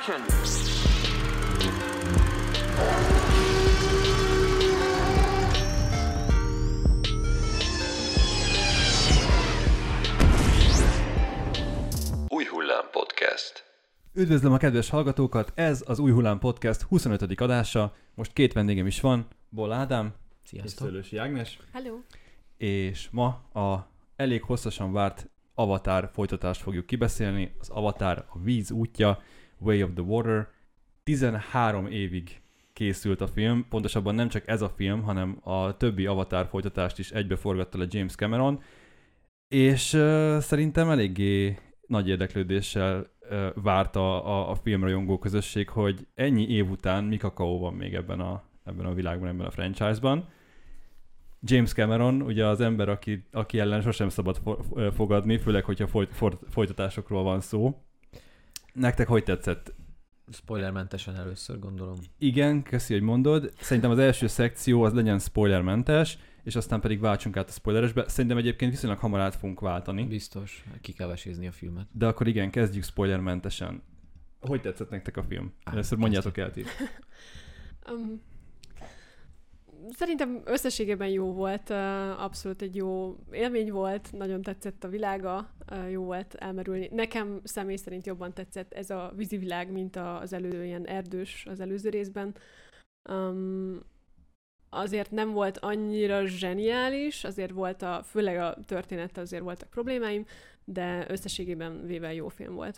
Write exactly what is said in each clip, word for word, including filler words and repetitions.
Action! Új Hullám Podcast. Üdvözlöm a kedves hallgatókat, ez az Új Hullám Podcast huszonötödik adása. Most két vendégem is van, Boll Ádám és Szőlősi Ágnes. Hello. És ma a elég hosszasan várt Avatar folytatást fogjuk kibeszélni. Az Avatar, a víz útja, Way of the Water. tizenhárom évig készült a film, pontosabban nem csak ez a film, hanem a többi Avatar folytatást is egybeforgatta le James Cameron, és uh, szerintem eléggé nagy érdeklődéssel uh, várta a, a filmrajongó közösség, hogy ennyi év után mi kakaó van még ebben a, ebben a világban, ebben a franchise-ban. James Cameron, ugye az ember, aki, aki ellen sosem szabad for, fogadni, főleg, hogyha folyt, for, folytatásokról van szó. Nektek hogy tetszett? Spoilermentesen először, gondolom. Igen, köszi, hogy mondod. Szerintem az első szekció az legyen spoilermentes, és aztán pedig váltsunk át a spoileresbe. Szerintem egyébként viszonylag hamar át fogunk váltani. Biztos, ki kell vesézni a filmet. De akkor igen, kezdjük spoilermentesen. Hogy tetszett nektek a film? Először mondjátok el ti. um, szerintem összességében jó volt, abszolút egy jó élmény volt, nagyon tetszett a világa, jó volt elmerülni. Nekem személy szerint jobban tetszett ez a vízivilág, mint az elő, ilyen erdős az előző részben. Um, azért nem volt annyira zseniális, azért volt a, főleg a történettel azért voltak problémáim, de összességében véve jó film volt.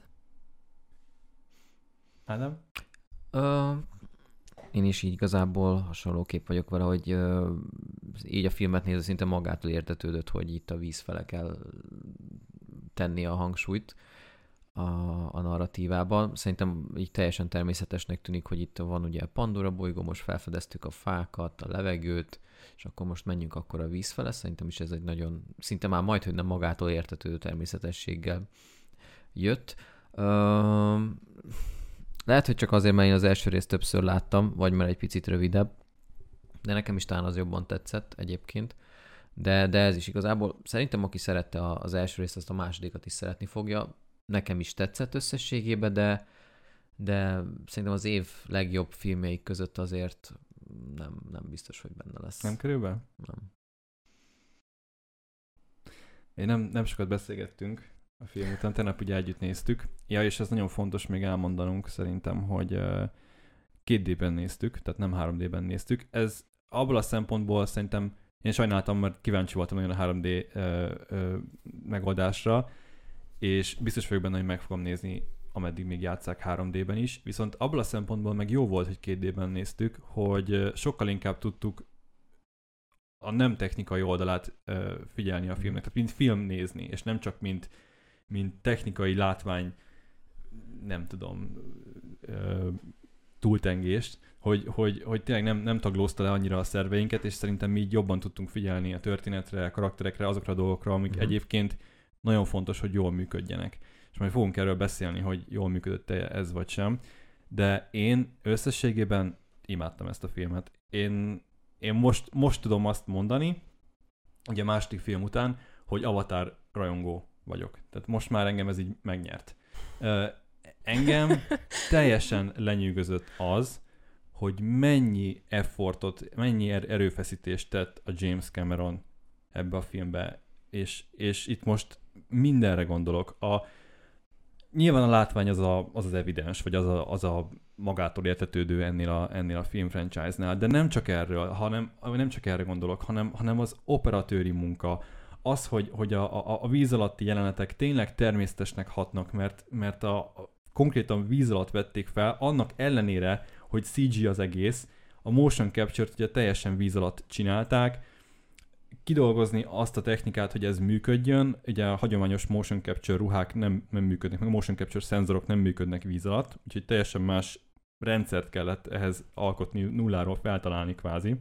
Ádám? Uh, én is így igazából hasonlóképp vagyok vele, hogy uh, így a filmet nézve szinte magától értetődött, hogy itt a víz fele kell tenni a hangsúlyt a, a narratívában. Szerintem így teljesen természetesnek tűnik, hogy itt van ugye a Pandora bolygó, most felfedeztük a fákat, a levegőt, és akkor most menjünk akkor a víz fele. Szerintem is ez egy nagyon, szinte már majd, hogy nem magától értetődő természetességgel jött. Uh, lehet, hogy csak azért, mert én az első részt többször láttam, vagy mert egy picit rövidebb, de nekem is talán az jobban tetszett egyébként. De, de ez is igazából, szerintem aki szerette az első részt, azt a másodikat is szeretni fogja. Nekem is tetszett összességében, de, de szerintem az év legjobb filmjeik között azért nem, nem biztos, hogy benne lesz. Nem körülbelül? Nem. Én nem, nem sokat beszélgettünk a film után, tegnap ugye együtt néztük. Ja, és ez nagyon fontos még elmondanunk szerintem, hogy két dében néztük, tehát nem három dében néztük. Ez abból a szempontból szerintem én sajnáltam, mert kíváncsi voltam nagyon a három dé ö, ö, megoldásra, és biztos vagyok benne, hogy meg fogom nézni, ameddig még játsszák három dében is. Viszont abból a szempontból meg jó volt, hogy két dében néztük, hogy sokkal inkább tudtuk a nem technikai oldalát ö, figyelni a filmnek, tehát mint film nézni, és nem csak mint, mint technikai látvány, nem tudom, ö, túltengést, hogy, hogy, hogy tényleg nem, nem taglózta le annyira a szerveinket, és szerintem mi így jobban tudtunk figyelni a történetre, a karakterekre, azokra a dolgokra, amik uh-huh. egyébként nagyon fontos, hogy jól működjenek. És majd fogunk erről beszélni, hogy jól működött ez vagy sem. De én összességében imádtam ezt a filmet. Én, én most, most tudom azt mondani, ugye a második film után, hogy Avatar rajongó vagyok. Tehát most már engem ez így megnyert. Uh, engem teljesen lenyűgözött az, hogy mennyi effortot, mennyi er- erőfeszítést tett a James Cameron ebbe a filmbe. És, és itt most mindenre gondolok. A, nyilván a látvány az, a, az az evidens, vagy az a, az a magától értetődő ennél a, ennél a film franchise-nál, de nem csak erről, hanem nem csak erre gondolok, hanem, hanem az operatőri munka, az, hogy, hogy a, a, a víz alatti jelenetek tényleg természetesnek hatnak, mert, mert a, a, konkrétan víz alatt vették fel, annak ellenére, hogy cé gé az egész, a motion capture-t ugye teljesen víz alatt csinálták, kidolgozni azt a technikát, hogy ez működjön. Ugye a hagyományos motion capture ruhák nem, nem működnek, meg a motion capture szenzorok nem működnek víz alatt, úgyhogy teljesen más rendszert kellett ehhez alkotni, nulláról feltalálni kvázi.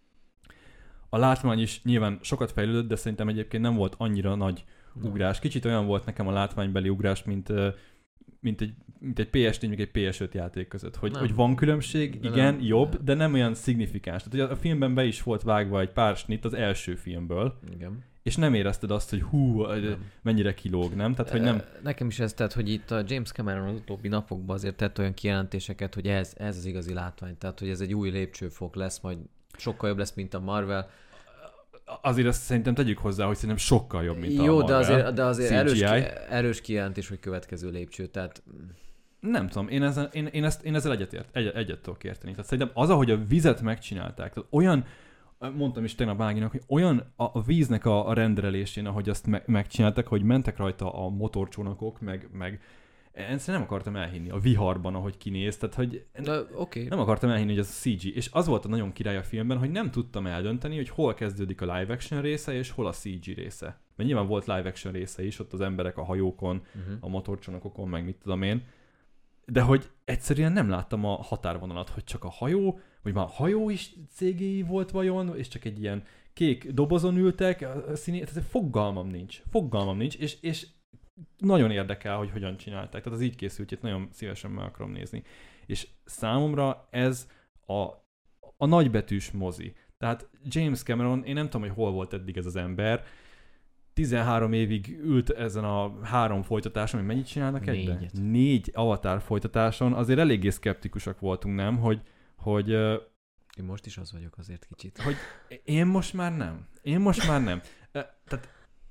A látvány is nyilván sokat fejlődött, de szerintem egyébként nem volt annyira nagy ugrás. Kicsit olyan volt nekem a látványbeli ugrás, mint, mint egy, mint egy pé es négy, meg egy pé es öt játék között. Hogy, hogy van különbség, de igen, nem, jobb, nem. de nem olyan szignifikáns. Tehát a filmben be is volt vágva egy pár snitt az első filmből, igen. és nem érezted azt, hogy hú, Nem. mennyire kilóg, nem? Tehát, hogy nem... Nekem is ez, tehát, hogy itt a James Cameron az utóbbi napokban azért tett olyan kijelentéseket, hogy ez, ez az igazi látvány, tehát, hogy ez egy új lépcsőfok lesz, majd sokkal jobb lesz, mint a Marvel. Azért azt szerintem tegyük hozzá, hogy szerintem sokkal jobb, mint Jó, a Marvel. de azért, de azért erős, cé gé í. erős kijelentés, hogy következő lépcső, tehát... Nem tudom, én, ezen, én, én, ezt, én ezzel egyetért, egy, egyet tudok érteni. Tehát szerintem az, ahogy a vizet megcsinálták, tehát olyan, mondtam is tegnap Áginak, hogy olyan a, a víznek a, a renderelésén, ahogy azt me, megcsinálták, hogy mentek rajta a motorcsónakok, meg, meg ezt nem akartam elhinni a viharban, ahogy kinéz, tehát hogy Na, okay. nem akartam elhinni, hogy ez a cé gé. És az volt a nagyon király a filmben, hogy nem tudtam eldönteni, hogy hol kezdődik a live action része, és hol a cé gé része. Mert nyilván volt live action része is, ott az emberek a hajókon, uh-huh. a motorcsónakokon, meg mit tudom én. De hogy egyszerűen nem láttam a határvonalat, hogy csak a hajó, vagy már a hajó is cé gé í volt vajon, és csak egy ilyen kék dobozon ültek, a színé, tehát fogalmam nincs. Fogalmam nincs, és, és nagyon érdekel, hogy hogyan csinálták. Tehát az így készültjét nagyon szívesen meg akarom nézni. És számomra ez a, a nagybetűs mozi. Tehát James Cameron, én nem tudom, hogy hol volt eddig ez az ember, tizenhárom évig ült ezen a három folytatáson, hogy mennyit csinálnak egyben? Négyet. Négy Avatar folytatáson. Azért eléggé szkeptikusak voltunk, nem? Hogy, hogy, Én most is az vagyok azért kicsit. hogy én most már nem. Én most már nem. Tehát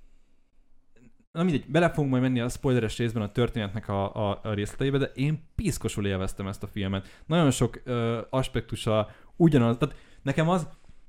na mindegy, bele fogunk majd menni a spoileres részben a történetnek a, a, a részleteibe, de én piszkosul élveztem ezt a filmet. Nagyon sok ö, aspektusa ugyanaz. Tehát nekem az,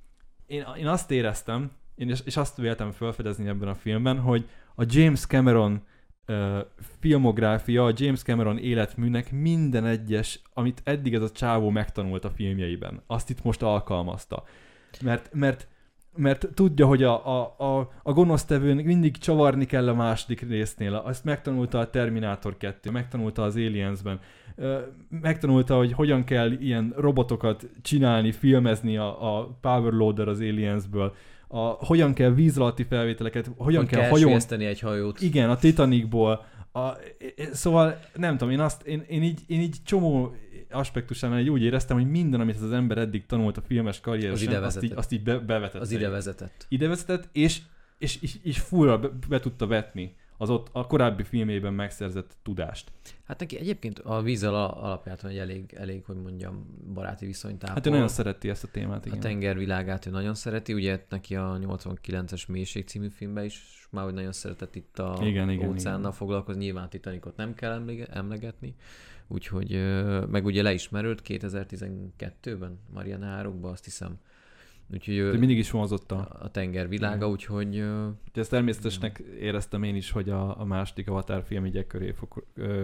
én, én azt éreztem, én és, és azt véltem felfedezni ebben a filmben, hogy a James Cameron ö, filmográfia, a James Cameron életműnek minden egyes, amit eddig ez a csávó megtanult a filmjeiben, azt itt most alkalmazta. Mert, mert mert tudja, hogy a, a, a, a gonosztevőnek mindig csavarni kell a második résznél. Azt megtanulta a Terminátor kettő, megtanulta az Aliensben, megtanulta, hogy hogyan kell ilyen robotokat csinálni, filmezni a, a Powerloader az Aliensből, a, hogyan kell víz alatti felvételeket, hogyan hogy kell, kell hajón... egy hajót. Igen, a Titanicból. A, szóval nem tudom, én, azt, én, én, így, én így csomó aspektusánál így úgy éreztem, hogy minden, amit ez az ember eddig tanult a filmes karrieresen, azt így, azt így be, bevetett. Az ide vezetett. Ide vezetett, és, és, és, és fullra be, be tudta vetni az ott a korábbi filmében megszerzett tudást. Hát neki egyébként a víz alapját egy elég, elég, hogy mondjam, baráti viszonyt ápol. Hát ő nagyon szereti ezt a témát, igen. A tengervilágát ő nagyon szereti, ugye neki a nyolcvankilences Mélység című filmben is már hogy nagyon szeretett itt a igen, igen, óceánnal igen. foglalkozni, nyilván Titanicot nem kell emlegetni, úgyhogy meg ugye leismerült kétezer-tizenkettőben Mariana árokban, azt hiszem. Úgyhogy ő mindig is vonzott a, a tenger világa, úgyhogy... Úgyhogy ezt természetesnek éreztem én is, hogy a, a második Avatar film így köré fog ö,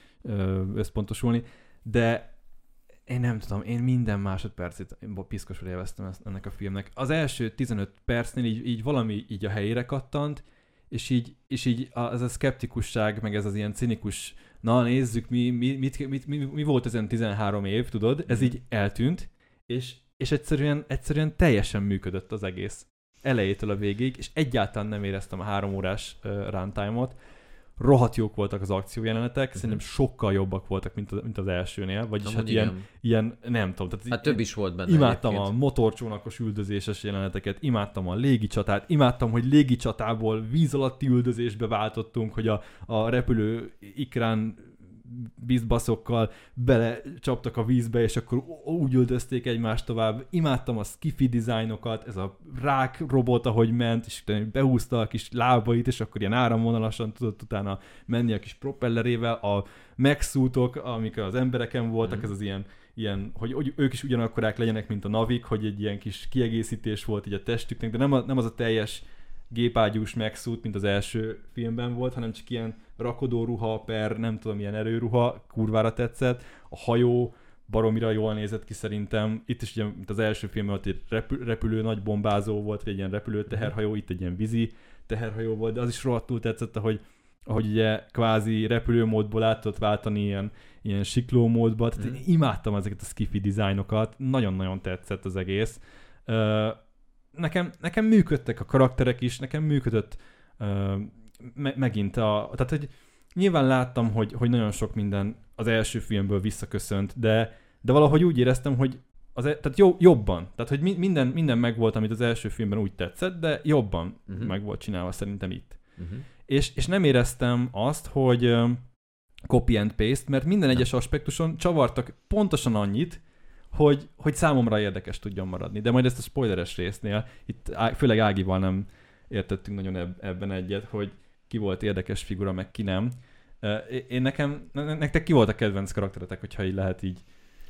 ö, összpontosulni, de én nem tudom, én minden másodpercét piszkosul élveztem ezt, ennek a filmnek. Az első tizenöt percnél így, így valami így a helyére kattant, és így, és így a, ez a szkeptikusság, meg ez az ilyen cinikus, na nézzük, mi, mi, mit, mit, mi, mi volt ezen tizenhárom év, tudod? Ez így eltűnt, és és egyszerűen, egyszerűen teljesen működött az egész. Elejétől a végig, és egyáltalán nem éreztem a három órás uh, runtime-ot. Rohadt jók voltak az akciójelenetek, uh-huh. Szerintem sokkal jobbak voltak, mint az, mint az elsőnél, vagyis hát ilyen, ilyen, nem tudom. Tehát hát több is volt benne. Imádtam egyébként. A motorcsónakos üldözéses jeleneteket, imádtam a légicsatát, imádtam, hogy légicsatából víz alatti üldözésbe váltottunk, hogy a, a repülő ikrán bizbaszokkal belecsaptak a vízbe, és akkor úgy üldözték egymást tovább. Imádtam a skifi dizájnokat, ez a rák robot, ahogy ment, és behúzta a kis lábait, és akkor ilyen áramvonalasan tudott utána menni a kis propellerével. A megszútok, amik az embereken voltak, mm. ez az ilyen, ilyen hogy, hogy ők is ugyanakkorák legyenek, mint a navik, hogy egy ilyen kis kiegészítés volt így a testüknek, de nem, a, nem az a teljes gépágyús megszút, mint az első filmben volt, hanem csak ilyen rakodóruha per, nem tudom, milyen erőruha, kurvára tetszett. A hajó baromira jól nézett ki szerintem. Itt is ugye, mint az első filmben volt egy repül, repülő nagy bombázó volt, vagy egy ilyen repülő teherhajó, itt egy ilyen vízi teherhajó volt, de az is rohadtul tetszett, ahogy, ahogy ugye kvázi repülőmódból át tudott váltani ilyen, ilyen sikló módba. Tehát mm. imádtam ezeket a skifi dizájnokat, nagyon-nagyon tetszett az egész. Uh, Nekem, nekem működtek a karakterek is, nekem működött uh, me- megint a... Tehát, hogy nyilván láttam, hogy, hogy nagyon sok minden az első filmből visszaköszönt, de, de valahogy úgy éreztem, hogy az, tehát jó, jobban. Tehát, hogy mi, minden, minden megvolt, amit az első filmben úgy tetszett, de jobban uh-huh. meg volt csinálva szerintem itt. Uh-huh. És, és nem éreztem azt, hogy uh, copy and paste, mert minden nem. egyes aspektuson csavartak pontosan annyit, hogy, hogy számomra érdekes tudjon maradni. De majd ezt a spoileres résznél, itt főleg Ágival nem értettünk nagyon ebben egyet, hogy ki volt érdekes figura, meg ki nem. Én nekem, nektek ki volt a kedvenc karakteretek, hogyha így lehet így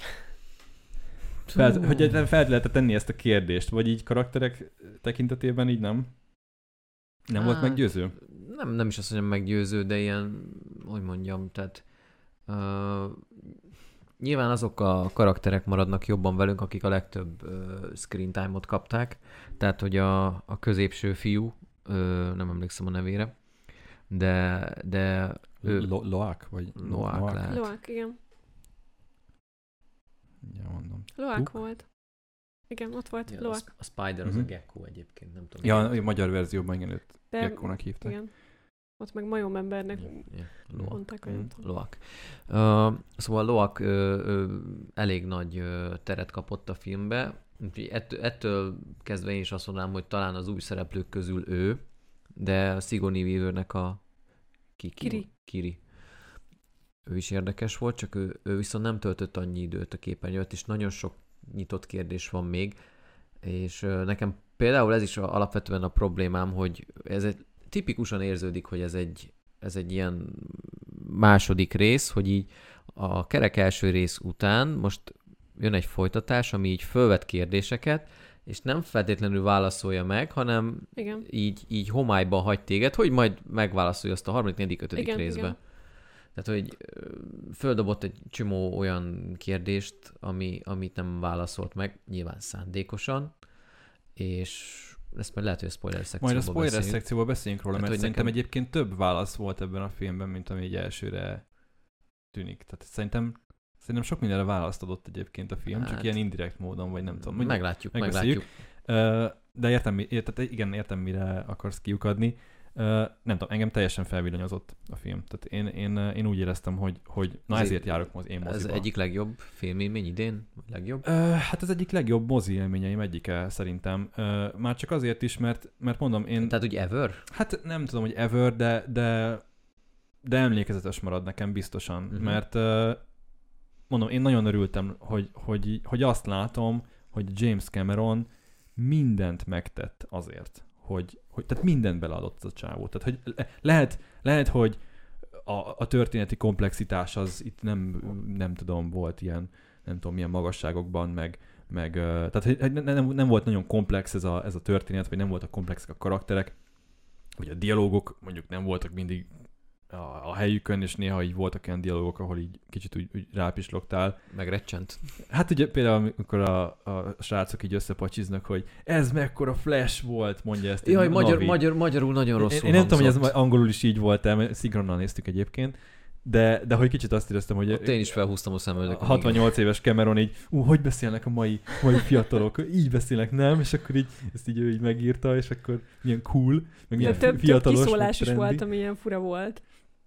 fel, hogy fel lehet tenni ezt a kérdést, vagy így karakterek tekintetében így nem? Nem Á, volt meggyőző? Nem, nem is azt mondjam meggyőző, de ilyen, hogy mondjam, tehát uh, nyilván azok a karakterek maradnak jobban velünk, akik a legtöbb uh, screen time-ot kapták, tehát hogy a, a középső fiú, uh, nem emlékszem a nevére, de, de ő... Lo- Loak? Vagy Loak, Loak lehet. Loak, igen. Ja, mondom. Loak Tuk? volt. Igen, ott volt Ja, Loak. a Spider az uh-huh. a Gecko egyébként, nem tudom. Ja, a magyar verzióban igen, őt de, Gekkónak hívták. Igen. Ott meg majomembernek ja, ja. mondták, hogy nem tudom. Loak. Uh, szóval Loak uh, uh, elég nagy uh, teret kapott a filmbe. Ettől, ettől kezdve én is azt mondanám, hogy talán az új szereplők közül ő, de Sigourney Weavernek a ki, ki, Kiri. Kiri. Ő is érdekes volt, csak ő, ő viszont nem töltött annyi időt a képernyőt, és nagyon sok nyitott kérdés van még, és uh, nekem például ez is a, alapvetően a problémám, hogy ez egy, tipikusan érződik, hogy ez egy, ez egy ilyen második rész, hogy így a kerek első rész után most jön egy folytatás, ami így fölvet kérdéseket, és nem feltétlenül válaszolja meg, hanem igen. Így, így homályba hagy téged, hogy majd megválaszolja azt a harmadik, negyedik, ötödik igen, részbe. Igen. Tehát, hogy földobott egy csomó olyan kérdést, ami, amit nem válaszolt meg, nyilván szándékosan, és ezt majd lehet, hogy a spoiler szekcióban Majd a spoiler beszéljünk. szekcióban beszéljünk róla, hát, mert szerintem nekem... egyébként több válasz volt ebben a filmben, mint ami egy elsőre tűnik. Tehát szerintem, szerintem sok mindenre választ adott egyébként a film, hát, csak ilyen indirekt módon, vagy nem tudom. Meglátjuk, meglátjuk. De értem, értem, igen, értem, mire akarsz kiukadni. Uh, nem tudom, engem teljesen felvillanyozott a film. Tehát én, én, én úgy éreztem, hogy, hogy na ez ezért járok mozi, én moziba. Ez egyik legjobb filmélmény idén? Legjobb? Uh, hát ez egyik legjobb mozi élményeim egyike szerintem. Uh, már csak azért is, mert, mert mondom én... Tehát, hogy ever? Hát nem tudom, hogy ever, de, de, de emlékezetes marad nekem biztosan. Uh-huh. Mert uh, mondom, én nagyon örültem, hogy, hogy, hogy azt látom, hogy James Cameron mindent megtett azért, hogy, hogy tehát mindent beleadott a csávó. Tehát, hogy le, lehet, lehet, hogy a, a történeti komplexitás az itt nem, nem tudom, volt ilyen, nem tudom, milyen magasságokban, meg, meg tehát hogy nem, nem volt nagyon komplex ez a, ez a történet, vagy nem voltak komplexek a karakterek, vagy a dialógok mondjuk nem voltak mindig a, a helyükön, és néha így voltak olyan dialógok, ahol így kicsit úgy, úgy rápislogtál. Megrecsent. Hát ugye például, amikor a, a srácok így összepacsiznak, hogy ez mekkora flash volt, mondja ezt. Jaj, magyar, magyar, magyarul nagyon rosszul Én, én nem tudom, hogy ez angolul is így volt, mert szinkronnal néztük egyébként, de, de hogy kicsit azt éreztem, hogy ott én is felhúztam a szemöldöket. hatvannyolc éves Cameron így, ú, hogy beszélnek a mai, mai fiatalok, így beszélnek, nem? És akkor így, ezt így ő így megírta, és akkor milyen cool, meg milyen több, fiatalos, több kiszólás is volt, ami ilyen fura volt.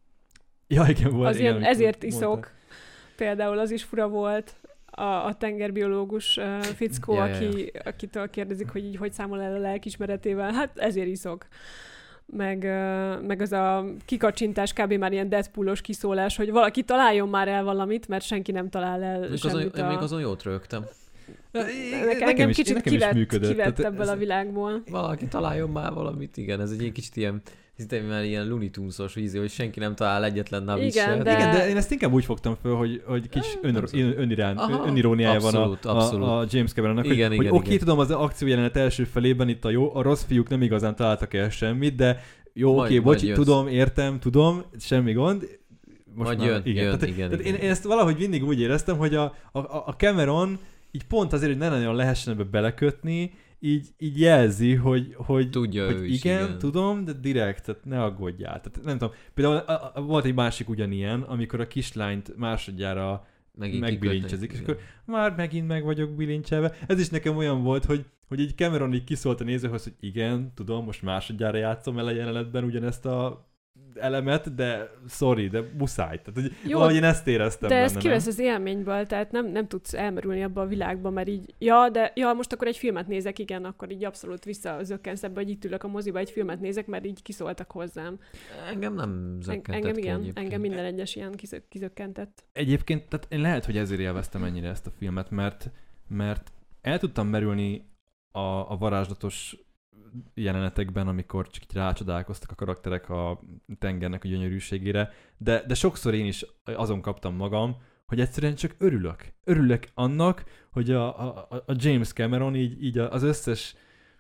Ja, igen, volt. Az igen, ilyen, ezért iszok. Mondta. Például az is fura volt. A, a tengerbiológus uh, fickó, ja, aki, ja. akitől kérdezik, hogy így hogy számol el a lelkismeretével. Hát ezért iszok. Meg, uh, meg az a kikacsintás, kb. Már ilyen Deadpoolos kiszólás, hogy valaki találjon már el valamit, mert senki nem talál el még semmit. Azon, a... Én még azon jót rögtem. Nekem, nekem is, kicsit nekem kivett, működött. kivett ebből a világból. Valaki találjon már valamit, igen. Ez egy kicsit ilyen Szerintem már ilyen Looney Tunes-os vízió, hogy senki nem talál egyetlen navis igen, se. de... Igen, de én ezt inkább úgy fogtam föl, hogy, hogy kis ön, önirán, öniróniája van a, abszolút. a, a James Cameronnak, igen, hogy, igen, hogy oké, okay, igen. tudom, az akciójelenet első felében itt a jó, a rossz fiúk nem igazán találtak el semmit, de jó, oké, okay, bocs, tudom, értem, tudom, semmi gond. Most majd már, jön, igen. jön, tehát, igen, tehát igen. Én, én ezt valahogy mindig úgy éreztem, hogy a, a, a Cameron így pont azért, hogy ne nagyon lehessen ebbe belekötni, így, így jelzi, hogy, hogy, tudja hogy ő igen, is, igen, tudom, de direkt, tehát ne aggódjál. Tehát nem tudom, például a, a, volt egy másik ugyanilyen, amikor a kislányt másodjára megbilincsezik, és akkor már megint meg vagyok bilincselve. Ez is nekem olyan volt, hogy, hogy így Cameron így kiszólt a nézőhöz, hogy igen, tudom, most másodjára játszom el a jelenetben ugyanezt a elemet, de sorry, de muszáj. Tehát, hogy Jó, valahogy én ezt éreztem de benne, ez kivesz az élményből, tehát nem, nem tudsz elmerülni abba a világba, mert így, ja, de ja, most akkor egy filmet nézek, igen, akkor így abszolút visszazökkensz ebbe, hogy itt ülök a moziba, egy filmet nézek, mert így kiszóltak hozzám. Engem nem zökkentett Engem ki igen, egyébként. engem minden egyes ilyen kizök, kizökkentett. Egyébként, tehát én lehet, hogy ezért élveztem ennyire ezt a filmet, mert, mert el tudtam merülni a, a varázslatos jelenetekben, amikor csak így rácsodálkoztak a karakterek a tengernek a gyönyörűségére, de, de sokszor én is azon kaptam magam, hogy egyszerűen csak örülök. Örülök annak, hogy a, a, a James Cameron így, így az összes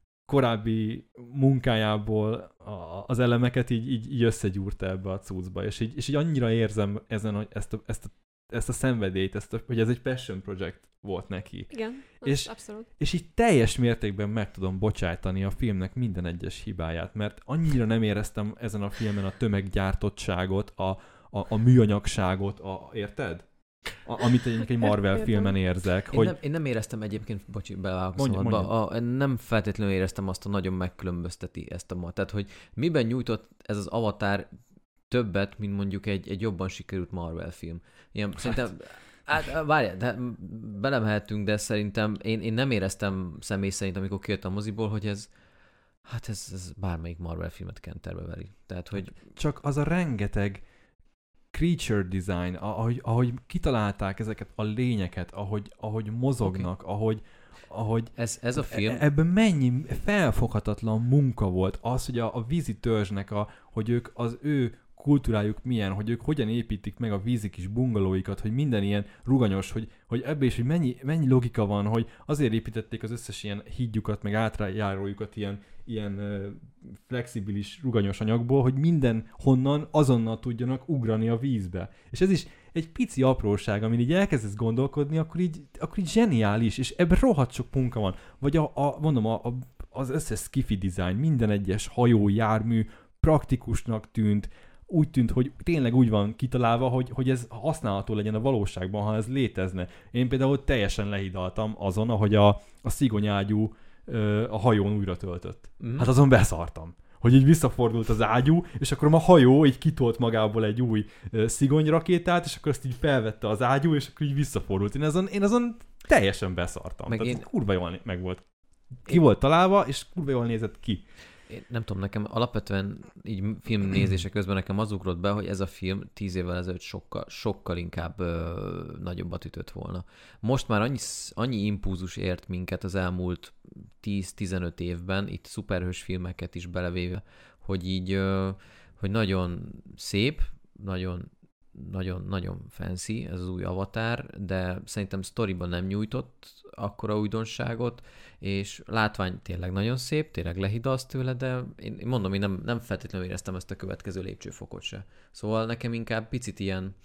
korábbi munkájából a, az elemeket így, így, így összegyúrta ebbe a cuccba, és így, és így annyira érzem ezen, hogy ezt a, ezt a ezt a szenvedélyt, ezt a, hogy ez egy passion project volt neki. Igen, és, abszolút. És így teljes mértékben meg tudom bocsájtani a filmnek minden egyes hibáját, mert annyira nem éreztem ezen a filmen a tömeggyártottságot, a, a, a műanyagságot, a, érted? A, amit egy, egy Marvel filmen érzek. Én, hogy... nem, én nem éreztem egyébként, bocsi, belevágok Mondja, szabadba, a, nem feltétlenül éreztem azt, a nagyon megkülönbözteti ezt a ma. Tehát, hogy miben nyújtott ez az Avatar többet, mint mondjuk egy, egy jobban sikerült Marvel film. Ilyen, hát. Szerintem, hát, várjál, de belemehetünk, de szerintem én, én nem éreztem személy szerint, amikor kijött a moziból, hogy ez, hát ez, ez bármelyik Marvel filmet kenterbe veri. Tehát, hogy... Csak az a rengeteg creature design, ahogy, ahogy kitalálták ezeket a lényeket, ahogy, ahogy mozognak, okay. ahogy, ahogy ez, ez a film... Ebben mennyi felfoghatatlan munka volt az, hogy a, a vízi törzsnek, a, hogy ők az ő kultúrájuk milyen, hogy ők hogyan építik meg a vízi kis bungalóikat, hogy minden ilyen ruganyos, hogy, hogy ebbe is, hogy mennyi, mennyi logika van, hogy azért építették az összes ilyen hídjukat, meg átjárójukat ilyen, ilyen uh, flexibilis, ruganyos anyagból, hogy minden honnan azonnal tudjanak ugrani a vízbe. És ez is egy pici apróság, amin így elkezdesz gondolkodni, akkor így, akkor így zseniális, és ebben rohadt sok munka van. Vagy a, a mondom, a, a, az összes skifi design, minden egyes hajó, jármű praktikusnak tűnt, úgy tűnt, hogy tényleg úgy van kitalálva, hogy, hogy ez használható legyen a valóságban, ha ez létezne. Én például teljesen lehidaltam azon, ahogy a, a szigonyágyú ö, a hajón újra töltött. Mm. Hát azon beszartam. Hogy így visszafordult az ágyú, és akkor a hajó így kitolt magából egy új ö, szigonyrakétát, és akkor azt így felvette az ágyú, és akkor így visszafordult. Én azon, én azon teljesen beszartam. Meg Tehát én... kurva jól meg volt. Ki én... volt találva, és kurva jól nézett ki. Én nem tudom, nekem alapvetően így filmnézése közben nekem az ugrott be, hogy ez a film tíz évvel ezelőtt sokkal, sokkal inkább ö, nagyobbat ütött volna. Most már annyi, annyi impulzus ért minket az elmúlt tíz-tizenöt évben, itt szuperhős filmeket is belevéve, hogy így, ö, hogy nagyon szép, nagyon nagyon-nagyon fancy ez az új Avatar, de szerintem sztoriban nem nyújtott akkora újdonságot, és látvány tényleg nagyon szép, tényleg lehidalsz tőle, de én, én mondom, én nem, nem feltétlenül éreztem ezt a következő lépcsőfokot se. Szóval nekem inkább picit ilyen,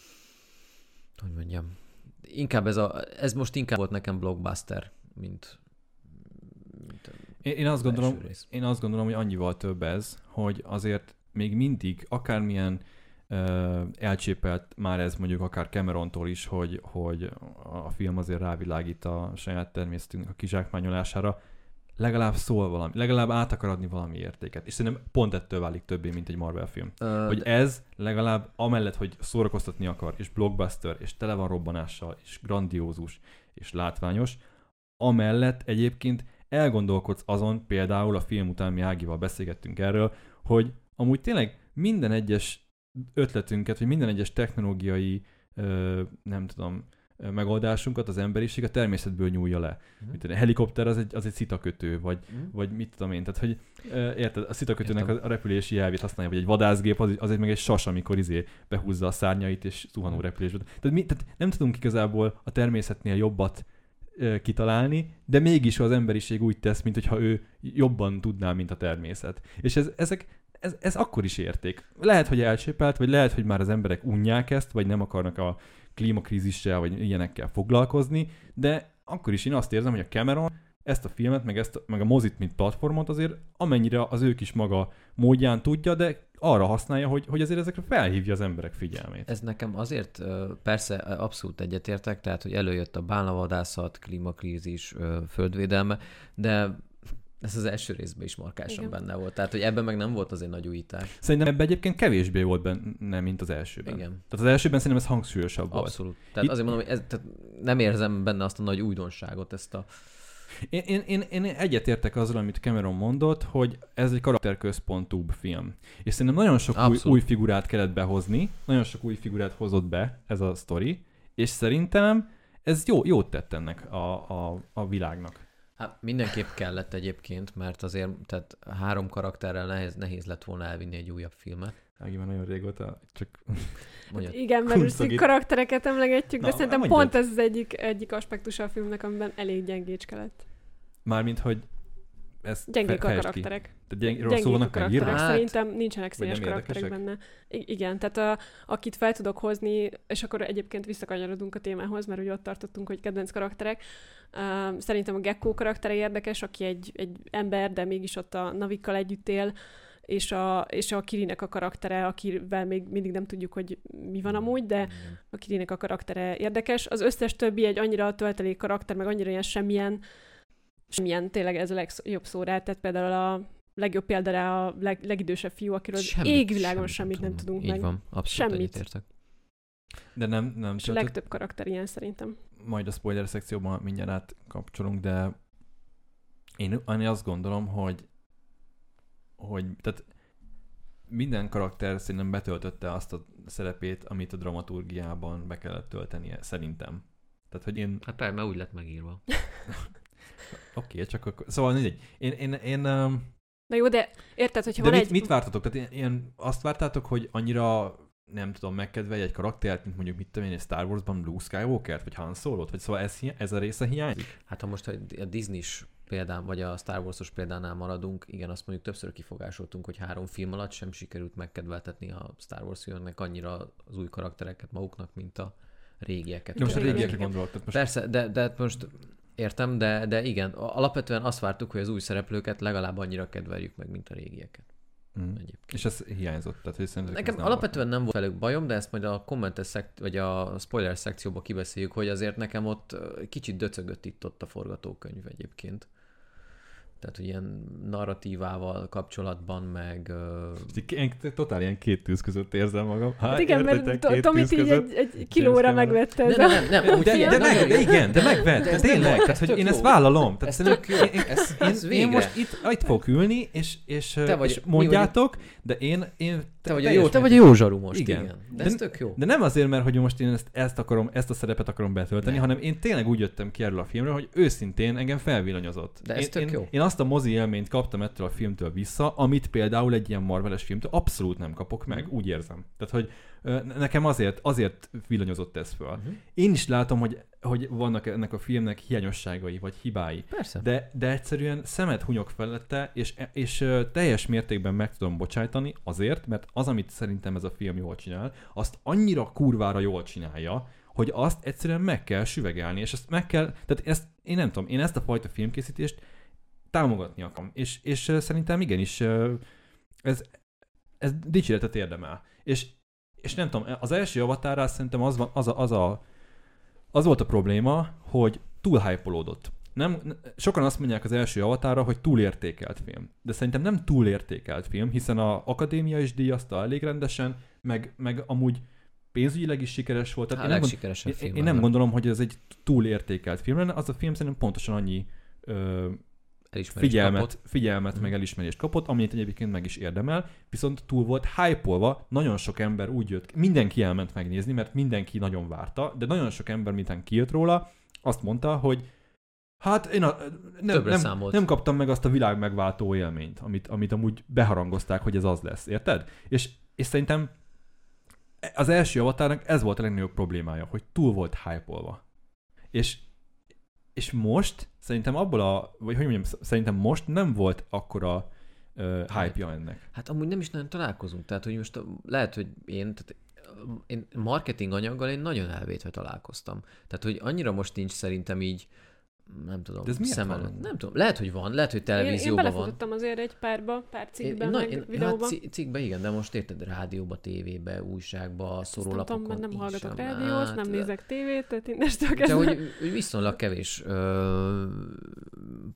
hogy mondjam, inkább ez, a, ez most inkább volt nekem blockbuster, mint, mint én, én, azt gondolom, én azt gondolom, hogy annyival több ez, hogy azért még mindig akármilyen Uh, elcsépelt már ez mondjuk akár Camerontól is, hogy, hogy a film azért rávilágít a saját természetünknek a kizsákmányolására, legalább szól valami, legalább át akar adni valami értéket. És szerintem pont ettől válik többé, mint egy Marvel film. Uh, hogy de... ez legalább amellett, hogy szórakoztatni akar, és blockbuster, és tele van robbanással, és grandiózus, és látványos, amellett egyébként elgondolkodsz azon, például a film után mi Ágival beszélgettünk erről, hogy amúgy tényleg minden egyes ötletünket, vagy minden egyes technológiai, ö, nem tudom, megoldásunkat az emberiség a természetből nyúlja le. Mm. Mint a helikopter az egy, az egy szitakötő, vagy, mm. vagy mit tudom én. Tehát, hogy ö, érted, a szitakötőnek a, a repülési jelvét használja, vagy egy vadászgép, az, az egy meg egy sas, amikor izé behúzza a szárnyait, és zuhanó repülésbe. Tehát, mi, tehát nem tudunk igazából a természetnél jobbat ö, kitalálni, de mégis az emberiség úgy tesz, mint hogyha ő jobban tudná, mint a természet. És ez, ezek Ez, ez akkor is érték. Lehet, hogy elcsépelt, vagy lehet, hogy már az emberek unják ezt, vagy nem akarnak a klímakrízissel, vagy ilyenekkel foglalkozni, de akkor is én azt érzem, hogy a Cameron ezt a filmet, meg, ezt, meg a mozit, mint platformot azért amennyire az ő kis maga módján tudja, de arra használja, hogy, hogy azért ezekre felhívja az emberek figyelmét. Ez nekem azért persze abszolút egyetértek, tehát hogy előjött a bálnavadászat, klímakrízis, földvédelme, de Ez az első részben is markásan Igen. benne volt. Tehát, hogy ebben meg nem volt azért nagy újítás. Szerintem ebben egyébként kevésbé volt benne, mint az elsőben. Igen. Tehát az elsőben szerintem ez hangsúlyosabb volt. Abszolút. Tehát Itt- azért mondom, hogy ez, tehát nem érzem benne azt a nagy újdonságot, ezt a... Én, én, én, én egyetértek azzal, amit Cameron mondott, hogy ez egy karakterközpontúbb film. És szerintem nagyon sok új, új figurát kellett behozni, nagyon sok új figurát hozott be ez a sztori, és szerintem ez jó, jót tett ennek a, a, a világnak. Hát mindenképp kellett egyébként, mert azért tehát három karakterrel nehéz, nehéz lett volna elvinni egy újabb filmet. Ági már nagyon régóta csak... Mondjad. Igen, mert Kunszagít. úgy karaktereket emlegetjük, de Na, szerintem mondjad. pont ez az egyik, egyik aspektusa a filmnek, amiben elég gyengécske lett. Mármint, hogy ez Gyengék a fejtsd ki. karakterek. Tehát gyeng, Gyengék rosszul a vannak karakterek. megírva? Hát, Szerintem nincsenek vagy színes nem karakterek érdekesek? benne. I- igen, tehát a, akit fel tudok hozni, és akkor egyébként visszakanyarodunk a témához, mert ugye ott tartottunk, hogy kedvenc karakterek. Uh, szerintem a Gekko karaktere érdekes, aki egy, egy ember, de mégis ott a Navikkal együtt él, és a, és a Kirinek a karaktere, akivel még mindig nem tudjuk, hogy mi van amúgy, de Igen. a Kirinek a karaktere érdekes. Az összes többi egy annyira töltelék karakter, meg annyira ilyen semmilyen, semmilyen, tényleg ez a legjobb szó rá, tehát például a legjobb példa rá a leg, legidősebb fiú, akiről az égvilágon semmit nem tudunk Így meg. van, abszolút Semmit. egyetértek. De nem, nem És a töltött- legtöbb karakter ilyen szerintem. majd a spoiler szekcióban mindjárt átkapcsolunk, de én, én azt gondolom, hogy hogy tehát minden karakter szerintem betöltötte azt a szerepét, amit a dramaturgiában be kellett töltenie, szerintem. Tehát, hogy én... Hát persze, mert úgy lett megírva. Oké, okay, csak akkor... Szóval mindegy. Én... én, én um... Na jó, de érted, hogyha De van mit, egy... mit vártatok? Tehát ilyen, ilyen, azt vártátok, hogy annyira nem tudom, megkedvelj egy karaktert, mint mondjuk mit tudom én, egy Star Warsban Luke Skywalkert, vagy Han Solo-t, vagy szóval ez, hi- ez a része hiányzik? Hát ha most a Disney-s példán, vagy a Star Wars-os példánál maradunk, igen, azt mondjuk többször kifogásoltunk, hogy három film alatt sem sikerült megkedveltetni a Star Wars filmnek annyira az új karaktereket maguknak, mint a régieket. De most a Igen, régiekre igen. gondolok. Tehát most Persze, de, de most értem, de, de igen, alapvetően azt vártuk, hogy az új szereplőket legalább annyira kedveljük meg, mint a régieket. Mm. Egyébként. És ez hiányzott, tehát hogy szerintetek Nekem ez nem alapvetően nem volt velük bajom, de ezt majd a kommentes szekt, vagy a spoiler szekcióba kibeszéljük, hogy azért nekem ott ö, kicsit döcögött itt ott a forgatókönyv egyébként. Tehát, hogy ilyen narratívával kapcsolatban, meg... ö, volt. Én totál ilyen két tűz között érzem magam. Hát igen, mert értitek, To- két Tomit tűz így között? egy, egy kilóra James Cameron. megvette ez Nem, a... nem, nem, nem, amúgy De, figyelj, de, nagyon meg, de jó. igen, de megvett, De ez tényleg, tök jó, tehát ez hogy tök én jó. ezt vállalom. Tehát Ez szerintem tök jó. én, Ez- én, ez én végre. most itt, itt fogok ülni, és, és, Te vagy- és mi mondjátok, de én, én Te vagy a teljes jó, te vagy a mértékben- jó zsaru most, Igen. igen. De De- ez tök jó. De nem azért, mert hogy most én ezt, ezt, akarom, ezt a szerepet akarom betölteni, Nem. hanem én tényleg úgy jöttem ki erről a filmről, hogy őszintén engem felvillanyozott. De ez én, tök én, jó. Én azt a mozi élményt kaptam ettől a filmtől vissza, amit például egy ilyen Marveles filmtől abszolút nem kapok meg, Mhm. úgy érzem. Tehát, hogy ö, nekem azért, azért villanyozott ez föl. Uh-huh. Én is látom, hogy, hogy vannak ennek a filmnek hiányosságai, vagy hibái. Persze. De, de egyszerűen szemet hunyok felette, és, és ö, teljes mértékben meg tudom bocsájtani azért, mert az, amit szerintem ez a film jól csinál, azt annyira kurvára jól csinálja, hogy azt egyszerűen meg kell süvegelni, és ezt meg kell, tehát ezt, én nem tudom, én ezt a fajta filmkészítést támogatni akarom, és, és ö, szerintem igenis ö, ez, ez dicséretet érdemel. És, és nem tudom, az első Avatarral szerintem az, van, az, a, az, a, az volt a probléma, hogy túl hype-olódott. Nem, sokan azt mondják az első Avatarra, hogy túlértékelt film. De szerintem nem túlértékelt film, hiszen a akadémia is díjazta elég rendesen, meg, meg amúgy pénzügyileg is sikeres volt. Tehát Hát, én, nem gond, legsikeresebb én, film. én nem gondolom, hogy ez egy túlértékelt film lenne. Az a film szerintem pontosan annyi ö, Elismerést figyelmet, kapott. figyelmet Mm. meg elismerést kapott, amit egyébként meg is érdemel, viszont túl volt hype-olva, nagyon sok ember úgy jött, mindenki elment megnézni, mert mindenki nagyon várta, de nagyon sok ember, miután kijött róla, azt mondta, hogy hát én a, nem, Többre nem, számolt. nem kaptam meg azt a világ megváltó élményt, amit, amit amúgy beharangozták, hogy ez az lesz, érted? És, és szerintem az első Avatarnak ez volt a legnagyobb problémája, hogy túl volt hype-olva. És És most szerintem abból a, vagy hogy mondjam, szerintem most nem volt akkora uh, hype-ja ennek. Hát amúgy nem is nagyon találkozunk. Tehát, hogy most a- lehet, hogy én, tehát én marketing anyaggal én nagyon elvétve találkoztam. Tehát, hogy annyira most nincs szerintem így, nem tudom, De ez miért szem van? előtt. Nem tudom, lehet, hogy van, lehet, hogy Én, én televízióban van. belefutottam azért egy párba, pár cikkben, na, meg én, videóban. hát ci- cikkbe igen, de most érted, rádióba, tévébe, újságba, Ezt nem tudom, szórólapokon. mert nem így hallgatok sem. rádiót, nem Hát, nézek tévét, tehát innestől de kezdve... hogy, hogy viszonylag kevés ö,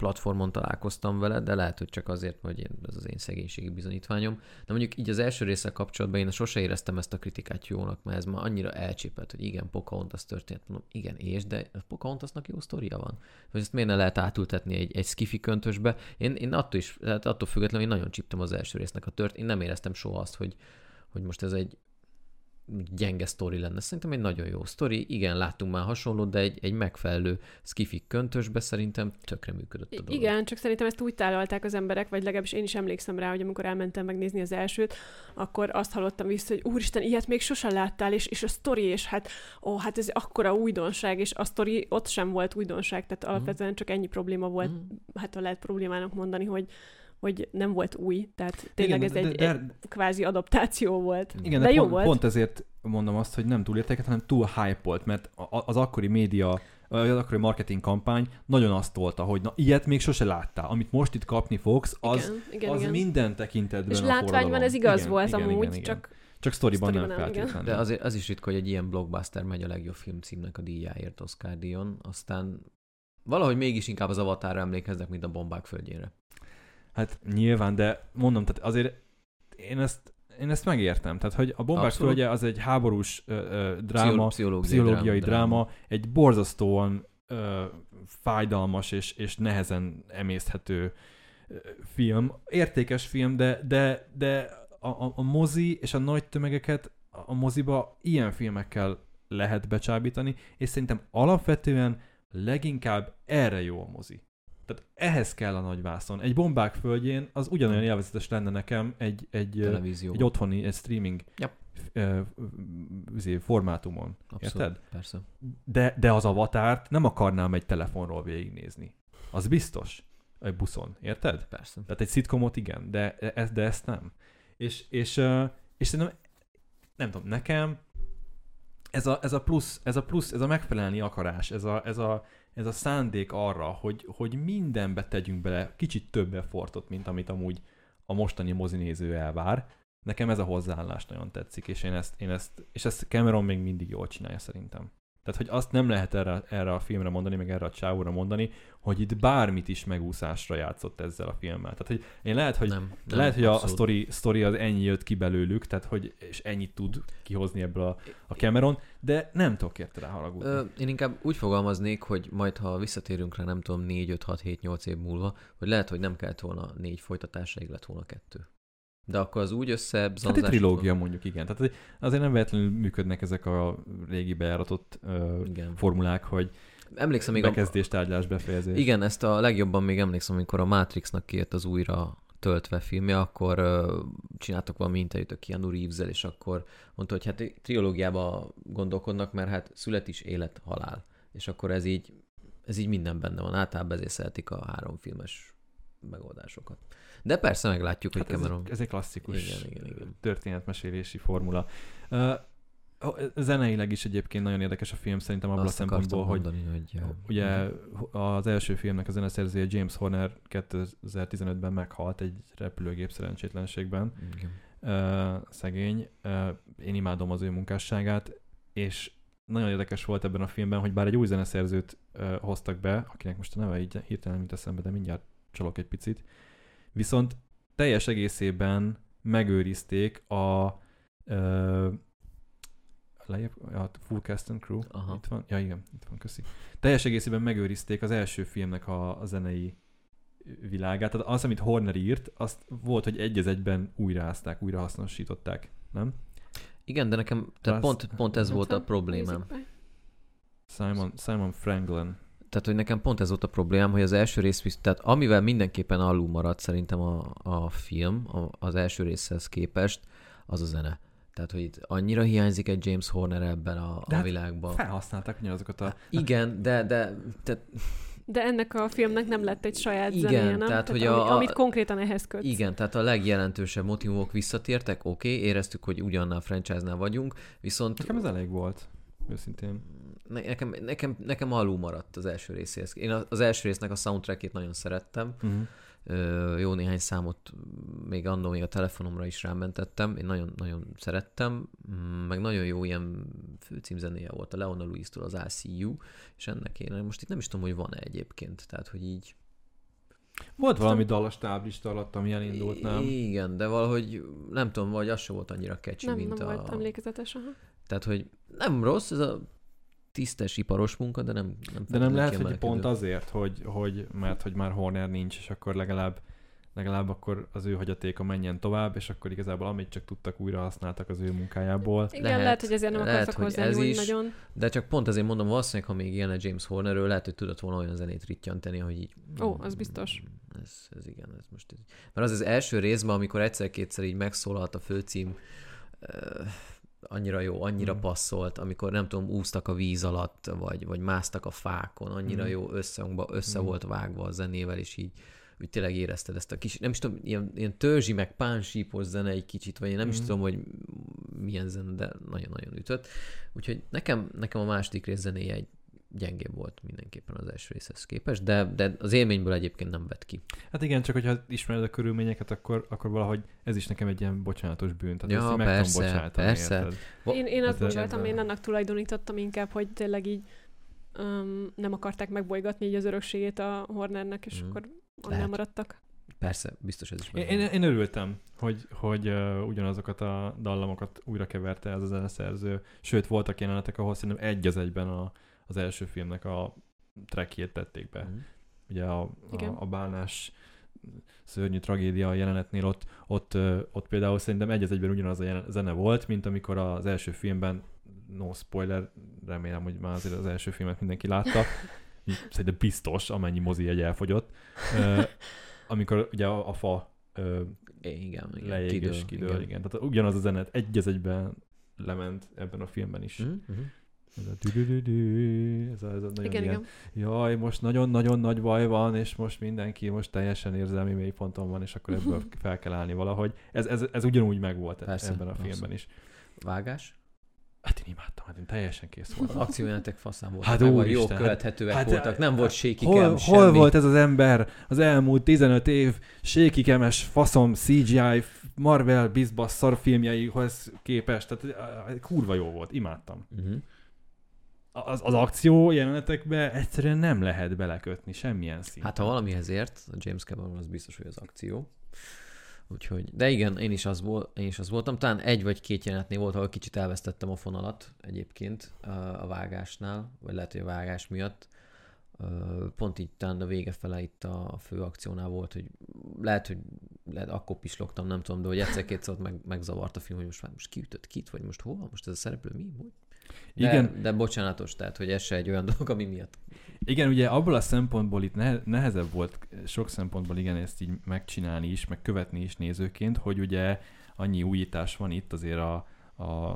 platformon találkoztam vele, de lehet, hogy csak azért, hogy én, ez az én szegénységi bizonyítványom. De mondjuk így az első résszel kapcsolatban én sose éreztem ezt a kritikát jónak, mert ez már annyira elcsépelt, hogy igen, Pocahontas történet. Mondom, igen, és, de Pocahontasnak jó sztoria van. Hogy ezt miért ne lehet átültetni egy, egy skifi köntösbe? Én, én attól is, hát attól függetlenül én nagyon csíptem az első résznek a tört. Én nem éreztem soha azt, hogy, hogy most ez egy gyenge sztori lenne. Szerintem egy nagyon jó sztori. Igen, láttunk már hasonlót, de egy, egy megfelelő skifi köntösbe szerintem tökre működött a dolog. Igen, csak szerintem ezt úgy tálalták az emberek, vagy legalábbis én is emlékszem rá, hogy amikor elmentem megnézni az elsőt, akkor azt hallottam vissza, hogy úristen, ilyet még sosem láttál, és, és a sztori, és hát, ó, hát ez akkora újdonság, és a sztori ott sem volt újdonság, tehát alapvetően csak ennyi probléma volt, mm. hát ha lehet problémának mondani, hogy hogy nem volt új, tehát tényleg igen, ez egy, de, de, egy kvázi adaptáció volt. Igen, de, de jó pont, volt. Pont ezért mondom azt, hogy nem túl értéket, hanem túl hype-olt, mert az akkori média, az akkori marketing kampány nagyon azt tolta, hogy na, ilyet még sose láttál. Amit most itt kapni fogsz, az, igen, igen, az igen. minden tekintetben és a látványban ez igaz igen, volt igen, amúgy, igen, igen. csak... Csak sztoriban nem, nem feltétlenül. De azért az is ritka, hogy egy ilyen blockbuster megy a legjobb filmcímnek a díjáért Oscar díjon, aztán valahogy mégis inkább az Avatarra emlékeznek, mint a Bombák földjére. Hát nyilván, de mondom, tehát azért én ezt, én ezt megértem. Tehát, hogy a Bombák Abszolút. földje az egy háborús ö, ö, dráma, Pszichológiai, pszichológiai dráma, dráma, egy borzasztóan ö, fájdalmas és, és nehezen emészthető ö, film. Értékes film, de, de, de a, a, a mozi és a nagy tömegeket a moziba ilyen filmekkel lehet becsábítani, és szerintem alapvetően leginkább erre jó a mozi. Tehát ehhez kell a nagy vászon. Egy Bombák földjén az ugyanolyan élvezetes lenne nekem egy, egy, egy otthoni, egy streaming yep. uh, formátumon. Abszolút, érted? Persze. De, de az Avatárt nem akarnám egy telefonról végignézni. Az biztos. Egy buszon. Érted? Persze. Tehát egy szitkomot igen, de, ez, de ezt nem. És, és, uh, és szerintem, nem tudom, nekem ez a, ez a plusz, ez a plusz, ez a megfelelni akarás, ez a, ez a ez a szándék arra, hogy, hogy mindenbe tegyünk bele kicsit több effortot, mint amit amúgy a mostani mozinéző elvár. Nekem ez a hozzáállás nagyon tetszik, és én ezt, én ezt, és ezt Cameron még mindig jól csinálja szerintem. Tehát, hogy azt nem lehet erre, erre a filmre mondani, meg erre a csávóra mondani, hogy itt bármit is megúszásra játszott ezzel a filmmel. Tehát, hogy én lehet, hogy, nem, nem, lehet, hogy a story, story az ennyi jött ki belőlük, tehát, hogy, és ennyit tud kihozni ebből a, a Cameron, de nem tudok érte rá haragudni. Ö, én inkább úgy fogalmaznék, hogy majd, ha visszatérünk rá, nem tudom, négy, öt, hat, hét, nyolc év múlva, hogy lehet, hogy nem kellett volna négy folytatásaig, lett volna kettő. De akkor az úgy össze... Hát egy trilógia mondjuk, igen. Tehát azért nem véletlenül működnek ezek a régi bejáratott ö, formulák, hogy emlékszem még bekezdés, tárgyalás, befejezés. Igen, ezt a legjobban még emlékszem, amikor a Matrixnak kijött az újra töltve filmje, akkor uh, csináltak valami interjút a Keanu Reeves-el, és akkor mondta, hogy hát triológiába gondolkodnak, mert hát szület is élet, halál. És akkor ez így, ez így minden benne van. Általában ezért szeretik a három filmes megoldásokat. De persze meglátjuk, hát hogy ez Cameron... Egy, ez egy klasszikus igen, igen, igen. történetmesélési formula. Uh, zeneileg is egyébként nagyon érdekes a film, szerintem abban a szempontból, hogy, mondani, hogy ugye az első filmnek a zeneszerzője James Horner kétezer-tizenötben meghalt egy repülőgép szerencsétlenségben. Uh, szegény. Uh, én imádom az ő munkásságát, és nagyon érdekes volt ebben a filmben, hogy bár egy új zeneszerzőt uh, hoztak be, akinek most a neve így hirtelen mint eszembe, de mindjárt csalok egy picit, viszont teljes egészében megőrizték a uh, lejjebb, a Full Cast and Crew. Aha. Itt van. Ja, igen, itt van, köszi. Teljes egészében megőrizték az első filmnek a, a zenei világát. Tehát az, amit Horner írt, azt volt, hogy egy az egyben újraázták, újrahasznosították, nem? Igen, de nekem tehát pont, pont ez volt a problémám. Simon, Simon Franklin. Tehát, hogy nekem pont ez volt a problémám, hogy az első rész, tehát amivel mindenképpen alul maradt szerintem a, a film, a, az első részhez képest, az a zene. Tehát, hogy itt annyira hiányzik egy James Horner ebben a, a hát világban. Felhasználták ugyanazokat a... Igen, de... de, de De ennek a filmnek nem lett egy saját igen, zenéje, nem? Tehát, tehát hogy ami, a, amit konkrétan ehhez kötsz. Igen, tehát a legjelentősebb motivumok visszatértek, oké, okay, éreztük, hogy ugyannál a franchise-nál vagyunk, viszont... Nekem ez elég volt, őszintén. Nekem, nekem, nekem alul maradt az első részéhez. Én az első résznek a soundtrackét nagyon szerettem. Uh-huh. Jó néhány számot még annó még a telefonomra is rámentettem. Én nagyon, nagyon szerettem. Meg nagyon jó ilyen főcímzenéje volt a Leona Lewis-től az I C U, és ennek én most itt nem is tudom, hogy van-e egyébként. Tehát, hogy így Volt valami dallas táblista alatt, ami elindult, nem? Igen, de valahogy nem tudom, vagy az sem volt annyira catchy, Nem, mint nem a... volt emlékezetes, aha. Tehát, hogy nem rossz, ez a tisztes iparos munka, de nem nem De nem lehet, hogy kiemelkedő. pont azért, hogy, hogy, mert hogy már Horner nincs, és akkor legalább legalább akkor az ő hagyatéka menjen tovább, és akkor igazából amit csak tudtak, újra használtak az ő munkájából. Igen, Lehet, lehet, hogy ezért nem lehet, akartak hogy hozzányúlni ez is. nagyon. De csak pont azért mondom, valószínűleg, ha még ilyen a James Hornerről, lehet, hogy tudott volna olyan zenét rittyanteni, hogy így... Ó, az biztos. Ez, ez igen, ez most... Ez... Mert az az első részben, amikor egyszer-kétszer így megszólalt a főcím, uh, annyira jó, annyira Mm. passzolt, amikor nem tudom, úsztak a víz alatt, vagy, vagy másztak a fákon, annyira Mm. jó összehangba, össze Mm. volt vágva a zenével, és így úgy tényleg érezted ezt a kis, nem is tudom, ilyen, ilyen törzsi, meg pánsípos zene egy kicsit, vagy én nem mm. is Mm. tudom, hogy milyen zene, de nagyon-nagyon ütött. Úgyhogy nekem, nekem a második rész zenéje egy gyengébb volt mindenképpen az első részhez képest, de, de az élményből egyébként nem vett ki. Hát igen, csak hogyha ismered a körülményeket, akkor, akkor valahogy ez is nekem egy ilyen bocsánatos bűn. Tehát Ja, ezt így meg persze, tudom bocsátani, persze. érted? Én, én azt Ez- bocsáltam, én annak tulajdonítottam inkább, hogy tényleg így um, nem akarták megbolygatni így az örökségét a Hornernek, és Mhm. akkor annál Lehet. maradtak. Persze, biztos ez is Én, benne én, van. én örültem, hogy, hogy uh, ugyanazokat a dallamokat újra keverte ez a zeneszerző. Sőt, voltak jelenetek, ahol szerintem egy az egyben a, az első filmnek a trackjét tették be. Mhm. Ugye a, Igen. a, a bálnás szörnyű tragédia jelenetnél ott, ott, ö, ott például szerintem egy az egyben ugyanaz a jelen- zene volt, mint amikor az első filmben, no spoiler, remélem, hogy már azért az első filmet mindenki látta, így szerintem biztos, amennyi mozi egy elfogyott, ö, amikor ugye a, a fa ö, Igen, igen. leég kidől, és kidől, igen. igen. Tehát ugyanaz a zenet egy az egyben lement ebben a filmben is. Mhm, mhm. Ez a dü-dü-dü-dü, ez a, ez a nagyon Igen, ilyen, igen. jaj, most nagyon-nagyon nagy baj van, és most mindenki most teljesen érzelmi mélyponton van, és akkor ebből fel kell állni valahogy. Ez, ez, ez ugyanúgy megvolt Persze, ebben a persze. filmben is. Vágás? Hát én imádtam, hát én teljesen kész Az voltam. akciójelenetek faszán voltak, Hát meg van, úristen, jó hát- követhetőek hát- voltak, nem volt shaky Hol, cam, hol semmi. volt ez az ember az elmúlt tizenöt év sékikemes faszom cé gé i Marvel bizbasz szarfilmjeihoz képest? Tehát eh, kurva jó volt, imádtam. Uh-huh. Az, az akció jelenetekbe egyszerűen nem lehet belekötni semmilyen szinten. Hát ha valamihez ért, a James Cameron az biztos, hogy az akció. Úgyhogy, de igen, én is, az vol, én is az voltam. Talán egy vagy két jelenetnél volt, ahol kicsit elvesztettem a fonalat egyébként a vágásnál, vagy lehet, hogy a vágás miatt. Pont így talán a vége fele itt a fő akciónál volt, hogy lehet, hogy lehet, akkor pislogtam, nem tudom, de hogy egyszer-kétszer meg, megzavart a film, hogy most, most kiütött kit, vagy most hova, most ez a szereplő mi? Hogy? De, Igen. de bocsánatos, tehát, hogy ez se egy olyan dolog, ami miatt. Igen, ugye abból a szempontból itt nehe- nehezebb volt sok szempontból igen ezt így megcsinálni is, meg követni is nézőként, hogy ugye annyi újítás van itt azért a, a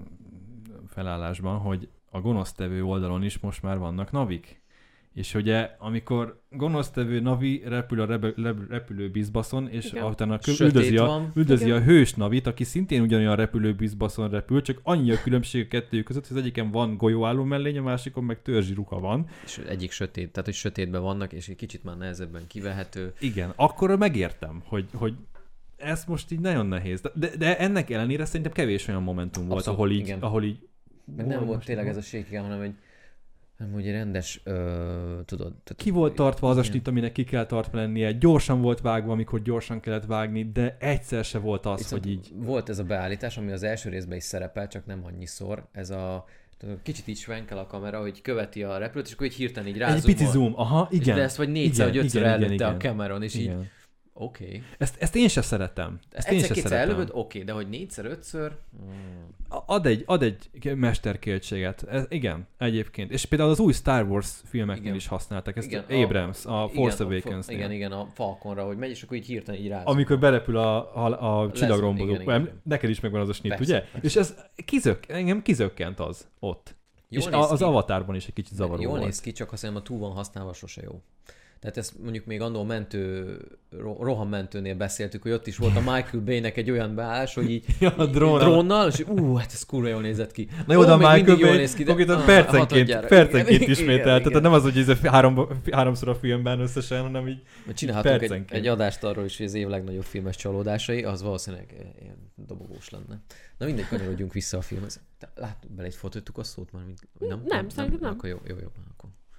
felállásban, hogy a gonosztevő oldalon is most már vannak navik. És ugye, amikor gonosztevő navi repül a rebe, rep, repülő bizbaszon, és Igen. utána kö- Sötét üldözi, a, van. üldözi Igen. a hős navit, aki szintén ugyanolyan repülő bizbaszon repül, csak annyi a különbség a kettő között, hogy az egyiken van golyóálló mellény, a másikon meg törzsi ruha van. És egyik sötét, tehát hogy sötétben vannak, és egy kicsit már nehezebben kivehető. Igen, akkor megértem, hogy, hogy ez most így nagyon nehéz. De, de ennek ellenére szerintem kevés olyan momentum volt, Abszolút, ahol így, igen. ahol így... Meg nem volt tényleg ez a sékigám, hanem egy nem úgy rendes, ö, tudod. Tehát, Ki volt tartva az a igen. snit, aminek ki kell tartva lennie, gyorsan volt vágva, amikor gyorsan kellett vágni, de egyszer se volt az, Viszont hogy így... Volt ez a beállítás, ami az első részben is szerepel, csak nem annyiszor. Ez a tudod, kicsit így svenkel a kamera, hogy követi a repülőt, és akkor így hirtelen így Egy rázumol. pici zoom, aha, És igen. de ezt vagy négyszer, Igen, vagy ötször igen, előtte igen, a Cameron, és így igen. oké. Okay. Ezt, ezt én se szeretem. Ezt én se Egyszer-kétszer szeretem. előbb, oké, okay, de hogy négyszer, ötször... Mm. Ad egy, ad egy mesterkéltséget. Ez, igen, egyébként. És például az új Star Wars filmeknél Igen. is használták ezt. Igen, Igen, Abrams, a, a Force igen, Awakens-nél. Igen, igen, a Falconra, hogy megy, és akkor így hirtelen így rázumol. Amikor berepül a, a, a csillagrombolóba. igen, igen. Neked is megvan az a snit, Persze, ugye? persze. És ez kizök, engem kizökkent az ott. Jól és néz a, az ki. Avatarban is egy kicsit zavaró Jól volt. néz ki, csak azt hiszem, a túl van használva sose jó. Tehát ezt mondjuk még annól mentő, ro- rohammentőnél beszéltük, hogy ott is volt a Michael Bay-nek egy olyan beállás, hogy így, Ja, a így drónnal. drónnal, és ú, hát ez kurva jól nézett ki. Na jó, de a még Michael mindig jól Bay néz ki, de- konkrétan Ah, percenként, hatodjára. percenként Igen, ismételt. igen, Tehát igen. nem az, hogy ez három, háromszor a filmben összesen, hanem így Mert csinálhatunk egy, percenként. egy adást arról is, hogy az év legnagyobb filmes csalódásai, az valószínűleg ilyen dobogós lenne. Na mindegy, kanyarodjunk vissza a filmhez. Te- Lát, bele egy folytattuk a szót már? Mint, nem? Nem, szerintem nem. Akkor jó, jó, jó. Akkor.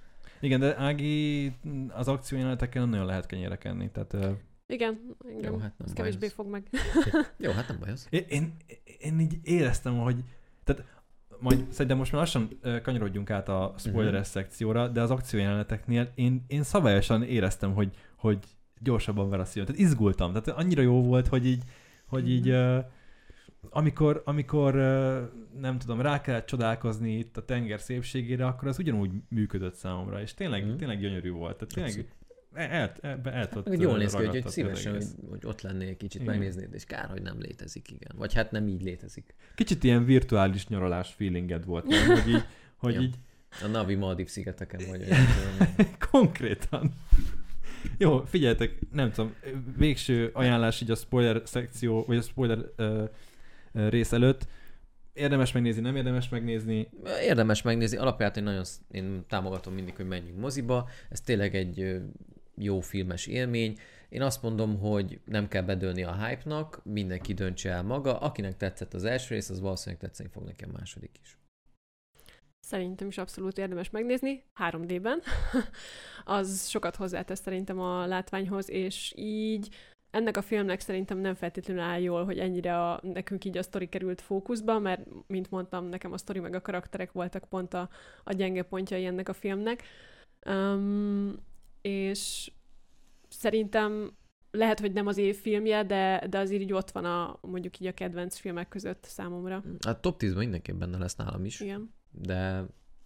Igen, de Ági az akciójeleneteken nem nagyon lehet kenyére kenni, tehát... Uh... Igen, igen. Jó, hát nem ez baj kevésbé az. fog meg. Jó, hát nem baj az. Én, én, én így éreztem, hogy... Tehát majd szerintem most már lassan uh, kanyarodjunk át a spoileres uh-huh. szekcióra, de az akciójeleneteknél én, én szabályosan éreztem, hogy, hogy gyorsabban ver a szívem. Tehát izgultam. Tehát annyira jó volt, hogy így, hogy így uh, amikor, amikor uh, nem tudom, rá kellett csodálkozni itt a tenger szépségére, akkor az ugyanúgy működött számomra, és tényleg, uh-huh. tényleg gyönyörű volt. Tehát tényleg el, el, el, el tudott jól néz ki, hogy, hogy szívesen, hogy, hogy ott lennél kicsit, igen. megnéznéd, és kár, hogy nem létezik, igen. Vagy hát nem így létezik. Kicsit ilyen virtuális nyaralás feelinged volt, nem? Hogy így... Hogy ja. így... A Navi Maldiv szigeteken vagy. Konkrétan. Jó, figyeljetek, nem tudom, végső ajánlás így a spoiler szekció, vagy a spoiler uh, rész előtt. Érdemes megnézni, nem érdemes megnézni? Érdemes megnézni. Alapjában nagyon én támogatom mindig, hogy menjünk moziba. Ez tényleg egy jó filmes élmény. Én azt mondom, hogy nem kell bedőlni a hype-nak, mindenki döntse el maga. Akinek tetszett az első rész, az valószínűleg tetszeni fog neki a második is. Szerintem is abszolút érdemes megnézni, három dében. Az sokat hozzátesz szerintem a látványhoz, és így ennek a filmnek szerintem nem feltétlenül áll jól, hogy ennyire a, nekünk így a sztori került fókuszba, mert, mint mondtam, nekem a sztori meg a karakterek voltak pont a, a gyenge pontjai ennek a filmnek. Um, és szerintem lehet, hogy nem az év filmje, de, de azért így ott van a, mondjuk így a kedvenc filmek között számomra. A top tízben mindenképp benne lesz nálam is. Igen. De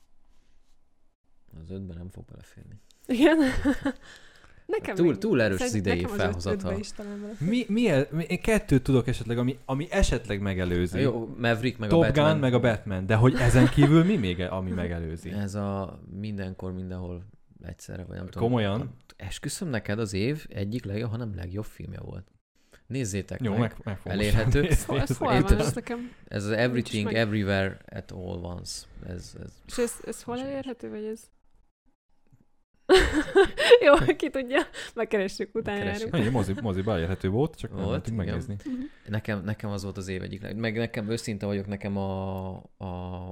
az ötben nem fog beleférni. Igen. Nekem túl, még, túl erős az idei az felhozatal. Mi, mi el, én kettőt tudok esetleg, ami, ami esetleg megelőzi. Jó, Maverick meg Top a Batman. Gun meg a Batman, de hogy ezen kívül mi még, ami megelőzi? Ez a mindenkor, mindenhol egyszerre, vagy nem tudom. Komolyan? Esküszöm neked, az év egyik legjobb, hanem legjobb filmje volt. Nézzétek Jó, meg. meg, meg elérhető. Ez hol van ez nekem? Ez az Everything, Everywhere at All Once. Ez, ez... És ez, ez hol elérhető, vagy ez? Jó, ki tudja, megkeressük, utána járunk. Ennyi, mozi, moziba elérhető volt, csak nem volt, tudtunk megnézni. Nekem, nekem az volt az év egyik. Meg nekem őszinte vagyok, nekem a, a,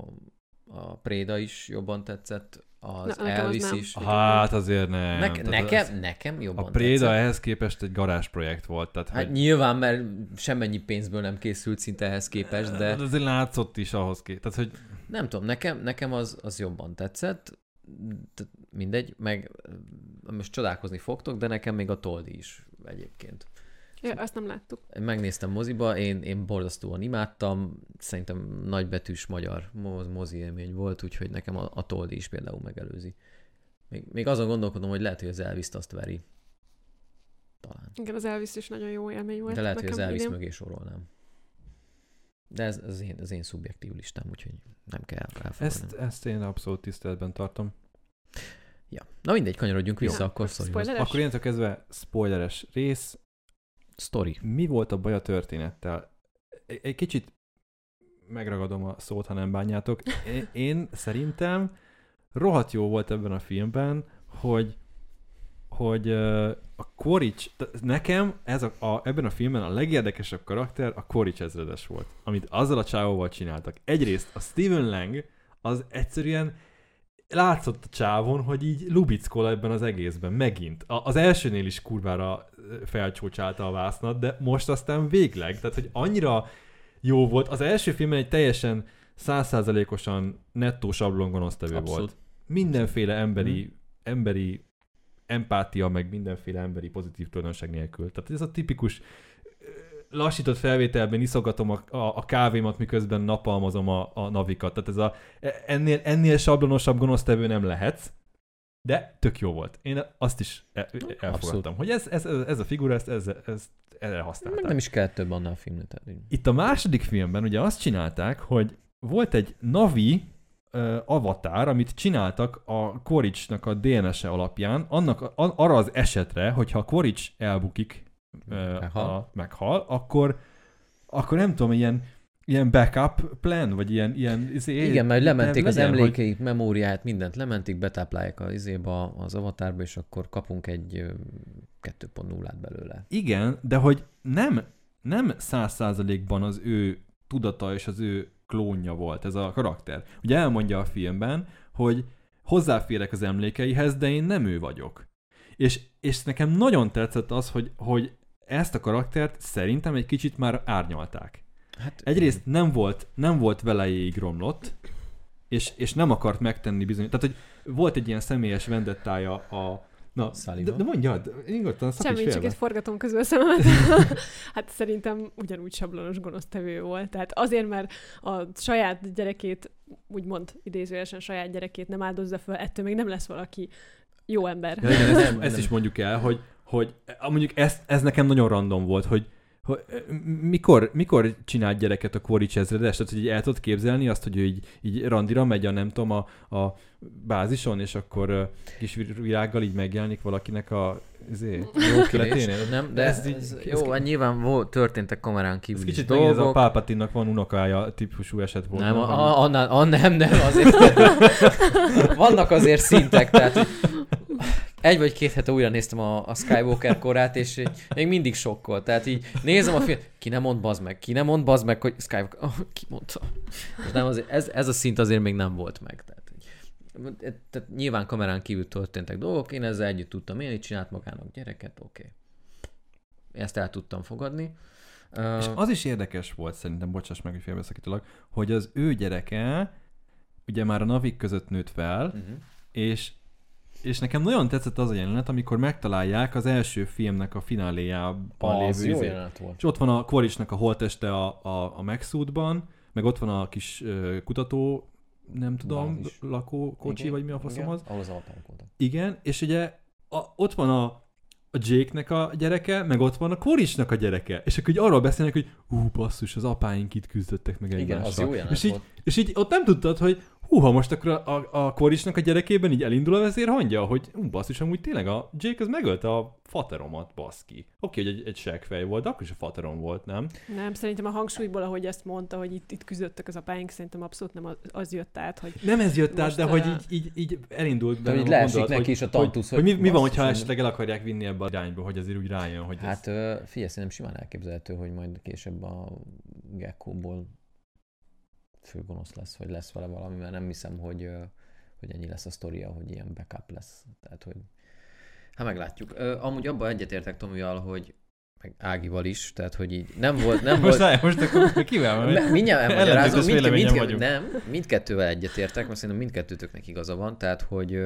a Préda is jobban tetszett, az Na, Elvis az is. Hát azért nem. Ne, nekem, az, nekem jobban A Préda tetszett. ehhez képest egy garázsprojekt volt. Tehát, hát hogy... nyilván, mert semmennyi pénzből nem készült szinte ehhez képest, de... de azért látszott is ahhoz képest. Tehát, hogy... Nem tudom, nekem, nekem az, az jobban tetszett. Mindegy, meg most csodálkozni fogtok, de nekem még a Toldi is egyébként. Ja, azt nem láttuk. Megnéztem moziba, én, én borzasztóan imádtam, szerintem nagybetűs magyar mozi élmény volt, úgyhogy nekem a, a Toldi is például megelőzi. Még, még azon gondolkodom, hogy lehet, hogy az Elvis-t azt veri. Talán. Igen, az Elvis is nagyon jó élmény volt. De lehet, hogy az Elvis idén. mögé sorolnám. De ez az én, az én szubjektív listám, úgyhogy nem kell elfogadni. Ezt, ezt én abszolút tiszteletben tartom. Ja. Na mindegy, kanyarodjunk vissza, ja, akkor szorihoz. Akkor innentől kezdve spoileres rész. Story. Mi volt a baj a történettel? Egy kicsit megragadom a szót, ha nem bánjátok. Én, én szerintem rohadt jó volt ebben a filmben, hogy hogy a Quaritch, nekem ez a, a, ebben a filmben a legérdekesebb karakter a Quaritch ezredes volt, amit azzal a csávóval csináltak. Egyrészt a Stephen Lang az egyszerűen látszott a csávon, hogy így lubickol ebben az egészben, megint. A, az elsőnél is kurvára felcsócsálta a vásznat, de most aztán végleg, tehát hogy annyira jó volt. Az első filmben egy teljesen száz százalékosan nettó sablon gonosztevő volt. Mindenféle emberi, hmm. emberi empátia, meg mindenféle emberi pozitív tulajdonság nélkül. Tehát ez a tipikus lassított felvételben iszogatom a, a, a kávémat, miközben napalmazom a, a navikat. Tehát ez a, ennél, ennél sablonosabb gonosztevő nem lehetsz, de tök jó volt. Én azt is elfogadtam, Abszolút. hogy ez, ez, ez a figura, ezt, ez, ezt erre használták. Nem is kellett több annál a filmnek. Itt a második filmben ugye azt csinálták, hogy volt egy Navi uh, avatár, amit csináltak a Quaritchnak a dé en es-e alapján, annak, a, arra az esetre, hogyha a Quaritch elbukik, meghal, a, meghal akkor, akkor nem tudom, ilyen, ilyen backup plan, vagy ilyen... ilyen izé, igen, mert lementék az legyen, emlékeit, hogy... memóriáját, mindent lementik, betáplálják az izéba, az avatárba, és akkor kapunk egy kettő pont nullát belőle. Igen, de hogy nem, nem száz százalékban az ő tudata és az ő klónja volt ez a karakter. Ugye elmondja a filmben, hogy hozzáférek az emlékeihez, de én nem ő vagyok. És, és nekem nagyon tetszett az, hogy, hogy ezt a karaktert szerintem egy kicsit már árnyalták. Hát, egyrészt nem volt, nem volt veleig romlott, és, és nem akart megtenni bizony. Tehát, hogy volt egy ilyen személyes vendettája a... Na, de, de mondjad, nyugodtan szakíts félbe. Semmi, csak itt forgatom közül a szememet. Hát szerintem ugyanúgy sablonos gonosztevő volt. Tehát azért, mert a saját gyerekét, úgymond idézőjelesen saját gyerekét nem áldozza föl, ettől még nem lesz valaki jó ember. Ja, igen, ezt, ezt is mondjuk el, hogy, hogy mondjuk ez, ez nekem nagyon random volt, hogy hogy mikor, mikor csinált gyereket a Quaritch ezredes? Tehát, hogy így el tudod képzelni azt, hogy ő így, így randira megy a nem tudom, a, a bázison, és akkor uh, kis virággal így megjelenik valakinek a zé, jó kérdés, nem, de ez, ez, ez jó, ez, nyilván volt, történtek kamerán kívül is kicsit dolgok. Ez a Palpatine-nak van unokája típusú eset volt. Nem, a, a, a, a, nem, nem, azért vannak azért szintek, tehát egy vagy két hete újra néztem a, a Skywalker korát, és még mindig sokkol. Tehát így nézem a film, ki nem mond bazd meg, ki nem mond bazd meg, hogy Skywalker, oh, ki mondta. És nem, azért, ez, ez a szint azért még nem volt meg. Tehát, tehát nyilván kamerán kívül történtek dolgok, én ezzel együtt tudtam élni, csinált magának gyereket, oké. Okay. Ezt el tudtam fogadni. És az is érdekes volt szerintem, bocsáss meg, hogy félbeszakítalak, hogy az ő gyereke ugye már a navik között nőtt fel, uh-huh. és És nekem nagyon tetszett az a jelenet, amikor megtalálják az első filmnek a fináléjában lévő jó jelenet volt. És ott van a Quaritchnak a holtteste a, a, a Maxsuitban, meg ott van a kis uh, kutató, nem tudom, Bázis. lakókocsi, igen, vagy mi a faszom az. Ahol az alapának voltak. Igen, és ugye a, ott van a, a Jake-nek a gyereke, meg ott van a Quaritchnak a gyereke. És akkor így arról beszélnek, hogy hú, basszus, az apáink itt küzdöttek meg egymással. Igen, az jó jelenet és így, volt. és így ott nem tudtad, hogy húha, most akkor a, a, a Quaritchnak a gyerekében így elindul a vezérhangja, hogy ú, basszus, amúgy tényleg a Jake az megölte a fateromat, baszki. Oké, hogy egy, egy seggfej volt, de akkor is a faterom volt, nem? Nem, szerintem a hangsúlyból, ahogy ezt mondta, hogy itt, itt küzdöttek az apáink, szerintem abszolút nem az, az jött át, hogy... Nem ez jött át, de a... hogy így, így, így elindult benne a gondolat, neki hogy, is a tantusz, hogy, hogy, hogy mi, mi van, hogyha esetleg el akarják vinni ebbe a irányba, hogy azért úgy rájön, hogy hát ez... figyelj, szerintem simán elképzelhető, hogy majd később a Gekko-ból főgonosz lesz, vagy lesz vele valami, mert nem hiszem, hogy, hogy ennyi lesz a sztoria, hogy ilyen backup lesz. Tehát, hogy hát meglátjuk. Amúgy abban egyetértek Tomival, hogy meg Ágival is, tehát, hogy így nem volt... Nem most, volt... most akkor kivel van? Mindjárt elmagyarázom, mindke, mindke, nem, mindkettővel egyetértek, mert szerintem mindkettőtöknek igaza van, tehát, hogy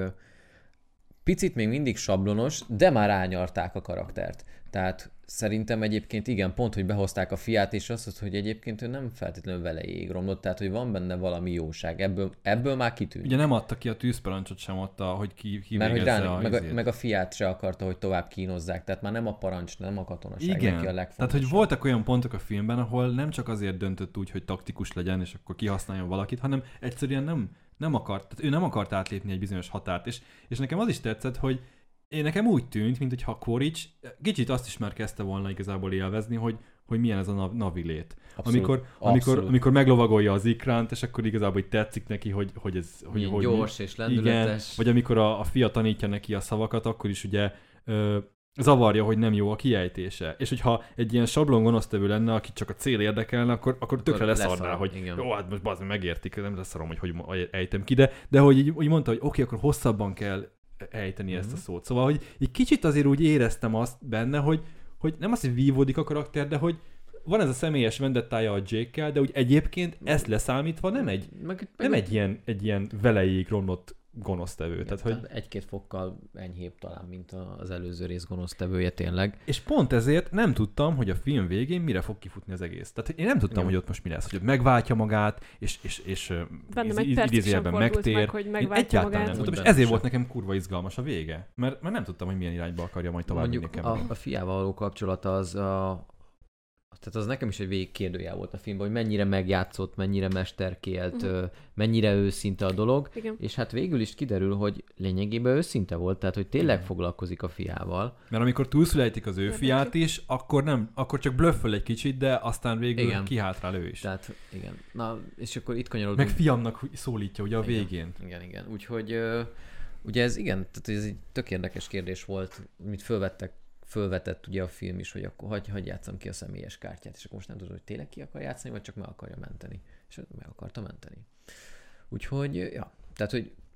picit még mindig sablonos, de már ányarták a karaktert. Tehát szerintem egyébként igen, pont, hogy behozták a fiát, és azt, hogy egyébként ő nem feltétlenül veleig romlott, tehát, hogy van benne valami jóság. Ebből, ebből már kitűnik. Ugye nem adta ki a tűzparancsot sem ott, hogy ki, ki mert hogy rá, a meg, a, meg a fiát se akarta, hogy tovább kínozzák, tehát már nem a parancs, nem a katonaság igen. neki a legfontosabb. Tehát, hogy voltak olyan pontok a filmben, ahol nem csak azért döntött úgy, hogy taktikus legyen, és akkor kihasználjon valakit, hanem egyszerűen nem, nem akart, tehát ő nem akart átlépni egy bizonyos határt, és, és nekem az is tetszett, hogy én nekem úgy tűnt, mint hogyha Quaritch kicsit azt is már kezdte volna igazából élvezni, hogy, hogy milyen ez a nav- navilét. Abszolút, amikor, amikor, amikor meglovagolja az ikránt, és akkor igazából tetszik neki, hogy, hogy ez... Hogy, hogy gyors és lendületes. Igen, vagy amikor a, a fia tanítja neki a szavakat, akkor is ugye ö, zavarja, hogy nem jó a kiejtése. És hogyha egy ilyen sablon gonosztevő lenne, aki csak a cél érdekelne, akkor, akkor tökre leszarná, hogy igen. Jó, hát most bazd, megértik, nem leszarom, hogy hogy ejtem ki, de, de hogy így, úgy mondta, hogy oké, okay, akkor hosszabban kell ejteni mm-hmm. ezt a szót. Szóval, hogy egy kicsit azért úgy éreztem azt benne, hogy, hogy nem az, hogy vívódik a karakter, de hogy van ez a személyes vendettája a Jake-kel, de úgy egyébként ezt leszámítva nem egy, meg, nem meg egy, ilyen, egy ilyen veleig romlott gonosztevő. Igen, tehát, hogy... Egy-két fokkal enyhébb talán, mint az előző rész gonosztevője tényleg. És pont ezért nem tudtam, hogy a film végén mire fog kifutni az egész. Tehát én nem tudtam, igen. hogy ott most mi lesz, hogy ott megváltja magát, és, és, és idézőjelben megtér. Meg, hogy megváltja magát. Nem tudtam, és ezért sem. Volt nekem kurva izgalmas a vége. Mert, mert nem tudtam, hogy milyen irányba akarja majd tovább vinni. A, a fiával való kapcsolata az a... Tehát az nekem is egy végig kérdőjel volt a filmben, hogy mennyire megjátszott, mennyire mesterkélt, uh-huh. mennyire őszinte a dolog, igen. És hát végül is kiderül, hogy lényegében őszinte volt, tehát hogy tényleg igen. foglalkozik a fiával. Mert amikor túlszülejtik az ő igen. fiát is, akkor nem, akkor csak blöfföl egy kicsit, de aztán végül igen. kihátrál ő is. Tehát igen. Na, és akkor itt kanyarodunk. Meg fiamnak szólítja ugye a igen. végén. Igen, igen. Úgyhogy uh, ugye ez igen, tehát ez egy tök érdekes kérdés volt, amit fölvettek fölvetett ugye a film is, hogy akkor hagy, hagy játszom ki a személyes kártyát, és akkor most nem tudom, hogy tényleg ki akar játszani, vagy csak meg akarja menteni. És meg akarta menteni. Úgyhogy, ja, tehát, hogy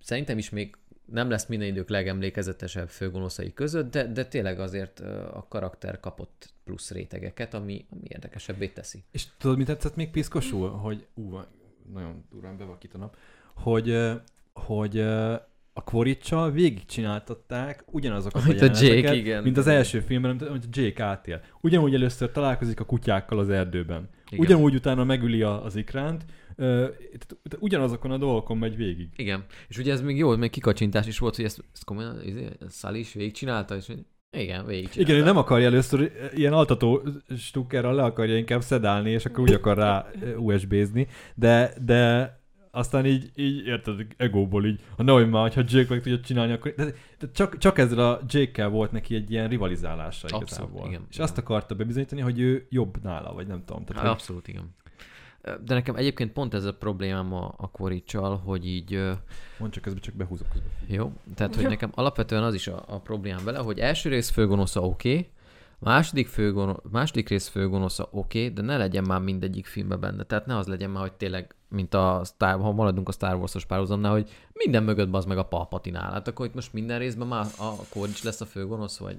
szerintem is még nem lesz minden idők legemlékezetesebb főgonoszai között, de, de tényleg azért a karakter kapott plusz rétegeket, ami, ami érdekesebbé teszi. És tudod, mi tetszett még piszkosul? Hogy, ú, nagyon durván bevakít a nap, hogy, hogy a Quaritch-sal végigcsináltatták ugyanazokat a jeleneteket, Jake, mint az első filmben, amit a Jake átél. Ugyanúgy először találkozik a kutyákkal az erdőben. Igen. Ugyanúgy utána megüli a, az ikránt, ugyanazokon a dolgokon megy végig. Igen. És ugye ez még jó, még kikacsintás is volt, hogy ezt, ezt komolyan Sully is végigcsinálta, és igen, végigcsinálta. Igen, ő nem akarja először ilyen altató stukkerral le akarja inkább szedálni, és akkor úgy akar rá u es bé-zni, de, de aztán így, így érted, egóból így, ha nehogy már, ha Jake meg tudja csinálni, akkor... De, de csak, csak ezzel a Jake-kel volt neki egy ilyen rivalizálása igazából. Abszolút, igen. És azt akarta bebizonyítani, hogy ő jobb nála, vagy nem tudom. Tehát, Há, abszolút, igen. De nekem egyébként pont ez a problémám a, a Quaritch-sal, hogy így... Mondd csak, közben csak behúzok közben. Jó, tehát hogy nekem alapvetően az is a, a problémám vele, hogy első rész főgonosza oké, okay, második, főgono, második rész főgonosza oké, okay, de ne legyen már mindegyik filmben benne. Tehát ne az legyen már, hogy tényleg, mint a Star, ha maradunk a Star Wars-os párhuzamnál, hogy minden mögött bazd meg a Palpatine áll. Hát akkor itt most minden részben már a Quaritch lesz a főgonosz, vagy...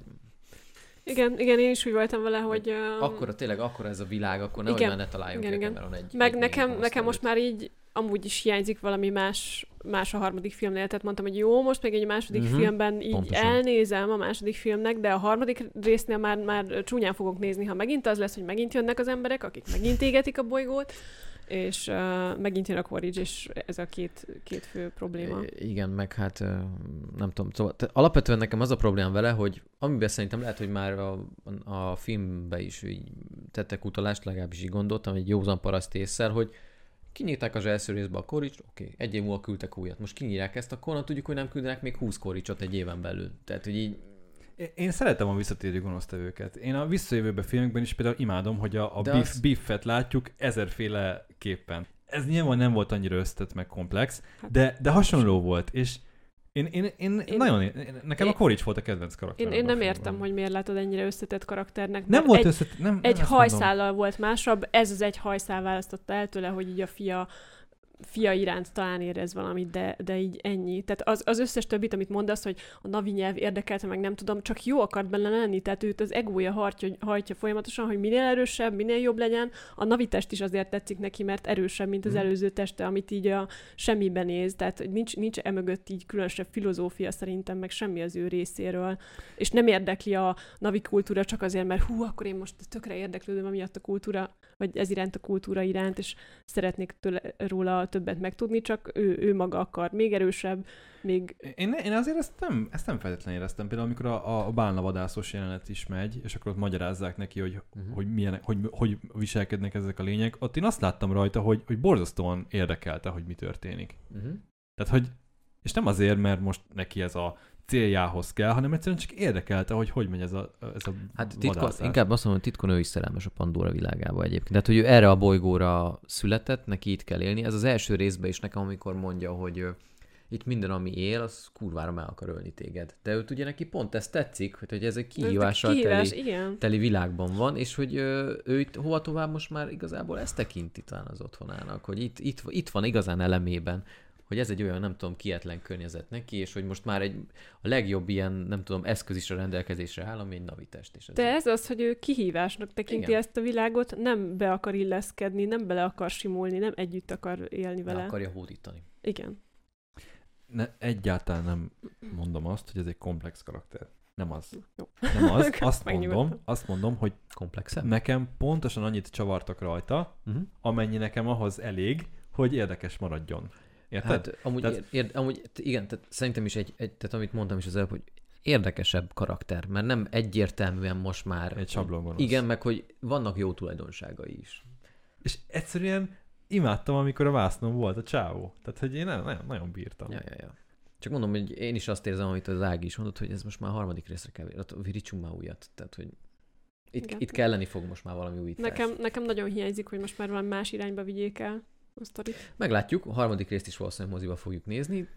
Igen, igen, én is úgy voltam vele, hogy... Uh... Akkora, tényleg, akkora ez a világ, akkor nehogy már ne találjunk igen, igen. Cameron egy... Meg egy nekem, nekem most már így amúgy is hiányzik valami más, más a harmadik filmnél, tehát mondtam, hogy jó, most még egy második uh-huh. filmben így Pontosan. elnézem a második filmnek, de a harmadik résznél már, már csúnyán fogok nézni, ha megint az lesz, hogy megint jönnek az emberek, akik megint égetik a bolygót, és uh, megint jön a Quaritch, és ez a két, két fő probléma. Igen, meg hát uh, nem tudom, szóval alapvetően nekem az a probléma vele, hogy amiben szerintem lehet, hogy már a, a filmbe is így tettek utalást, legalábbis így gondoltam, egy józan paraszt ésszel, hogy kinyírták az első részbe a Quaritch, oké, okay, egy év múlva küldtek újat. Most kinyírják ezt, akkor tudjuk, hogy nem küldenek még húsz Quaritchot egy éven belül. Tehát, hogy így... Én szeretem a visszatérő gonosztevőket. Én a visszajövőbe filmekben is például imádom, hogy a, a beef, az... beefet látjuk ezerféle képpen. Ez nyilván nem volt annyira összetett meg komplex, de, de hasonló volt, és én, én, én, én nagyon, én, nekem én, a Quaritch volt a kedvenc karakterem. Én, én nem értem, hogy miért látod ennyire összetett karakternek. Nem volt egy, összetett, nem, Egy nem hajszállal volt másabb, ez az egy hajszál választotta el tőle, hogy így a fia fia iránt talán érez valamit, de, de így ennyi. Tehát az, az összes többit, amit mondasz, hogy a navi nyelv érdekelte, meg nem tudom, csak jó akart benne lenni, tehát őt az egója hajtja, hajtja folyamatosan, hogy minél erősebb, minél jobb legyen. A navi test is azért tetszik neki, mert erősebb, mint az mm. előző teste, amit így a semmiben néz, tehát nincs, nincs emögött így különösebb filozófia szerintem, meg semmi az ő részéről. És nem érdekli a navi kultúra csak azért, mert hú, akkor én most tökre érdeklődöm amiatt a kultúra, vagy ez iránt a kultúra iránt, és szeretnék tőle, róla többet megtudni, csak ő, ő maga akar még erősebb, még... Én, én azért ezt nem, ezt nem feltétlenül éreztem. Például amikor a, a bálnavadászos jelenet is megy, és akkor ott magyarázzák neki, hogy, uh-huh. hogy, milyen, hogy, hogy viselkednek ezek a lények, ott én azt láttam rajta, hogy, hogy borzasztóan érdekelte, hogy mi történik. Uh-huh. Tehát, hogy... És nem azért, mert most neki ez a céljához kell, hanem egyszerűen csak érdekelte, hogy hogy megy ez a, ez a hát titkon, inkább azt mondom, hogy titkon ő is szerelmes a Pandora világába egyébként. Tehát, hogy ő erre a bolygóra született, neki itt kell élni. Ez az első részben is nekem, amikor mondja, hogy ő, itt minden, ami él, az kurvára meg akar ölni téged. De őt ugye neki pont ez tetszik, hogy ez egy kihívással kihívás, teli, igen. teli világban van, és hogy ő, ő itt hova tovább most már igazából ezt tekinti talán az otthonának, hogy itt, itt, itt van igazán elemében, hogy ez egy olyan, nem tudom, kietlen környezet neki, és hogy most már egy a legjobb ilyen, nem tudom, eszköz is a rendelkezésre áll, ami egy navitest. És ez De ez az, hogy ő kihívásnak tekinti Igen. ezt a világot, nem be akar illeszkedni, nem bele akar simulni, nem együtt akar élni vele. Ne akarja hódítani. Igen. Ne, egyáltalán nem mondom azt, hogy ez egy komplex karakter. Nem az. Jó. Nem az. Azt mondom, azt mondom, hogy komplexen? Nekem pontosan annyit csavartak rajta, uh-huh. amennyi nekem ahhoz elég, hogy érdekes maradjon. Érted? Hát amúgy, tehát... ér, ér, amúgy igen, tehát szerintem is egy, egy, tehát amit mondtam is az előbb, hogy érdekesebb karakter, mert nem egyértelműen most már... Egy sablongonosz. Igen, meg hogy vannak jó tulajdonságai is. És egyszerűen imádtam, amikor a vásznon volt a csávó. Tehát, hogy én nagyon, nagyon bírtam. Ja, ja, ja. Csak mondom, hogy én is azt érzem, amit az Ági is mondott, hogy ez most már a harmadik részre kell, virítsunk már újat. Tehát, hogy itt, itt kelleni fog most már valami újítás. Nekem, nekem nagyon hiányzik, hogy most már valami más irányba vigyék el. Meglátjuk, a harmadik részt is valószínűleg moziba fogjuk nézni.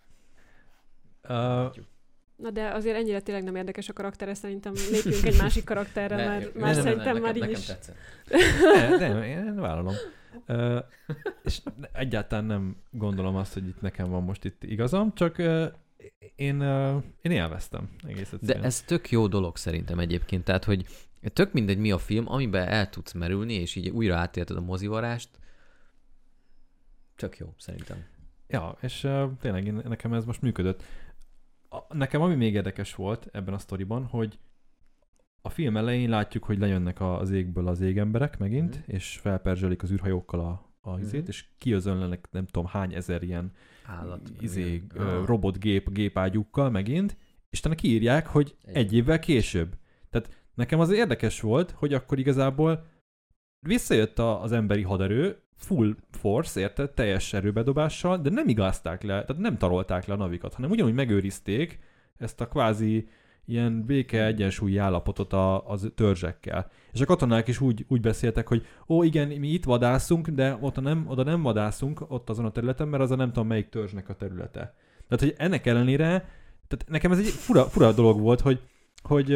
Uh, Na de azért ennyire tényleg nem érdekes a karaktere, szerintem lépjünk egy másik karakterre, ne, mert ne, már ne, szerintem ne, ne, már nekem, így is... Nekem tetszett. de, de, én vállalom. Uh, és egyáltalán nem gondolom azt, hogy itt nekem van most itt igazam, csak uh, én, uh, én élveztem egész egyszerűen. De ez tök jó dolog szerintem egyébként, tehát, hogy tök mindegy mi a film, amiben el tudsz merülni, és így újra átélted a mozivarást, tök jó szerintem. Ja, és uh, tényleg én, nekem ez most működött. A, nekem ami még érdekes volt ebben a sztoriban, hogy a film elején látjuk, hogy lejönnek az égből az égemberek megint, mm. és felperzselik az űrhajókkal a, a izét, mm. és kiözönlenek nem tudom hány ezer ilyen állat, izé, uh, robotgép gépágyukkal megint, és utána kiírják, hogy egy. egy évvel később. Tehát nekem az érdekes volt, hogy akkor igazából visszajött a, az emberi haderő, full force, érted, teljes erőbedobással, de nem igazták le, tehát nem tarolták le a navikat, hanem ugyanúgy megőrizték ezt a kvázi ilyen béke egyensúlyi állapotot a, az törzsekkel. És a katonák is úgy, úgy beszéltek, hogy ó, igen, mi itt vadászunk, de oda nem, oda nem vadászunk, ott azon a területen, mert az a nem tudom melyik törzsnek a területe. Tehát, hogy ennek ellenére, tehát nekem ez egy fura, fura dolog volt, hogy, hogy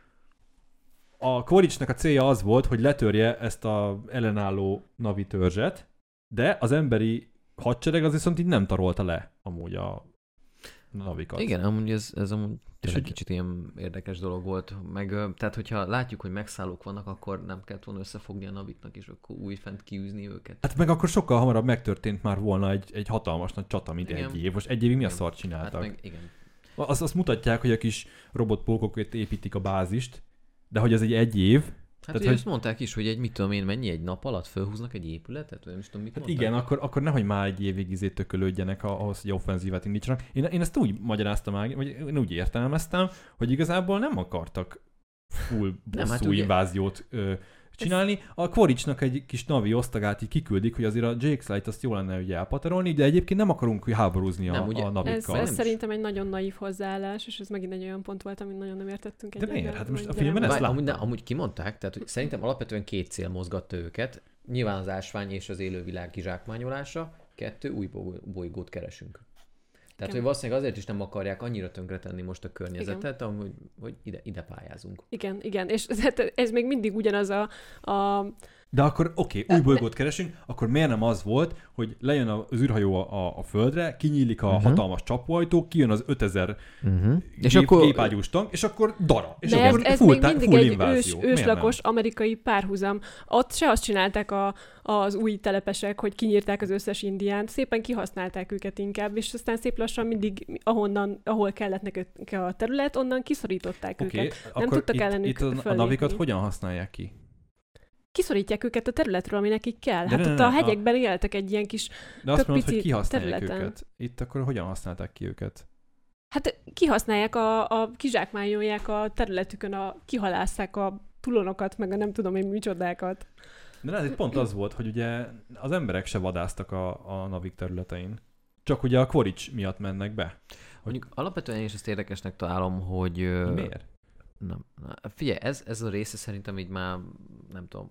a Quaritchnak a célja az volt, hogy letörje ezt a ellenálló navi törzset, de az emberi hadsereg az viszont így nem tarolta le amúgy a navikat. Igen, amúgy ez, ez amúgy és egy kicsit ilyen érdekes dolog volt. Meg, tehát, hogyha látjuk, hogy megszállók vannak, akkor nem kellett volna összefogni a navitnak, és akkor új fent kiűzni őket. Hát meg akkor sokkal hamarabb megtörtént már volna egy, egy hatalmas nagy csata, mint igen. egy év. Most egy évig mi a szart csináltak? Hát meg, igen. Azt, azt mutatják, hogy a kis robotpolkokat építik a bázist, de hogy ez egy egy év. Hát tehát, hogy ezt mondták is, hogy egy mit tudom én, mennyi egy nap alatt felhúznak egy épületet? Vagy nem is tudom, mit hát mondták? igen, akkor, akkor nehogy már egy évig izé tökölődjenek ahhoz, hogy offenzívát indítsanak. Én, én ezt úgy magyaráztam meg, vagy én úgy értelmeztem, hogy igazából nem akartak full bosszú hát inváziót ö, csinálni. A Quaritchnak egy kis navi osztagát így kiküldik, hogy azért a Jake Sully-t azt jó lenne ugye elpaterolni, de egyébként nem akarunk háborúzni a, a navikkal. Ez, ez szerintem egy nagyon naív hozzáállás, és ez megint egy olyan pont volt, amit nagyon nem értettünk egyet. De miért? Hát most a filmben ezt amúgy, amúgy kimondták, tehát hogy szerintem alapvetően két cél mozgatta őket. Nyilván az ásvány és az élővilág kizsákmányolása, kettő, új bolygót keresünk. Tehát, igen. hogy valószínűleg azért is nem akarják annyira tönkretenni most a környezetet, ahogy, hogy ide, ide pályázunk. Igen, igen, és ez, ez még mindig ugyanaz a... a... De akkor oké, okay, új bolygót keresünk, akkor miért nem az volt, hogy lejön az űrhajó a, a földre, kinyílik a uh-huh. hatalmas csapóajtó, kijön az ötezer uh-huh. gép, és akkor... gépágyús tank, és akkor dara. És de akkor ez, ez full, még mindig full egy invázió. ős, őslakos amerikai párhuzam. Ott se azt csinálták a, az új telepesek, hogy kinyírták az összes indiánt, szépen kihasználták őket inkább, és aztán szép lassan mindig, ahonnan, ahol kellett nekik a terület, onnan kiszorították okay, őket. Nem tudtak itt, ellenük itt a, a navikat hogyan használják ki? Kiszorítják őket a területről, ami nekik kell. De hát ne, ott ne, a hegyekben a... éltek egy ilyen kis De azt mondod, hogy kihasználják területen. őket. Itt akkor hogyan használták ki őket? Hát kihasználják, a, a kizsákmányolják a területükön, a, kihalásszák a tulonokat, meg a nem tudom én micsodákat. De ez itt pont az volt, hogy ugye az emberek se vadáztak a, a navik területein. Csak ugye a Quaritch miatt mennek be. Mondjuk alapvetően én is ezt érdekesnek találom, hogy... Miért? Nem. Figyelj, ez, ez a része szerintem így már, nem tudom,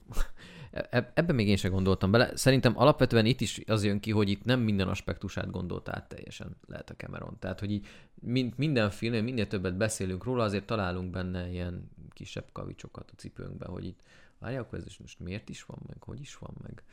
ebben még én sem gondoltam bele. Szerintem alapvetően itt is az jön ki, hogy itt nem minden aspektusát gondolt át teljesen lehet a Cameron. Tehát, hogy így mind, minden filmnél, minél többet beszélünk róla, azért találunk benne ilyen kisebb kavicsokat a cipőnkben, hogy itt várjál, akkor ez most miért is van, meg hogy is van, meg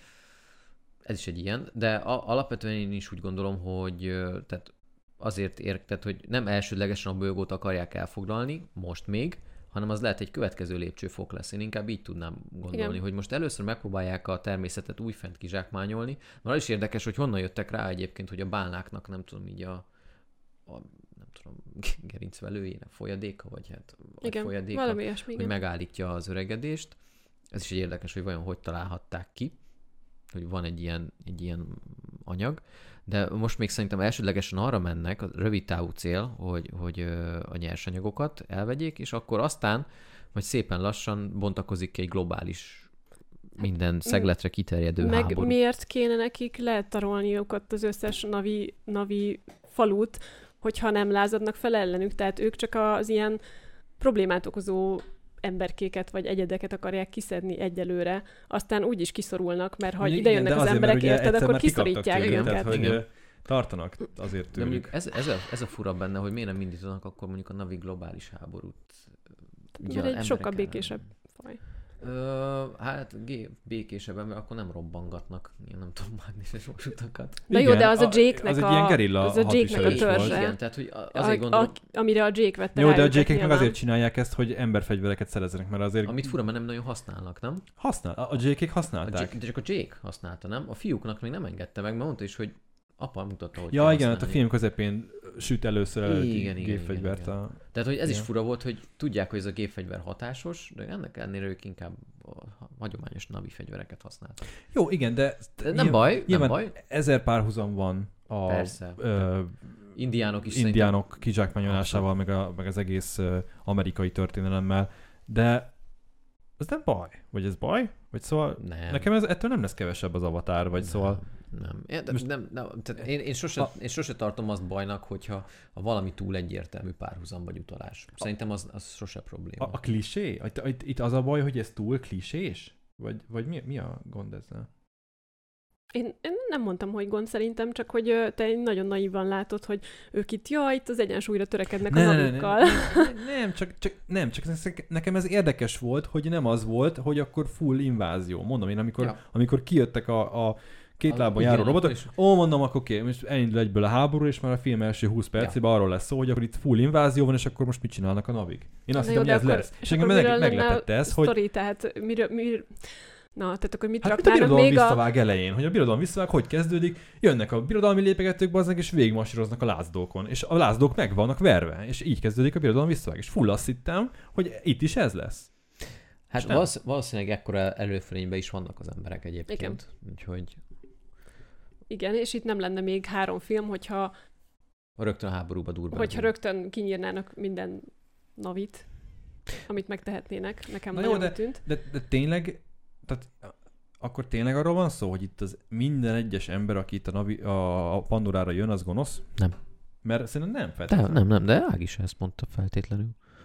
ez is egy ilyen. De a, alapvetően én is úgy gondolom, hogy tehát azért érted, hogy nem elsődlegesen a bolygót akarják elfoglalni, most még, hanem az lehet egy következő lépcsőfok lesz. Én inkább így tudnám gondolni, igen. hogy most először megpróbálják a természetet újfent kizsákmányolni, mert az is érdekes, hogy honnan jöttek rá egyébként, hogy a bálnáknak nem tudom így a, a nem tudom, gerincvelőjének folyadéka, vagy hát igen, folyadéka, valami ilyesmi, hogy igen. megállítja az öregedést. Ez is egy érdekes, hogy vajon hogy találhatták ki, hogy van egy ilyen, egy ilyen anyag. De most még szerintem elsődlegesen arra mennek, a rövid távú cél, hogy, hogy a nyersanyagokat elvegyék, és akkor aztán, majd szépen lassan bontakozik ki egy globális, minden szegletre kiterjedő meg háború. Miért kéne nekik letarolniuk ott az összes navi, navi falut, hogyha nem lázadnak fel ellenük? Tehát ők csak az ilyen problémát okozó emberkéket vagy egyedeket akarják kiszedni egyelőre, aztán úgyis kiszorulnak, mert ha ide jönnek az emberek, érted, akkor kiszorítják őket. Tehát, hogy tartanak azért tőlük. mondjuk ez, ez, a, ez a fura benne, hogy miért nem indítanak akkor mondjuk a navi globális háborút. Ugye mert egy sokkal békésebb faj. Ö, hát gé- békésebben, mert akkor nem robbangatnak. Én nem tudom mágneses vasutakat. De jó, de az a Jake-nek az egy a, ilyen gerilla az a Jake-nek a hadviselés volt. törzse. Igen, tehát hogy a- A, azért gondolom, a, amire a Jake vette Jó, de a rá őket Jake-ek meg nyilván. azért csinálják ezt, hogy emberfegyvereket szerezzenek, mert azért amit fura, mert nem nagyon használnak, nem? használ, a Jake-ek A használták. Jake, de csak a Jake használta, nem? A fiúknak még nem engedte meg, mert mondta is, hogy apa mutatta, hogy Ja, kell igen, hát a használni. film közepén süt először el egy Igen, igen, gépfegyvert. igen, A... Tehát, hogy ez is Igen. fura volt, hogy tudják, hogy ez a gépfegyver hatásos, de ennek ellenére ők inkább a hagyományos navi fegyvereket használtak. Jó, igen, de... De nem baj, nem nyilván baj. ezer párhuzam van a Persze. ö, Indiánok is indiánok kizsákmányolásával, meg, a, meg az egész ö, amerikai történelemmel, de ez nem baj. Vagy ez baj? Vagy szóval Nem. nekem ez, ettől nem lesz kevesebb az avatár, vagy nem, szóval... Nem. Én, de, Most- nem, nem tehát én, én, sose, A- én sose tartom azt bajnak, hogyha ha valami túl egyértelmű párhuzam vagy utalás. Szerintem az, az sose probléma. A, a klisé? Itt, itt, itt az a baj, hogy ez túl klisés? Vagy, vagy mi, mi a gond ezzel? Én, én nem mondtam, hogy gond szerintem, csak hogy ö, te nagyon naívan látod, hogy ők itt, jaj, itt az egyensúlyra törekednek a navikkal. nem, nem, csak, csak, nem, csak nekem ez érdekes volt, hogy nem az volt, hogy akkor full invázió. Mondom én, amikor, Ja. amikor kijöttek a, a két A- lábon igen, járó robotok, akkor is. ó, mondom, akkor oké, most elindul egyből a háború, és már a film első húsz percében arról lesz szó, hogy akkor itt full invázió van, és akkor most mit csinálnak a navig. Én azt Na hittem, jó, hogy de ez akkor- lesz. és És engem akkor meg, miről lenne meglepette ez, hogy Sztori, tehát miről, miről... Na, tehát akkor mit hát mint a raknának birodalom még a... visszavág elején, hogy a birodalom visszavág, hogy kezdődik, jönnek a birodalmi lépegetők, bazdnak, és végigmasíroznak a lázdókon. És a lázdók meg vannak verve, és így kezdődik a birodalom visszavág. És full azt hittem, hogy itt is ez lesz. Hát nem. valósz, valószínűleg ekkora előfölényben is vannak az emberek egyébként. Igen. Úgyhogy Igen, és itt nem lenne még három film, hogyha, rögtön a háborúba durva. hogyha rögtön kinyírnának minden navit, amit megtehetnének. Nekem Na jó, nagyon úgy tűnt. De, de tényleg, tehát akkor tényleg arról van szó, hogy itt az minden egyes ember, aki itt a, navi, a, a Pandorára jön, az gonosz? Nem. Mert szerintem nem De, feltétlenül. nem, nem, de Ág is ezt mondta feltétlenül.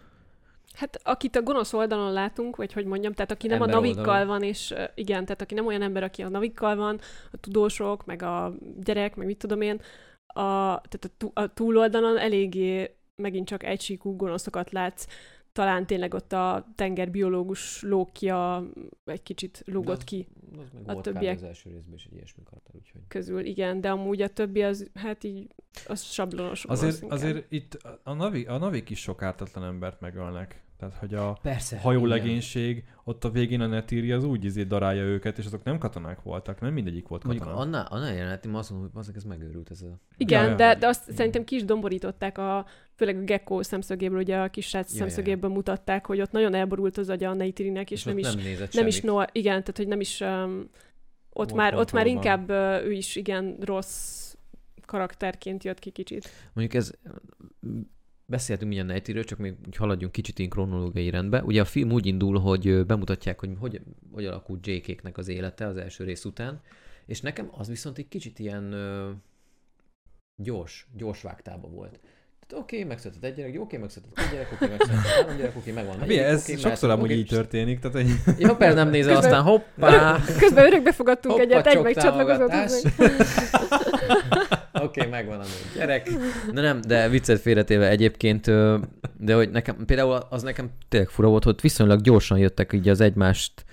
Hát akit a gonosz oldalon látunk, vagy hogy mondjam, tehát aki nem Ember a navikkal oldalon. van, és uh, igen, tehát aki nem olyan ember, aki a navikkal van, a tudósok, meg a gyerek, meg mit tudom én, a, tehát a, tú, a túloldalon eléggé megint csak egysíkú gonoszokat látsz. Talán tényleg ott a tengerbiológus lókja egy kicsit lógott az, ki Az meg a volt többiek. kb. Az első részben is egy ilyesmi karakter, úgyhogy... közül, igen, de amúgy a többi az, hát így, az sablonos. gonosz Azért, inkább. azért itt a, navi, a navik is sok ártatlan embert megölnek. Tehát, hogy a Persze. hajólegénység, ott a végén a Netiri az úgy izé darálja őket, és azok nem katonák voltak, nem mindegyik volt Mondjuk katona. annál, annál jelenetében azt mondom, hogy azok ez megőrült ez a... Igen, Ja, ja. de, de azt Igen. szerintem ki is domborították, a, főleg a Gecko szemszögéből, ugye a kis srác Ja, szemszögéből mutatták, hogy ott nagyon elborult az agya a Neytirinek, és, és nem ott is, nem nézett nem is semmit. no, igen, tehát hogy nem is um, ott, Volt már, ott már kontrollban. inkább uh, ő is igen rossz karakterként jött ki kicsit. Mondjuk ez... Beszéltünk mindjárt Neytiriről, csak még úgy haladjunk kicsit én kronológiai rendbe. Ugye a film úgy indul, hogy ö, bemutatják, hogy hogy, hogy alakult J K-nek az élete az első rész után, és nekem az viszont egy kicsit ilyen ö, gyors, gyors vágtába volt. Tehát oké, okay, megszületett egy gyerek, oké, okay, megszületett egy gyerek, oké, okay, megszületett három gyerek, oké, okay, megvan. Hát, figyelj, ez okay, sokszor amúgy okay, így történik, tehát egy... Ja, persze nem nézel, Közben- aztán hoppá, Közben örökbe fogadtunk hoppa, egyet, egy csok megcsatlakozott támogatás. hozzánk. Oké, okay, megvan a négy gyerek. De nem, de viccet félretéve egyébként, ö, de hogy nekem, például az nekem tényleg fura volt, hogy viszonylag gyorsan jöttek így az egymást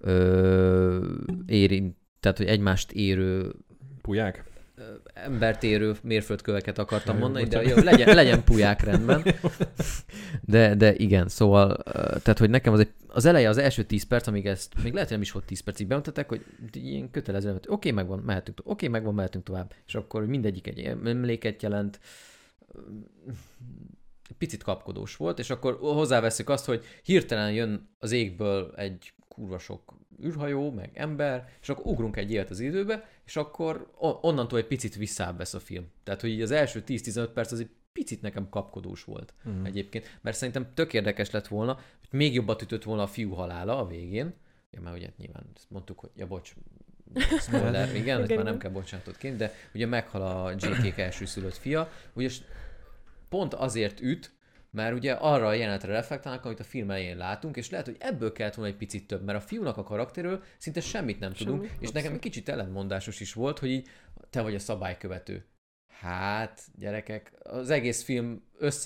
ö, érint, tehát hogy egymást érő, Puják? ö, embert érő mérföldköveket akartam Jó, mondani, de bocsánat. jó, legyen, legyen puják rendben. De, de igen, szóval, ö, tehát hogy nekem az, egy, az eleje, az első tíz perc, amíg ezt, még lehet, hogy nem is volt tíz percig bemutatták, hogy ilyen kötelező, oké, okay, megvan, mehetünk, oké, okay, megvan, mehetünk tovább. És akkor mindegyik egy emléket jelent, picit kapkodós volt, és akkor hozzáveszünk azt, hogy hirtelen jön az égből egy kurva sok űrhajó, meg ember, és akkor ugrunk egy ilyet az időbe, és akkor onnantól egy picit visszább vesz a film. Tehát, hogy így az első tíz-tizenöt perc az egy picit nekem kapkodós volt Mm. egyébként, mert szerintem tök érdekes lett volna, hogy még jobbat ütött volna a fiú halála a végén. Ja, már ugye nyilván ezt mondtuk, hogy ja, bocs, spoiler, igen, igen, már nem igen. kell bocsánatot kérni, de ugye meghal a J K első szülött fia, ugye pont azért üt, mert ugye arra a jelenetre reflektálnak, amit a film elején látunk, és lehet, hogy ebből kellett volna egy picit több, mert a fiúnak a karakteréről szinte semmit nem tudunk, Semmi, és nekem egy kicsit ellentmondásos is volt, hogy így te vagy a szabálykövető. Hát, gyerekek, az egész film összes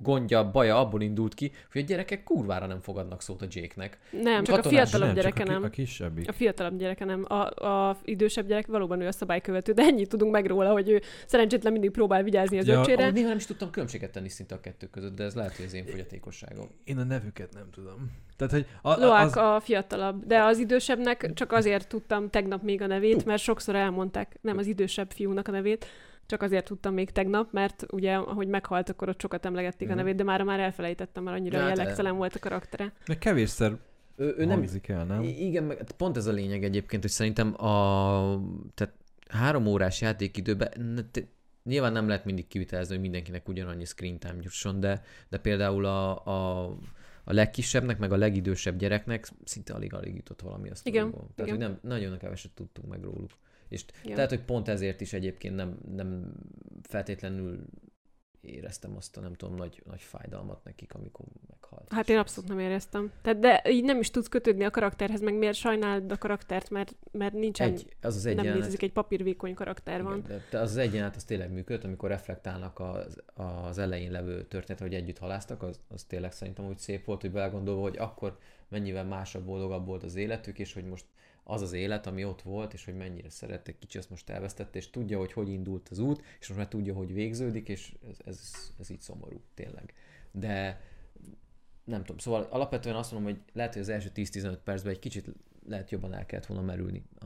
gondja, baja abból indult ki, hogy a gyerekek kurvára nem fogadnak szót a Jake-nek. Nem, csak Katonás, a fiatalabb nem, gyereke csak a, nem. ki- a kisebbik. A fiatalabb gyereke nem. A, a idősebb gyerek valóban ő a szabálykövető, de ennyit tudunk meg róla, hogy ő szerencsétlen mindig próbál vigyázni az Ja, öccsére. Ahogy néha nem is tudtam különbséget tenni szinte a kettő között, de ez lehet, hogy az én fogyatékosságom. Én a nevüket nem tudom. Tehát, hogy a, a, Loák az... a fiatalabb, de az idősebbnek csak azért tudtam tegnap még a nevét, mert sokszor elmondták, nem az idősebb fiúnak a nevét, csak azért tudtam még tegnap, mert ugye, ahogy meghalt, akkor ott sokat emlegették Mhm. a nevét, de mára már elfelejtettem, mert annyira Hát, jellegtelen volt a karaktere. De kevésszer Ő, ő nem, hangzik el, nem? I- Igen, meg pont ez a lényeg egyébként, hogy szerintem a tehát három órás játékidőben n- te- nyilván nem lehet mindig kivitelezni, hogy mindenkinek ugyanannyi screen time jusson, de, de például a, a, a legkisebbnek, meg a legidősebb gyereknek szinte alig-alig jutott valami a sztoriból. Tehát, igen. hogy nem, nagyon keveset tudtunk meg róluk. És Igen. tehát, hogy pont ezért is egyébként nem, nem feltétlenül éreztem azt a nem tudom, nagy, nagy fájdalmat nekik, amikor meghalt. Hát én abszolút nem éreztem. Tehát, de így nem is tudsz kötődni a karakterhez, meg miért sajnálod a karaktert, mert, mert nincsen, Egy, az az egy nem jelenet- létezik, egy papírvékony karakter van. Igen, de, de az az egy jelenet, az tényleg működött, amikor reflektálnak az, az elején levő történetre, hogy együtt haláztak, az, az tényleg szerintem úgy szép volt, hogy belegondolva, hogy akkor mennyivel másabb, boldogabb volt az életük, és hogy most az az élet, ami ott volt, és hogy mennyire szerettek, kicsi azt most elvesztette, és tudja, hogy hogy indult az út, és most már tudja, hogy végződik, és ez, ez, ez így szomorú, tényleg. De nem tudom, szóval alapvetően azt mondom, hogy lehet, hogy az első tíz-tizenöt percben egy kicsit lehet jobban el kellett volna merülni a,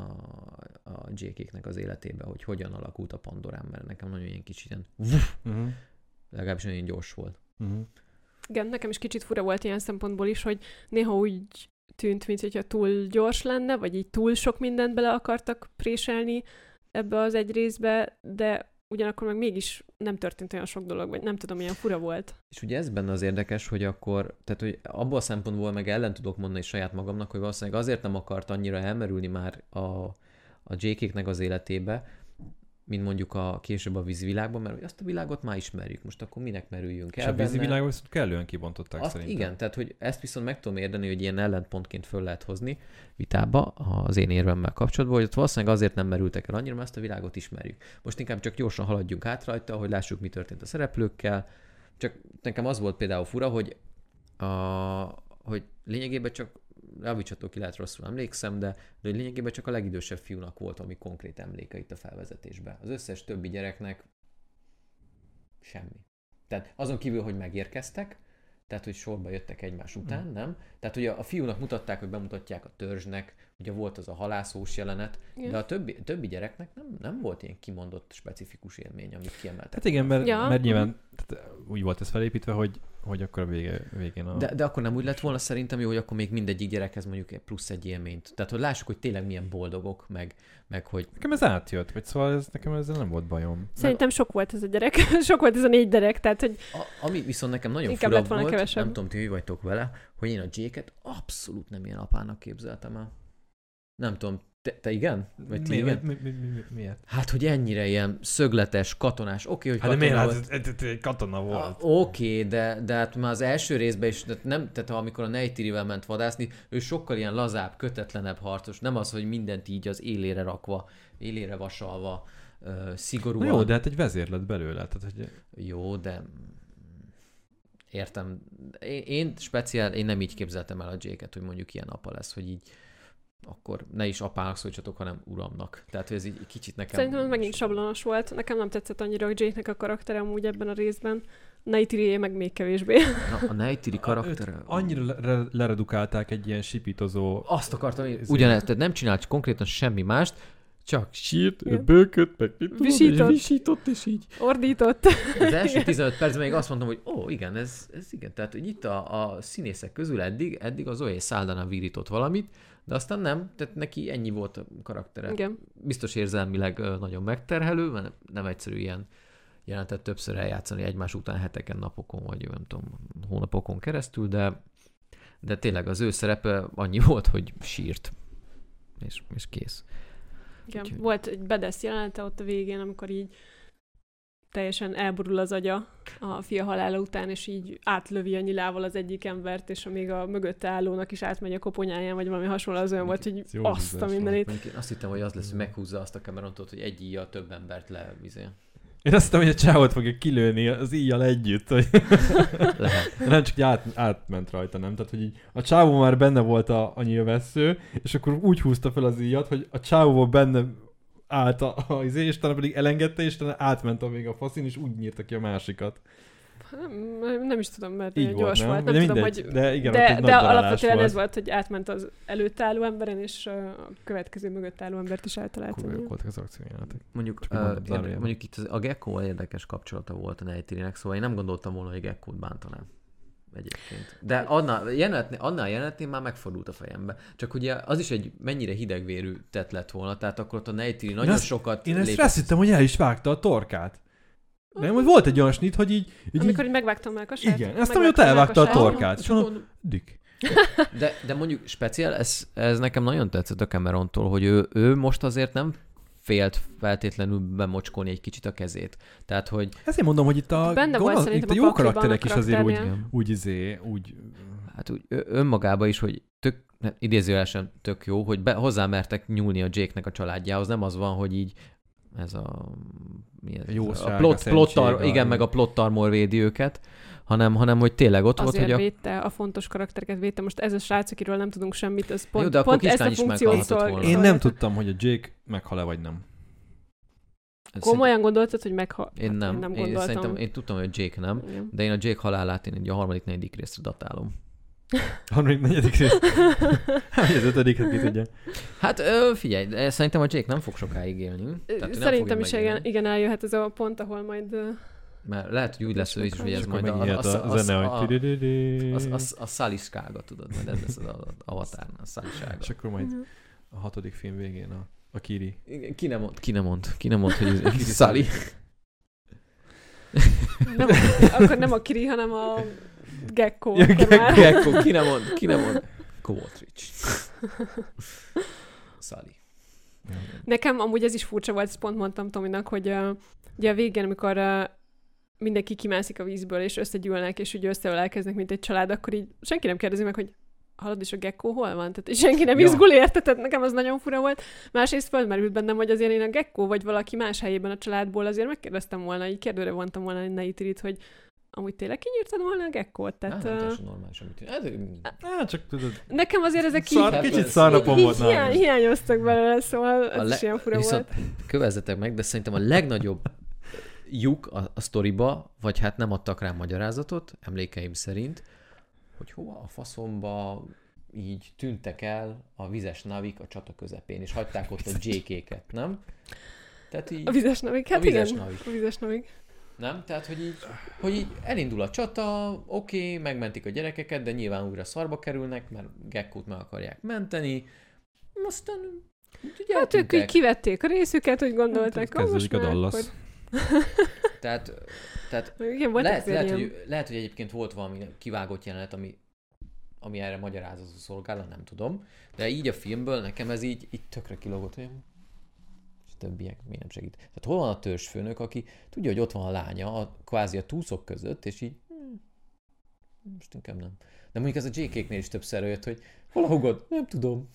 a jé ká-knek az életébe, hogy hogyan alakult a Pandorán, mert nekem nagyon ilyen kicsit ilyen, Uh-huh. legalábbis nagyon gyors volt. Uh-huh. Igen, nekem is kicsit fura volt ilyen szempontból is, hogy néha úgy tűnt, mint hogyha túl gyors lenne, vagy így túl sok mindent bele akartak préselni ebbe az egy részbe, de ugyanakkor meg mégis nem történt olyan sok dolog, vagy nem tudom, ilyen fura volt. És ugye ez benne az érdekes, hogy akkor, tehát hogy abból a szempontból meg ellen tudok mondani saját magamnak, hogy valószínűleg azért nem akart annyira elmerülni már a, a jé ká-knek az életébe, mint mondjuk a később a vízivilágban, mert hogy azt a világot már ismerjük, most akkor minek merüljünk És el a vízi benne? világban viszont kellően kibontották Azt szerintem. igen, tehát hogy ezt viszont meg tudom érdeni, hogy ilyen ellentpontként föl lehet hozni vitába az én érvemmel kapcsolatban, hogy ott valószínűleg azért nem merültek el annyira, mert ezt a világot ismerjük. Most inkább csak gyorsan haladjunk át rajta, hogy lássuk, mi történt a szereplőkkel. Csak nekem az volt például fura, hogy, a, hogy lényegében csak javítsatok ki, lehet rosszul emlékszem, de, de hogy lényegében csak a legidősebb fiúnak volt ami konkrét emléke itt a felvezetésben. Az összes többi gyereknek semmi. Tehát azon kívül, hogy megérkeztek, tehát, hogy sorba jöttek egymás után, nem? Tehát, hogy a, a fiúnak mutatták, hogy bemutatják a törzsnek, ugye volt az a halászós jelenet, Igen. de a többi, többi gyereknek nem, nem volt ilyen kimondott specifikus élmény, amit kiemeltek. Hát igen, mert, Ja. mert nyilván tehát úgy volt ez felépítve, hogy, hogy akkor a vége, végén a... De, de akkor nem úgy lett volna szerintem jó, hogy akkor még mindegyik gyerekhez mondjuk egy plusz egy élményt. Tehát, hogy lássuk, hogy tényleg milyen boldogok, meg, meg hogy... Nekem ez átjött, vagy szóval ez, nekem ezzel nem volt bajom. Szerintem sok volt ez a gyerek, sok volt ez a négy gyerek, tehát hogy A, ami viszont nekem nagyon Inkább fura lett volna volt, kevesebb. nem tudom, ti mi vagytok vele, hogy én a Jake-et abszolút nem ilyen apának képzeltem el. Nem tudom, te, te igen? Vagy ti Mi, igen? mi, mi, mi, mi, miért? Hát, hogy ennyire ilyen szögletes, katonás, oké, okay, hogy Hát de katona miért? volt. Hát ez- ez egy katona volt. Ah, Oké, okay, de, de hát már az első részben is, de nem, tehát amikor a Neytirivel ment vadászni, ő sokkal ilyen lazább, kötetlenebb harcos, nem az, hogy mindent így az élére rakva, élére vasalva, uh, szigorúan. Na jó, de hát egy vezér lett belőle. Tehát, hogy... Jó, de értem. Én, én speciál, én nem így képzeltem el a Jake-et, hogy mondjuk ilyen apa lesz, hogy így akkor ne is apának szólítsatok, hanem uramnak. Tehát, hogy ez így kicsit nekem... szerintem ez megint sablonos volt. Nekem nem tetszett annyira a Jake-nek a karaktere amúgy ebben a részben. Neytiri meg még kevésbé. Na, a Neytiri karaktere... Őt annyira le- leredukálták egy ilyen sipítozó... Azt akartam, hogy Ez ugyanezt, tehát nem csinált konkrétan semmi mást, csak sírt, Igen. bőköt, meg mit tudom, és Visított. visított, és így. Ordított. Az első tizenöt percben még azt mondtam, hogy ó, igen, ez, ez igen. Tehát, hogy itt a, a színészek közül eddig, eddig az Zoe Saldana virított valamit, de aztán nem, tehát neki ennyi volt a karaktere. Igen. Biztos érzelmileg ö, nagyon megterhelő, mert nem egyszerű ilyen jelentet többször eljátszani egymás után heteken, napokon, vagy nem tudom, hónapokon keresztül, de, de tényleg az ő szerepe annyi volt, hogy sírt. És, és kész. Igen. Úgyhogy- Volt egy bedesz jelenete ott a végén, amikor így teljesen elborul az agya a fia halála után, és így átlövi a nyilával az egyik embert, és amíg a mögötte állónak is átmegy a koponyáján, vagy valami hasonló, az olyan volt, hogy Ez jó azt a húzás mindenét. Mondjuk én azt hittem, hogy az lesz, hogy meghúzza azt a Cameron-tot, hogy egy íjjal több embert levizél. Én azt hittem, hogy a csávot fogja kilőni az íjjal együtt, hogy nem csak át, átment rajta, nem? Tehát, hogy így a csávó már benne volt a, a nyilvessző, és akkor úgy húzta fel az íjat, hogy a csávóval benne állt a, a izé, és talán pedig elengedte, és talán átment a még a faszin, és úgy nyírta ki a másikat. Nem, nem is tudom, mert így gyors volt, volt. Nem, Nem de tudom, mindegy, hogy... de igen, de, de alapvetően volt. ez volt, hogy átment az előtt álló emberen, és a következő mögött álló embert is eltalálta. Kurva voltak az akciójáték. Mondjuk, uh, érde, mondjuk itt az, a Gekkóval érdekes kapcsolata volt a Neytirinek, szóval én nem gondoltam volna, hogy Gekkót bántanám. Egyébként. De annál, jelenetnél, annál jelenetnél már megfordult a fejembe. Csak ugye az is egy mennyire hidegvérű tett lett volna, tehát akkor ott a Neytiri nagyon ezt, sokat Én ezt azt hittem, hogy el is vágta a torkát. Nem, hogy volt egy olyan snit, hogy így... így Amikor így megvágtam Melkasát? Igen, azt mondom, hogy elvágta a torkát. És mondom, Dick. De, de mondjuk speciál, ez, ez nekem nagyon tetszett a Camerontól, hogy ő, ő most azért nem félt feltétlenül bemocskolni egy kicsit a kezét. Tehát, hogy... Ezért mondom, hogy itt a, Benne gonosz, volt itt a a jó pakliban karakterek a is azért úgy, karakterje. úgy, izé, úgy... Hát úgy önmagában is, hogy tök, idézőjelesen tök jó, hogy be, hozzámertek nyúlni a Jake-nek a családjához. Nem az van, hogy így ez a... Mi ez? Jó a sárga, plot, plottar, szentséga, igen, meg a plottarmor védi őket, hanem, hanem hogy tényleg ott azért volt, hogy a... védte, a fontos karaktereket védte. Most ez a srác, akiről nem tudunk semmit, az pont, Jó, de akkor pont ezt a kislány is funkciót meghalhatott szol- volna. Én nem szolgálta. tudtam, hogy a Jake meghal-e vagy nem. Komolyan gondoltad, hogy meghal? Én nem. Én nem én gondoltam. szerintem én tudtam, hogy a Jake nem, Igen. de én a Jake halálát én egy a harmadik, negyedik részre datálom. Harmadik, negyedik rész. Hát, az ötödiket ki tudja. Hát ö, figyelj, de szerintem a Jake nem fog sokáig élni. Tehát, ő nem Szerintem fogja is igen, megélni. igen, eljöhet ez a pont, ahol majd... uh, Mert lehet, hogy úgy lesz ő is, hogy ez És akkor majd a, a, megnyílt a, a a, zene, a, hogy... tidididi. a, a, a szaliskága, tudod, majd ez lesz az avatar, a szaliskága. És akkor majd a hatodik film végén a, a Kiri. Igen, ki nem mond, ki nem mond, ki nem mond, hogy ez Szali. Nem, akkor nem a Kiri, hanem a Gekko. Ja, akkor már. Gekko, ki nem mond, ki nem mond. Kovatrics. Szali. Nekem amúgy ez is furcsa volt, ezt pont mondtam Tominak, hogy uh, ugye a végén, amikor uh, mindenki kimászik a vízből, és összegyűlnek, és úgy összeölelkeznek, mint egy család, akkor így senki nem kérdezi meg, hogy hallod, és a Gekko hol van? Tehát senki nem Ja. izgul érte, tehát nekem az nagyon fura volt. Másrészt fölmerült bennem, hogy azért én a Gekko vagy valaki más helyében a családból azért megkérdeztem volna, így kérdőre vontam volna egy Neytirit, hogy amúgy tényleg kinyírtad volna a Gekkót? Tehát, Hát, uh, teljesen normális, amit ez, Hát csak tudod, nekem azért ezek így, szar, kicsit szarnapom így volt hiány, nálam. hiányoztak belőle, szóval ez A le- is ilyen fura viszont volt. kövezzetek meg, de szerintem a legnagyobb lyuk a, a sztoriba, vagy hát nem adtak rá magyarázatot, emlékeim szerint, hogy hova a faszomba így tűntek el a vizes navik a csata közepén, és hagyták ott a dzé ké-ket, nem? Tehát így, A vizes navik, hát a vizes igen, navik. a vizes navik. nem? Tehát, hogy így, hogy így elindul a csata, oké, okay, megmentik a gyerekeket, de nyilván újra szarba kerülnek, mert Gekkót meg akarják menteni, aztán úgy Hát ők így kivették a részüket, hogy gondolták, Hát, kezdődik a Dallas. Akkor... Tehát, tehát Igen, volt lehet, lehet, ilyen. hogy, lehet, hogy egyébként volt valami kivágott jelenet, ami, ami erre magyarázatot szolgál, nem tudom. De így a filmből nekem ez így, így tökre kilógott, hogy és többiek miért nem segít. Tehát hol van a törzsfőnök, aki tudja, hogy ott van a lánya, a, kvázi a túszok között, és így hm, most inkább nem. De mondjuk ez a dzé ké-knél is többször jött, hogy hol a hugod? Nem tudom.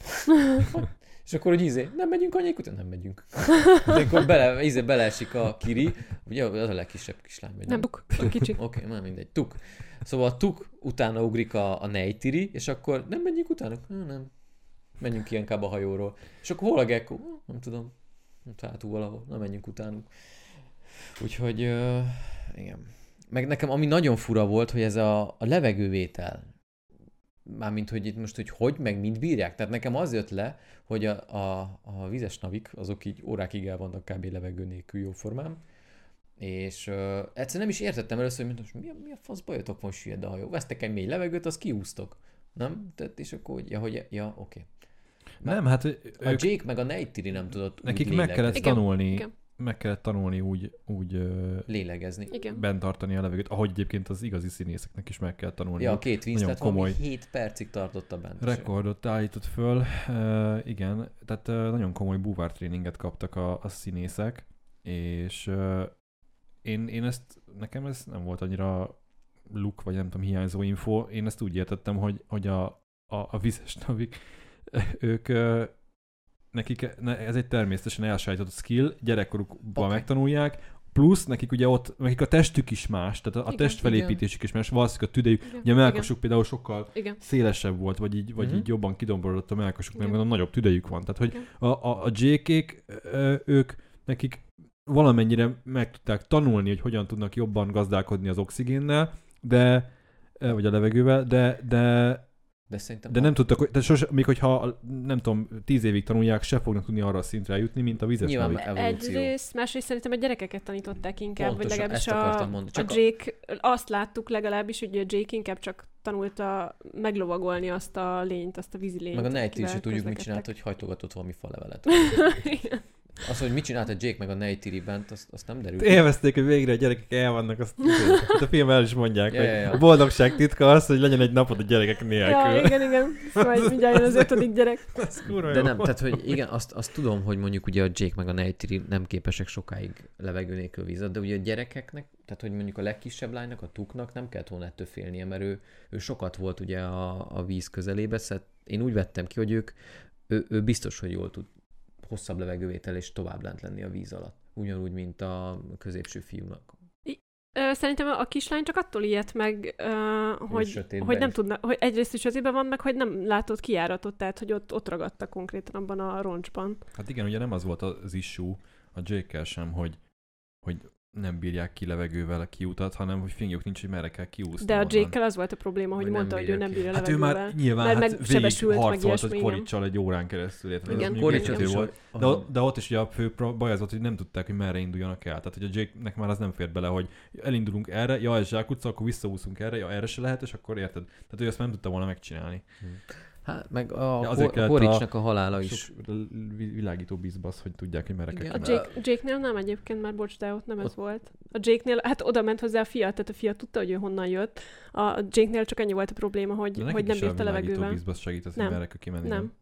És akkor, hogy ízé, nem megyünk anyék után? Nem megyünk. De akkor bele, ízé, beleesik a Kiri, ugye az a legkisebb kislány, vagy Nem, Tuk, a kicsi. Oké, okay, már mindegy. Tuk. Szóval a Tuk utána ugrik a, a Neytiri, és akkor nem menjünk utánuk? Nem, nem. Menjünk ki inkább a hajóról. És akkor hol a Gekko? Nem tudom. Hátul valahol. Nem menjünk utánuk. Úgyhogy, uh, igen. Meg nekem ami nagyon fura volt, hogy ez a, a levegővétel. Mármint, hogy itt most, hogy hogy, meg mind bírják. Tehát nekem az jött le, hogy a, a, a vizes navik, azok így órákig el vannak kb. Levegő nélkül jóformán. És uh, egyszerűen nem is értettem először, hogy most mi a, mi a fasz bajotok van, süllyed a hajó. Vesztek egy mély levegőt, azt kiúztok. Nem? Tehát és akkor, ja, hogy, ja, oké. Nem, hát A ők, Jake meg a Neytiri nem tudott nekik úgy meg kellett lélegezni. Igen, tanulni, igen. meg kellett tanulni úgy, úgy ö, lélegezni. Igen. bent tartani a levegőt, ahogy egyébként az igazi színészeknek is meg kell tanulni. Ja, a két Winslet komoly valami hét percig tartott a bent. rekordot állított föl, uh, igen, tehát uh, nagyon komoly búvártréninget kaptak a, a színészek, és uh, én, én ezt, nekem ez nem volt annyira luk, vagy nem tudom, hiányzó info, én ezt úgy értettem, hogy, hogy a, a, a vizes navik, ők nekik ez egy természetesen elsajátított skill, gyerekkorukban Okay. megtanulják, plusz nekik ugye ott, nekik a testük is más, tehát a, a Igen, testfelépítésük is más, valószínűleg a tüdejük, Igen, ugye a melkasuk például sokkal Igen. szélesebb volt, vagy így, vagy Mhm. így jobban kidomborodott a melkasuk, mert Igen. mondom, nagyobb tüdejük van. Tehát, hogy Igen. a, a, a dzé kék, ö, ők, nekik valamennyire meg tudták tanulni, hogy hogyan tudnak jobban gazdálkodni az oxigénnel, de, ö, vagy a levegővel, de, de De szerintem... de nem tudtak, hogy- tehát sose, még hogyha nem tudom, tíz évig tanulják, se fognak tudni arra a szintre jutni, mint a vizes Nyilván navik. evolúció. Egyrészt, másrészt szerintem a gyerekeket tanították inkább, Pontosan, vagy legalábbis ezt a, akartam mondani. a Csak a- Jake, azt láttuk legalábbis, hogy a Jake inkább csak tanulta meglovagolni azt a lényt, azt a vízi lényt. Meg a Neytiri akivel is tudjuk, mit közlekedtek. csinált, hogy hajtogatott valami falevelet. Igen. Az, hogy mit csinált a Jake meg a Neytiri bent, azt, azt nem derült. Élvezték, hogy végre a gyerekek el vannak, azt a film el is mondják, Ja, hogy ja, ja. a boldogság titka az, hogy legyen egy napod a gyerekek nélkül. Ja, igen, igen. Majd mindjárt jön az ötödik gyerek. Ez kurva De jó. nem, tehát hogy igen, azt, azt tudom, hogy mondjuk ugye a Jake meg a Neytiri nem képesek sokáig levegő nélkül vízat, de ugye a gyerekeknek, tehát hogy mondjuk a legkisebb lánynak, a Tuknak nem kellett volna ettől félnie, mert ő, ő sokat volt ugye a, a víz közelébe, szóval én úgy vettem ki, hogy ők, ő, ő biztos, hogy jól tud hosszabb levegővétel és tovább lent lenni a víz alatt. Ugyanúgy, mint a középső fiúnak. Ö, Szerintem a kislány csak attól ijedt meg, ö, hogy, sötétben hogy nem is. tudna, hogy egyrészt is azért van meg, hogy nem látott kijáratot, tehát hogy ott, ott ragadtak konkrétan abban a roncsban. Hát igen, ugye nem az volt az issue a Jake-kel sem, hogy, hogy nem bírják ki levegővel a kiutat, hanem hogy fingjuk nincs, hogy merre kell kiúszni. De a onnan. Jake-kel az volt a probléma, hogy Hogy nem mondta, hogy ő bírja nem ki. bírja Hát ő levegővel. már nyilván Mert hát meg végig sebesült, meg harcolt, ilyesmi, hogy igen. Koricsal egy órán keresztül. Érted? Igen. Az mondjuk Korics megnyugtató is volt. volt. De, ott- de ott is ugye a fő pro- baj az volt, hogy nem tudták, hogy merre induljanak el. Tehát, hogy a Jake-nek már az nem fér bele, hogy elindulunk erre, ja, ez zsákutca, akkor visszaúszunk erre, ja, erre se lehet, és akkor érted. Tehát ő ezt nem tudta volna megcsinálni. Hát meg a Ja, azért Kor- kellett Koricsnak a, a halála is. Sok vi- világító bizbasz, hogy tudják, hogy merre kell Igen. A kimenni. Jake, Jake-nél nem egyébként, már bocs, de ott nem ez volt. A Jake-nél, hát oda ment hozzá a fia, tehát a fia tudta, hogy ő honnan jött. A Jake-nél csak ennyi volt a probléma, hogy, De hogy nekik nem is a bírta világító levegővel. bizbasz segít, az, hogy Nem. merre kell kimenni. Nem.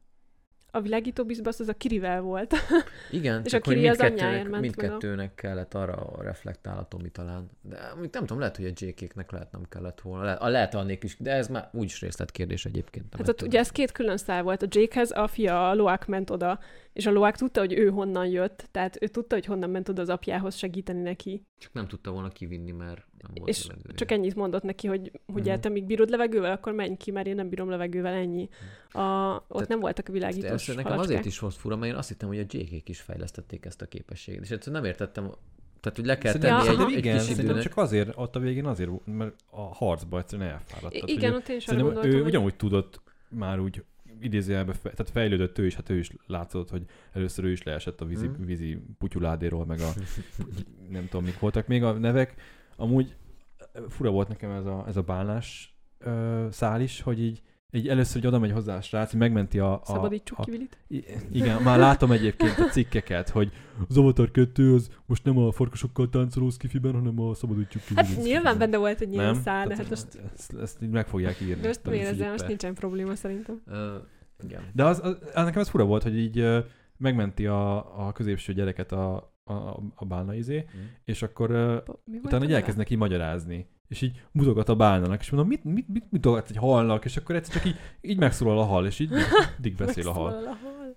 A világító bizbasz az a Kirivel volt. Igen, És csak a hogy Kiri az mindkettőnek, anyjáért ment mindkettőnek kellett arra reflektál a Tomi talán. De mondjuk nem tudom, lehet, hogy a Jake-éknek lehet nem kellett volna. Le, a lehet annék is, de ez már úgyis részletkérdés egyébként. Nem Hát ott tudom. ugye ez két külön szál volt. A Jakehez a fia, a Loak ment oda, és a Loak tudta, hogy ő honnan jött, tehát ő tudta, hogy honnan ment oda az apjához segíteni neki. Csak nem tudta volna kivinni, mert nem volt És levegője. csak ennyit mondott neki, hogy ugye Mhm. te még bírod levegővel, akkor menj ki, mert én nem bírom levegővel, ennyi. A, ott Tehát- nem voltak a De világítós először nekem halacskák. azért is volt fura, mert én azt hittem, hogy a Jake-ék is fejlesztették ezt a képességet. És egyszerűen nem értettem, tehát hogy le kell Szerintem, tenni Ja, egy, aha. egy igen, kis szerintem időnek. csak azért, ott a végén azért, volt, mert a harcba egyszerűen elfáradt. I- Tehát, igen, hogy ott én is arra szerintem gondoltam, ő hogy... ugyanúgy tudott már úgy idézőjelben, fe, tehát fejlődött ő is, hát ő is látszott, hogy először ő is leesett a vízi, Mhm. vízi putyuládéról, meg a nem tudom, mik voltak még a nevek. Amúgy fura volt nekem ez a, ez a bálnás ö, szál is, hogy így, így először hogy oda megy hozzá a srác, így megmenti a... a Szabadítsuk a, ki Vilit. I- igen, már látom egyébként a cikkeket, hogy az Avatar kettő az most nem a farkasokkal táncoló skifiben, hanem a szabadítjuk ki. Hát Vilit nyilván skifiben. benne volt egy ilyen Nem? szál, de Tehát hát most, ezt, ezt így meg fogják írni. most tudom, miért ezzel most Filippe. nincsen probléma szerintem. Ö, igen. De az, az, az, nekem ez fura volt, hogy így ö, megmenti a, a középső gyereket a, a, a bálna izé, Mm. és akkor ö, Mi volt utána a így neve? elkezd neki magyarázni. És így mutogat a bálnának, és mondom, mit, mit, mit mutogatsz egy halnak, és akkor egyszer csak így, így megszólal a hal, és így dig beszél a hal. Megszólal a hal.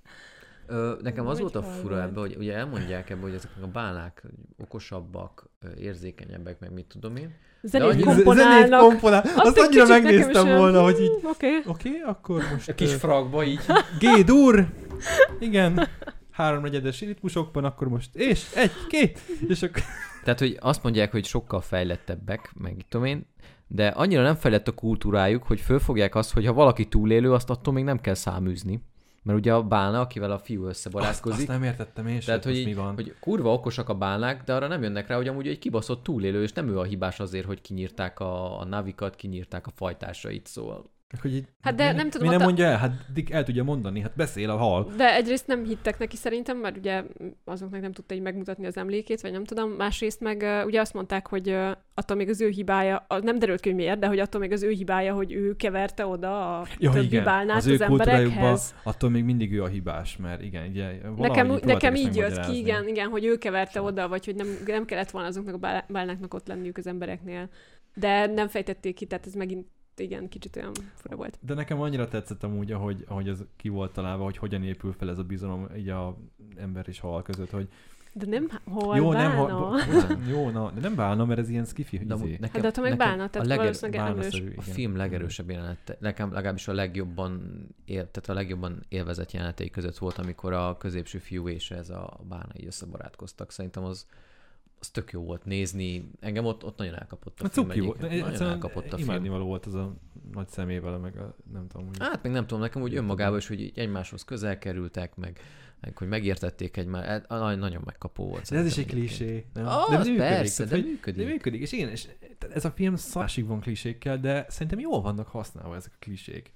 Ö, nekem az Hogy volt a hal fura volt? ebben, hogy ugye elmondják ebben, hogy ezek a bálnák okosabbak, ö, érzékenyebbek, meg mit tudom én. Zenét annyi- komponálnak. Zenét komponál. Azt, egy annyira kicsit nekem is megnéztem olyan, volna, hogy így, "Hmm, Oké. oké, okay, akkor most... A kis ö, fragba így. G-dur! Igen, háromnegyedes ritmusokban, akkor most, és egy, két, és akkor... Tehát, hogy azt mondják, hogy sokkal fejlettebbek, meg mit tudom én, de annyira nem fejlett a kultúrájuk, hogy fölfogják azt, hogy ha valaki túlélő, azt attól még nem kell száműzni. Mert ugye a bálna, akivel a fiú Azt, összebarátkozik, azt nem értettem én sem, tehát, hogy, hogy mi így, van. hogy kurva okosak a bálnák, de arra nem jönnek rá, hogy amúgy egy kibaszott túlélő, és nem ő a hibás azért, hogy kinyírták a, a navikat, kinyírták a fajtásait, szóval. Hogy így, Hát de mi, nem tudom, mi ott nem a- mondja el? Hát Dick el tudja mondani, hát beszél a hal. De egyrészt nem hittek neki szerintem, mert ugye azoknak nem tudta így megmutatni az emlékét, vagy nem tudom. Másrészt meg uh, ugye azt mondták, hogy uh, attól még az ő hibája, az nem derült ki, hogy miért, de hogy attól még az ő hibája, hogy ő keverte oda a Ja, többi igen, bálnát az az, ő kultúrájukban emberekhez. attól még mindig ő a hibás, mert igen, ugye Nekem, valahogy próbálták nekem ezt így jött megmagyarázni. ki, igen, igen, hogy ő keverte Sem. oda, vagy hogy nem, nem kellett volna azoknak a bál- bálnáknak ott lenniük az embereknél. De nem fejtették ki, tehát ez megint igen, kicsit olyan fura volt. De nekem annyira tetszett amúgy, ahogy, ahogy ez ki volt találva, hogy hogyan épül fel ez a bizalom így a ember és hal között, hogy De nem, hol jó, nem, bálna? ho, jó, na, de nem bálna, mert ez ilyen skifi De izé. nekem, Hát de attól meg nekem bálna, tehát a leger- valószínűleg emlős. bálnaszerű, A igen. film legerősebb jelenete, nekem legalábbis a legjobban, él, tehát a legjobban élvezett jelenetei között volt, amikor a középső fiú és ez a bálna így összebarátkoztak. Szerintem az, az tök jó volt nézni. Engem ott, ott nagyon elkapott a Hát film. cuki volt. egyébként. Nagyon Egyszerűen elkapott a film. imádnivaló volt az a nagy szemével, meg a, nem tudom, hogy... Hát meg nem tudom, nekem úgy önmagában is, hogy így egymáshoz közel kerültek, meg, meg hogy megértették egymást. Nagyon megkapó volt. De ez is egy szerintem egyébként. klisé, nem? Az, de működik, persze, tehát, de hogy- működik. De működik, és igen, és ez a film szásig van klisékkel, de szerintem jól vannak használva ezek a klisék.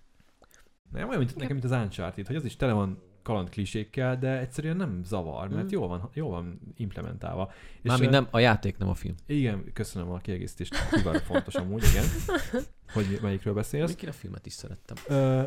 Nem olyan, mint, nekem, mint az Uncharted, hogy az is tele van kaland klisékkel, de egyszerűen nem zavar, mert Mm. jól van, jól van implementálva. És Mármint ö, nem, a játék, nem a film. Igen, köszönöm a kiegészítést, kiváló fontos amúgy, igen, hogy melyikről beszélsz. Még én a filmet is szerettem. Ö,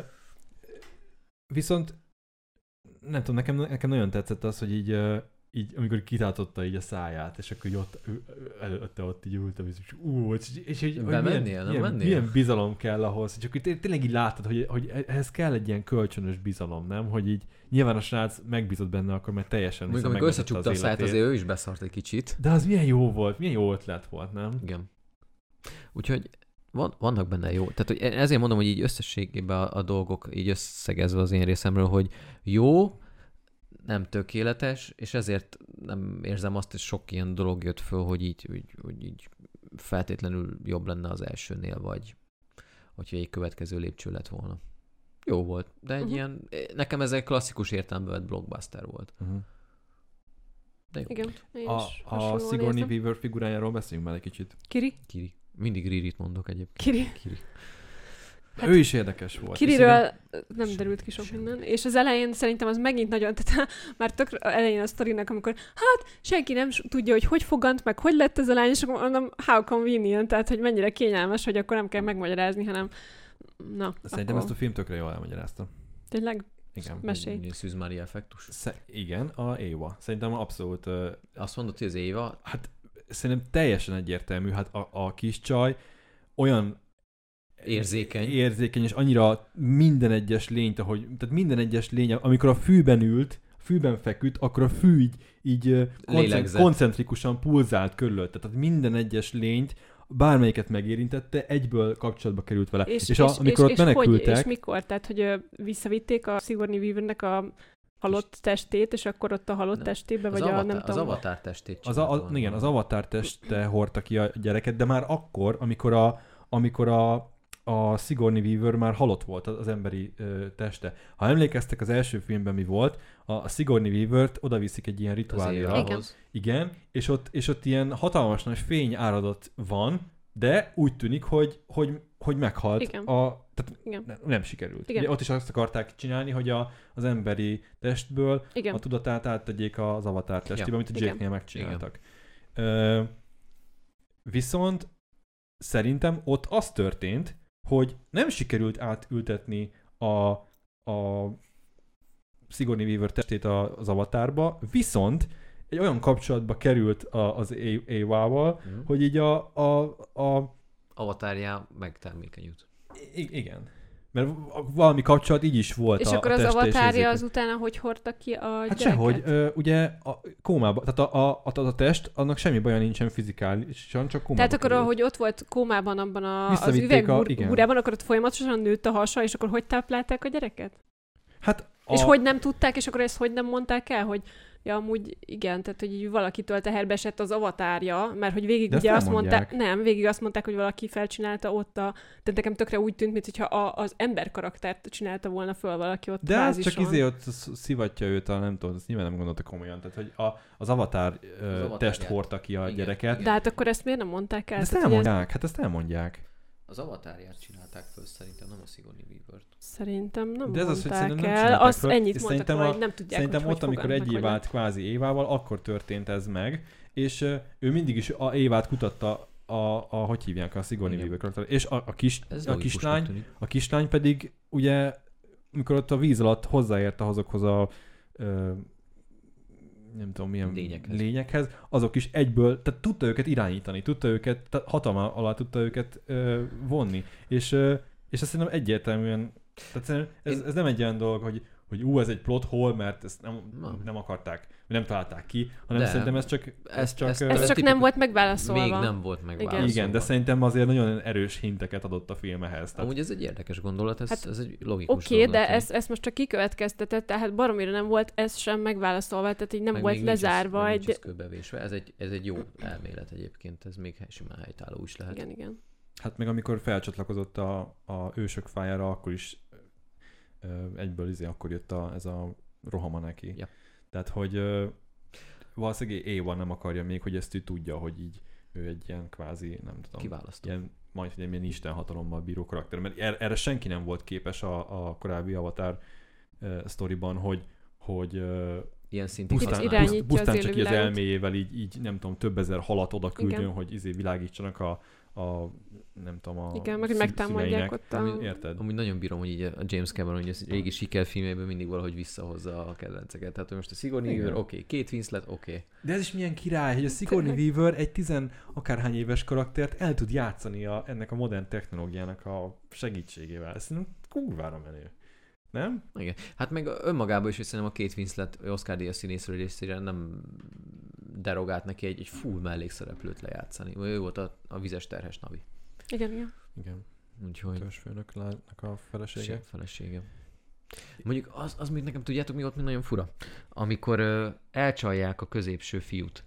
viszont nem tudom, nekem, nekem nagyon tetszett az, hogy így, ö, így amikor kitátotta így a száját, és akkor így ott ő- ő- előtte ott így ültem, és ú, és, és, és hogy Bemennél, milyen, nem milyen, mennél? milyen bizalom kell ahhoz, hogy csak té- tényleg így láttad, hogy, hogy ehhez kell egy ilyen kölcsönös bizalom, nem? Hogy így nyilván a srác megbízott benne akkor, mert teljesen Mondjuk, amikor összecsukta a száját, azért ő is beszart egy kicsit. De az milyen jó volt, milyen jó ötlet volt, nem? Igen. Úgyhogy van, vannak benne jó. Tehát hogy ezért mondom, hogy így összességében a, a dolgok így összegezve az én részemről, hogy jó, nem tökéletes, és ezért nem érzem azt, hogy sok ilyen dolog jött föl, hogy így, hogy, hogy így feltétlenül jobb lenne az elsőnél, vagy hogyha egy következő lépcső lett volna. Jó volt, de egy Uh-huh. ilyen, nekem ez egy klasszikus értelemben vett blockbuster volt. Uh-huh. De jó. Igen, én A, is a hasonlóan Sigourney érzem. Weaver figurájáról beszéljünk már egy kicsit. Kiri? Kiri. Mindig Ririt mondok egyébként. Kiri. Kiri. Hát, ő is érdekes volt. Kiriről nem Sem- derült ki sok sem. minden, és az elején szerintem az megint nagyon, tehát már tök elején a sztorinak, amikor hát senki nem s- tudja, hogy hogy fogant, meg hogy lett ez a lány, és akkor mondom, how convenient, tehát hogy mennyire kényelmes, hogy akkor nem kell megmagyarázni, hanem na, Szerintem akkor ezt a film tökre jól elmagyarázta. tényleg Igen. mesélj. Egy Szűz Mária effektus. Sze- igen, a Éva. Szerintem abszolút, uh, Azt mondod, hogy az Éva, hát szerintem teljesen egyértelmű, hát a, a kis csaj olyan Érzékeny. érzékeny, és annyira minden egyes lényt, ahogy, tehát minden egyes lény, amikor a fűben ült, fűben feküdt, akkor a fű így, így ö, koncent, Lélegzett. koncentrikusan pulzált körülötte. Tehát minden egyes lényt, bármelyiket megérintette, egyből kapcsolatba került vele. És, és, a, és, amikor és, ott és, menekültek, hogy, és mikor? Tehát, hogy ö, visszavitték a Sigourney Weavernek a halott testét, és akkor ott a halott Nem. testébe, az, vagy a avatar, nem az tudom. avatar testét az csinált a, a, volna. igen, az avatar teste hordta ki a gyereket, de már akkor, amikor a, amikor a a Sigourney Weaver már halott volt az emberi ö, teste. Ha emlékeztek, az első filmben mi volt, a, a Sigourney Weavert odaviszik egy ilyen Az rituálira. Évahoz. Igen, és ott, és ott ilyen hatalmas nagy fény áradat van, de úgy tűnik, hogy, hogy, hogy meghalt. Igen. A, tehát Igen. ne, nem sikerült. Igen. Ugye ott is azt akarták csinálni, hogy a, az emberi testből Igen. a tudatát áttegyék az avatar testébe, Ja. amit a Igen. Jake-nél megcsináltak. Ö, viszont szerintem ott az történt, hogy nem sikerült átültetni a, a Sigourney Weaver testét a- az avatárba, viszont egy olyan kapcsolatba került a, az Évával, Mhm. hogy így a, a, a Avatárjá megtermékenyült. i- igen. Mert valami kapcsolat így is volt És a, akkor a az teste és avatárja érzéke. azután, hogy hordta ki a Hát gyereket? sehogy, ö, ugye a kómába, tehát a, a, a, a test, annak semmi baja nincsen fizikálisan, csak kómába Tehát akkor, került. ahogy ott volt kómában abban a, az Visszavitték a- igen. üvegbúrában, akkor ott folyamatosan nőtt a hasa, és akkor hogy táplálták a gyereket? Hát a, És hogy nem tudták, és akkor ezt hogy nem mondták el, hogy ja, amúgy igen, tehát hogy így valakitől teherbe esett az avatárja, mert hogy végig De ezt ugye azt elmondják. mondták, nem, végig azt mondták, hogy valaki felcsinálta ott a, tehát nekem tökre úgy tűnt, mintha a, az ember karaktert csinálta volna föl valaki ott De az bázison. csak izé ott sz- szivatja őt a, nem tudom, ezt nyilván nem gondolta komolyan, tehát hogy a, az avatár ö, avatárját. test hordta ki a Igen. gyereket. De hát akkor ezt miért nem mondták el? De ezt Tehát, hogy ez- elmondják, hát ezt elmondják. Az avatárját csinálták föl, szerintem nem a Sigourney Weavert. Szerintem nem De ez az, hogy mondták szerintem nem el. csinálták Azt föl, ennyit és mondtak szerintem róla, a- hogy nem tudják, Szerintem hogy ott, hogy amikor fogant, egy meg év hogy vált kvázi Évával, akkor történt ez meg, és ö, ő mindig is a Évát kutatta a, a hogy hívják a Sigourney Igen. Weaver karakter. És a, a, kis, Ez a logikusnak kislány, tűnik. a kislány pedig ugye, amikor ott a víz alatt hozzáért azokhoz a ö, nem tudom milyen Lényekhez. lényekhez, azok is egyből, tehát tudta őket irányítani, tudta őket, tehát hatalma alá tudta őket ö, vonni. És, ö, és ezt szerintem egyértelműen, tehát szerintem ez, Én- ez nem egy olyan dolog, hogy, hogy ú, ez egy plot hole, mert ezt nem, Na. nem akarták, nem találták ki, hanem De. szerintem ez csak... Ez csak, Ez- ö, Ez csak tipikus- nem volt megválaszolva. Még nem volt megválaszolva. igen, de szerintem azért nagyon erős hinteket adott a film ehhez. Tehát Amúgy ez egy érdekes gondolat, ez, Hát, ez egy logikus Oké, okay, dolog de neki. ezt, ezt most csak kikövetkeztetett, tehát baromira nem volt ez sem megválaszolva, tehát így nem Meg volt még nincs ez- lezárva. meg Egy... nincs ez kőbevésve. Ez egy, ez egy jó elmélet egyébként, ez még simán helytálló is lehet. Igen, igen. Hát meg amikor felcsatlakozott a, a ősök fájára, akkor is ö, egyből izé, akkor jött a, ez a rohama neki. Ja. Tehát, hogy ö, valószínűleg Éva nem akarja még, hogy ezt ő tudja, hogy így ő egy ilyen kvázi, nem tudom, Kiválasztó. ilyen, majd egy ilyen isten hatalommal bíró karakter. Mert er, erre senki nem volt képes a, a korábbi Avatar uh, sztoriban, hogy, hogy uh, Ilyen szintén pusztán, Kicsit használják. irányítja pusztán az csak így az élővilágot. elméjével így, így, nem tudom, több ezer halat oda küldjön, Igen. hogy izé világítsanak a, a nem tudom, a Igen, meg hogy szü- megtámadják szüleinek. ott a... Ami- Érted? Amúgy nagyon bírom, hogy így a James Cameron, hogy a régi sikerfilmében mindig valahogy visszahozza a kedvenceket. Tehát hogy most a Sigourney Igen. Weaver, oké, okay. Kate Winslet, oké. Okay. De ez is milyen király, hogy a Sigourney Weaver egy tizen akárhány éves karaktert el tud játszani a, ennek a modern technológiának a segítségével. Ez szerintem kurvára menő. Nem? Igen. Hát meg önmagában is, hogy szerintem a Kate Winslet Oscar díjas színészről részére nem derogált neki egy, egy full mellékszereplőt lejátszani. Ő volt a, a vizes terhes Navi. Igen, igen. Igen. Úgyhogy Törzsfőnöknek a felesége. Felesége. Felesége. Mondjuk az, az még nekem, tudjátok, mi volt még nagyon fura? Amikor ö, elcsalják a középső fiút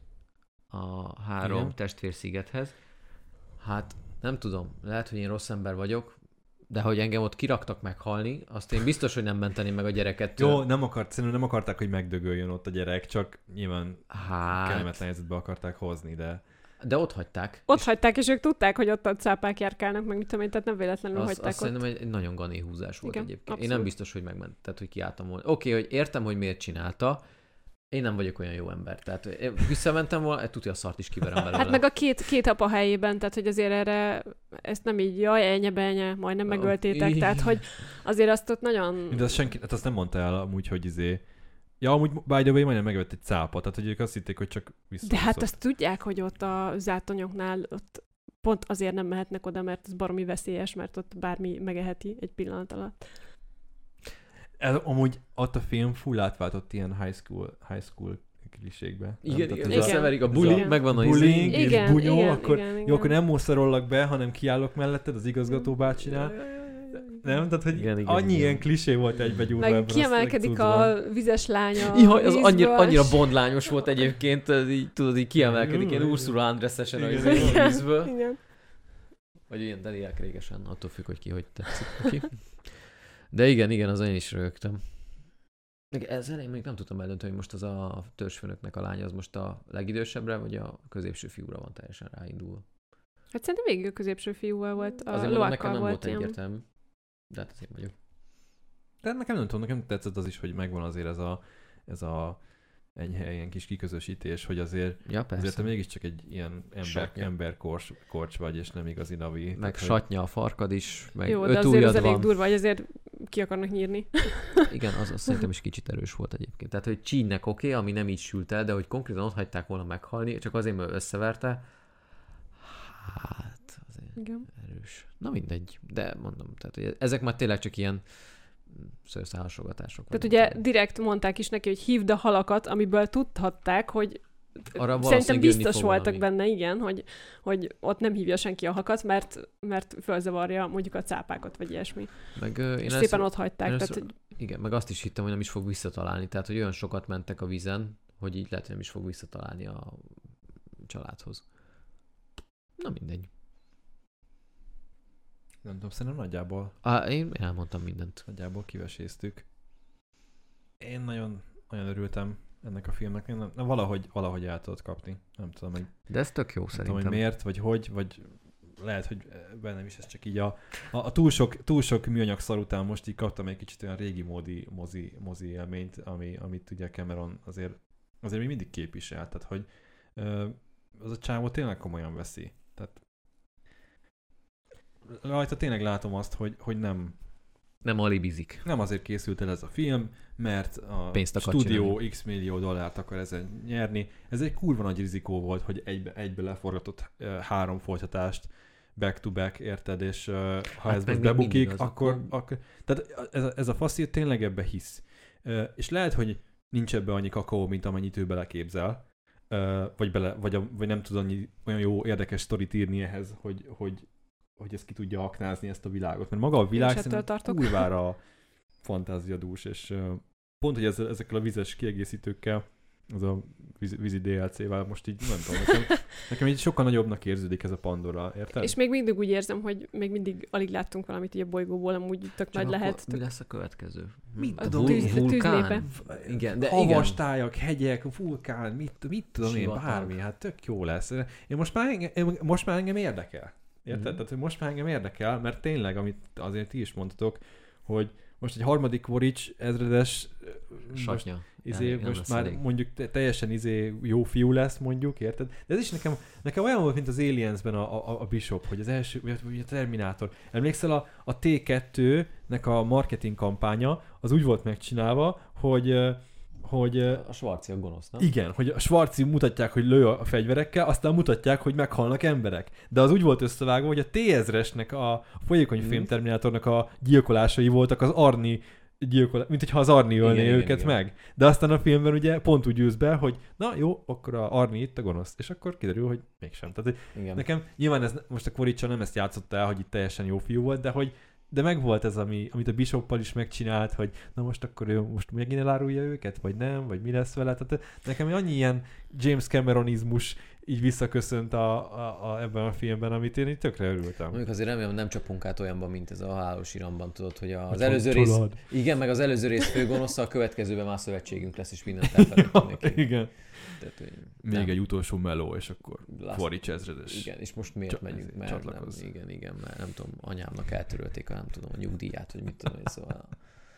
a három Igen. testvérszigethez, hát nem tudom, lehet, hogy én rossz ember vagyok, de hogy engem ott kiraktak meghalni, azt én biztos, hogy nem menteném meg a gyereket. Jó, nem akart, szerintem nem akarták, hogy megdögöljön ott a gyerek, csak nyilván Hát, kellemetlen helyzetbe akarták hozni, de de ott hagyták. Ott és hagyták, és ők tudták, hogy ott a cápák járkálnak, meg mit tudom én, tehát nem véletlenül az, hagyták azt ott. szerintem egy, egy nagyon gané húzás volt Igen, egyébként. Én abszolút. nem biztos, hogy megment, tehát hogy kiálltam volna. Oké, okay, hogy értem, hogy miért csinálta, én nem vagyok olyan jó ember. Tehát én visszamentem volna, tudja, a szart is kiverem belőle. Hát meg a két, két apa helyében, tehát hogy azért erre ezt nem így, jaj, enye, benye, majdnem megöltétek, Így. tehát hogy azért azt ott nagyon... de azt senki, hát azt nem mondta el amúgy, hogy izé, ja, amúgy by the way majdnem megvett egy cápa, tehát hogy ők azt hitték, hogy csak vissza. De hát azt tudják, hogy ott a zátonyoknál ott pont azért nem mehetnek oda, mert ez baromi veszélyes, mert ott bármi megeheti egy pillanat alatt. Ez, amúgy ott a film full átváltott ilyen high school, high school klisékbe. Igen, Nem? igen, Tehát igen. ez a- összeverik a ez buli, a megvan a bullying, izé. és Igen, bunyó, igen, akkor, igen, igen. jó, akkor nem mosszorollak be, hanem kiállok melletted, az igazgató bácsinál. Nem? Tehát, hogy Igen, igen, annyi igen. ilyen klisé volt egybegyúrva Meg ebben kiemelkedik a a vizes lánya a Jaj, az annyira, vízből, annyira és- bondlányos volt egyébként, ez így, tudod, így kiemelkedik ilyen Igen. Ursula Andressesen a Igen, izé, a igen, vízből. igen. Vagy ilyen Daniel Craig-esen, attól függ, hogy ki hogy tetszik neki. De igen, igen, az én is rögtem. Meg ezzel én még nem tudtam eldönteni, hogy most az a törzsfőnöknek a lánya az most a legidősebbre, vagy a középső fiúra van teljesen ráindulva. Hát szerintem végig a középső fiúval volt, a Azért mondom, nekem lovakkal nem volt volt ilyen. egyértelmű. De hát azért vagyok. De nekem nem tudom, nekem tetszett az is, hogy megvan azért ez a, ez a enyhe ilyen kis kiközösítés, hogy azért, Ja, azért persze. te mégiscsak egy ilyen ember, Satnya. ember korcs, korcs vagy, és nem igazi Navi. Meg Tehát, hogy- satnya a farkad is, meg Jó, de öt azért ujjad az elég van. durva, hogy azért ki akarnak nyírni. Igen, az, az szerintem is kicsit erős volt egyébként. Tehát, hogy csínynek oké, okay, ami nem így sült el, de hogy konkrétan ott hagyták volna meghalni, csak azért, mert összeverte. Hát, azért Igen. erős. Na mindegy, de mondom, tehát hogy ezek már tényleg csak ilyen szőrszálhasogatások. Tehát vagy ugye nem tudom. direkt mondták is neki, hogy hívd a halakat, amiből tudhatták, hogy Arra szerintem valószínűleg jönni biztos fog voltak valami. benne, igen, hogy, hogy ott nem hívja senki a hakat, mert, mert felzavarja mondjuk a cápákat, vagy ilyesmi. Meg, ö, én És először- szépen ott hagyták. én Tehát, először- hogy Igen, meg azt is hittem, hogy nem is fog visszatalálni. Tehát, hogy olyan sokat mentek a vízen, hogy így lehet, hogy nem is fog visszatalálni a családhoz. Na mindegy. Nem tudom, szerintem nagyjából, Á, én elmondtam mindent. nagyjából kiveséztük. Én nagyon, nagyon örültem ennek a filmnek. Én nem, nem, valahogy, valahogy el tudod kapni. Nem tudom, hogy, De ez tök jó nem tudom, szerintem. hogy miért, vagy hogy, vagy lehet, hogy bennem is ez csak így a, a, a túl, sok, túl sok műanyag szar után most így kaptam egy kicsit olyan régi módi mozi, mozi élményt, ami, amit ugye Cameron azért, azért még mindig képvisel. Tehát, hogy ö, az a csávó tényleg komolyan veszi. Tehát rajta tényleg látom azt, hogy, hogy nem, Nem alibizik. nem azért készült el ez a film, mert a Pénzt akar stúdió csinálni. x millió dollárt akar ezen nyerni. Ez egy kurva nagy rizikó volt, hogy egybe, egybe leforgatott uh, három folytatást back-to-back, érted? És uh, ha Hát ez meg most még mindig bebukik, az, akkor, akkor- akkor... Tehát ez a, ez a faszi tényleg ebbe hisz. és lehet, hogy nincs ebbe annyi kakaó, mint amennyit ő beleképzel, vagy, bele, vagy, a, vagy nem tud annyi olyan jó, érdekes sztorit írni ehhez, hogy, hogy, hogy ezt ki tudja aknázni, ezt a világot. Mert maga a világ szerintem kurvára fantáziadús, és pont, hogy ezzel, ezekkel a vizes kiegészítőkkel, az a vízi, vízi dé el cé-vel most így nem tudom, nekem, nekem így sokkal nagyobbnak érződik ez a Pandora, érted? És még mindig úgy érzem, hogy még mindig alig láttunk valamit így a bolygóból, amúgy tök nagy lehet. Mi lesz a következő? Mit a tudom, tűz, vulkán? Igen, de havastályok, hegyek, vulkán, mit, mit tudom én, Sivatag. bármi, hát tök jó lesz. Én most már engem, most már engem érdekel. Érted? Mhm. Tehát, hogy most már engem érdekel, mert tényleg, amit azért ti is mondtatok, hogy most egy harmadik Vorics ezredes Satnya. most, izé, Nem- nem most lesz már elég. mondjuk te- teljesen izé jó fiú lesz, mondjuk, érted? De ez is nekem, nekem olyan volt, mint az Aliensben a, a, a Bishop, hogy az első, vagy vagy a Terminátor. Emlékszel, a, a té kettőnek a marketing kampánya az úgy volt megcsinálva, hogy ö, hogy ö, A Schwarzi a gonosz, nem? igen, hogy a Schwarzi mutatják, hogy lő a fegyverekkel, aztán mutatják, hogy meghalnak emberek. De az úgy volt összevágva, hogy a té ezresnek, a folyékony Mhm. fémterminátornak a gyilkolásai voltak az Arni gyilkolás, mint hogyha az Arni ölné Igen, igen, őket igen. meg. De aztán a filmben ugye pont úgy jössz be, hogy na jó, akkor a Arni itt a gonosz. És akkor kiderül, hogy mégsem. Tehát hogy Igen. nekem nyilván ez, most a Quaritch nem ezt játszotta el, hogy itt teljesen jó fiú volt, de hogy de megvolt ez, ami, amit a Bishoppal is megcsinált, hogy na most akkor ő most megint elárulja őket, vagy nem, vagy mi lesz vele. Tehát nekem annyi ilyen James Cameronizmus így visszaköszönt a, a, a, ebben a filmben, amit én így tökre örültem. Mondjuk azért remélem, nem csapunk át olyanban, mint ez a Hálós iramban, tudod, hogy az Hogy előző van rész... család. Igen, meg az előző rész főgonosza, a következőben már szövetségünk lesz, és mindent elfelejtünk neki. Igen. Tehát, hogy Még nem. egy utolsó meló, és akkor Last- Quaritch ezredes. Igen, és most miért Csak megyünk, ezért mert nem, csatlakozz. igen, igen, mert nem tudom, anyámnak eltörölték a nem tudom, a nyugdíját, vagy mit tudom én, szóval...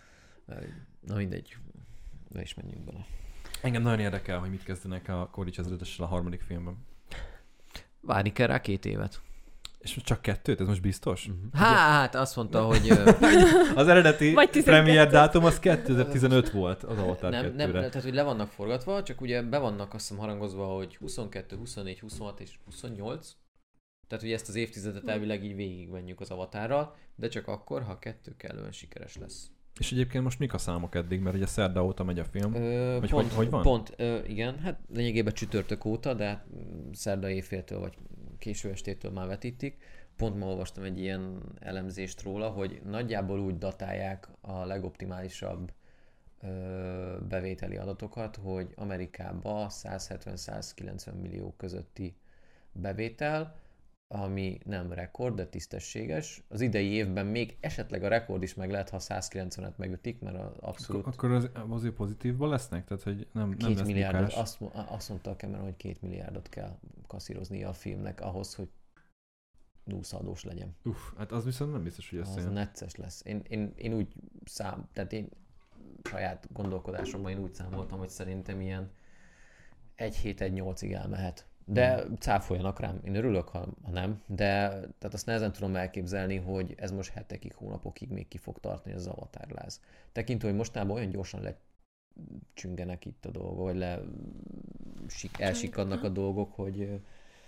Na mindegy, ne is menjünk bele. Engem nagyon érdekel, hogy mit kezdenek a Quaritch ezredessel a harmadik filmben. Várni kell rá két évet. És most csak kettőt? Ez most biztos? Hát, azt mondta, hogy... ö, Az eredeti Vagy tizenkettő. premier dátum az kétezer-tizenöt volt az Avatar nem, nem, kettőre. tehát, hogy le vannak forgatva, csak ugye be vannak azt hiszem harangozva, hogy huszonkettő, huszonnégy, huszonhat és huszonnyolc. Tehát, hogy ezt az évtizedet elvileg így végigmenjük az Avatárral, de csak akkor, ha a kettő kellően sikeres lesz. És egyébként most mik a számok eddig? Mert ugye szerda óta megy a film. Ö, Vagy pont, hogy- hogy van? Pont, ö, igen, hát lényegében csütörtök óta, de hát szerda éjféltől vagy késő estétől már vetítik. Pont ma olvastam egy ilyen elemzést róla, hogy nagyjából úgy datálják a legoptimálisabb ö, bevételi adatokat, hogy Amerikában száz hetven-száz kilencven millió közötti bevétel, ami nem rekord, de tisztességes. Az idei évben még esetleg a rekord is meg lehet, ha száz kilencvenet megütik, mert az abszolút Akkor az, azért pozitívban lesznek? Tehát, hogy nem, nem két lesz milliárdot, bukás. azt, mo- azt mondta a Cameron, hogy két milliárdot kell kasszíroznia a filmnek ahhoz, hogy dúszadós legyen. Uff, hát az viszont nem biztos, hogy Az összejön. necces lesz. Én, én, én úgy szám, tehát én saját gondolkodásomban én úgy számoltam, hogy szerintem ilyen egy hét, egy nyolcig elmehet. De cáfoljanak rám, én örülök, ha, ha nem, de tehát azt nehezen tudom elképzelni, hogy ez most hetekig, hónapokig még ki fog tartani az avatárláz. Tekintve, hogy mostában olyan gyorsan lecsüngenek itt a dolgok, vagy le sik, elsikadnak a dolgok, hogy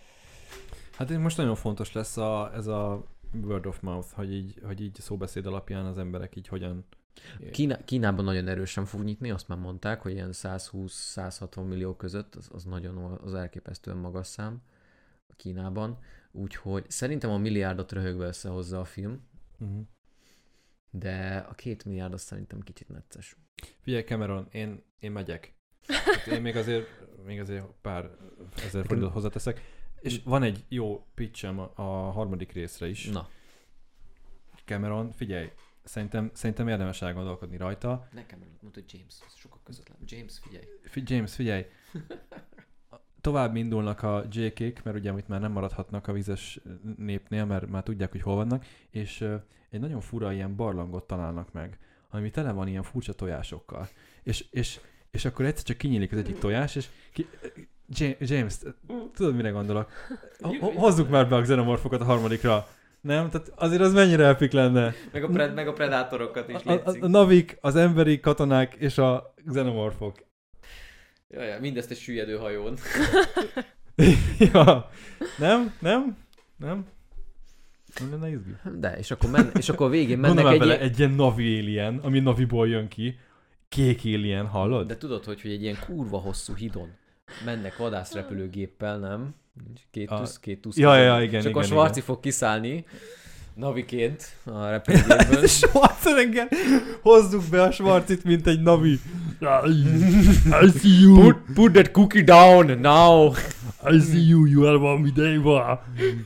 Hát most nagyon fontos lesz a, ez a word of mouth, hogy így, hogy így szóbeszéd alapján az emberek így hogyan... Kína, Kínában nagyon erősen fog nyitni, azt már mondták, hogy ilyen száz húsz-száz hatvan millió között, az, az nagyon az elképesztően magas szám a Kínában, úgyhogy szerintem a milliárdot röhögve összehozza a film, Uh-huh. de a két milliárd az szerintem kicsit necces. Figyelj Cameron, én, én megyek. Hát én még azért, még azért pár ezer forintot hozzáteszek. És van egy jó pitchem a, a harmadik részre is. Na. Cameron, figyelj, szerintem, szerintem érdemes elgondolkodni rajta. Nekem mondta, hogy James, sokkal közvetlen. James, figyelj. Fi- James, figyelj! Tovább indulnak a jé ké-k, mert ugye amit már nem maradhatnak a vizes népnél, mert már tudják, hogy hol vannak, és uh, egy nagyon fura ilyen barlangot találnak meg, ami tele van ilyen furcsa tojásokkal. És, és, és akkor egyszer csak kinyílik az egyik tojás, és ki, James, tudod, mire gondolok? Ho- Hozzuk már be a xenomorfokat a harmadikra. Nem? Tehát azért az mennyire epik lenne. Meg a, pred, meg a predátorokat is A, a, létszik. a navik, az emberi katonák és a xenomorfok. Jaj, mindezt egy süllyedő hajón. Ja. Nem? Nem? Nem? Nem lenne izgi? De, és akkor, men, és akkor a végén mennek Gondolj egy... bele, egy ilyen Navi alien, ami Naviból jön ki, kék alien, hallod? De tudod, hogy, hogy egy ilyen kurva hosszú hidon mennek vadászrepülőgéppel, nem? Két A- tusz, két tusz. Ja, ja, igen, És akkor igen, Schwarzi igen. fog kiszállni naviként a repülőgépből. Schwarzenegger, hozzuk be a Schwarzit, mint egy navi. I see you. Put, put that cookie down now! I see you, you are one with Ava.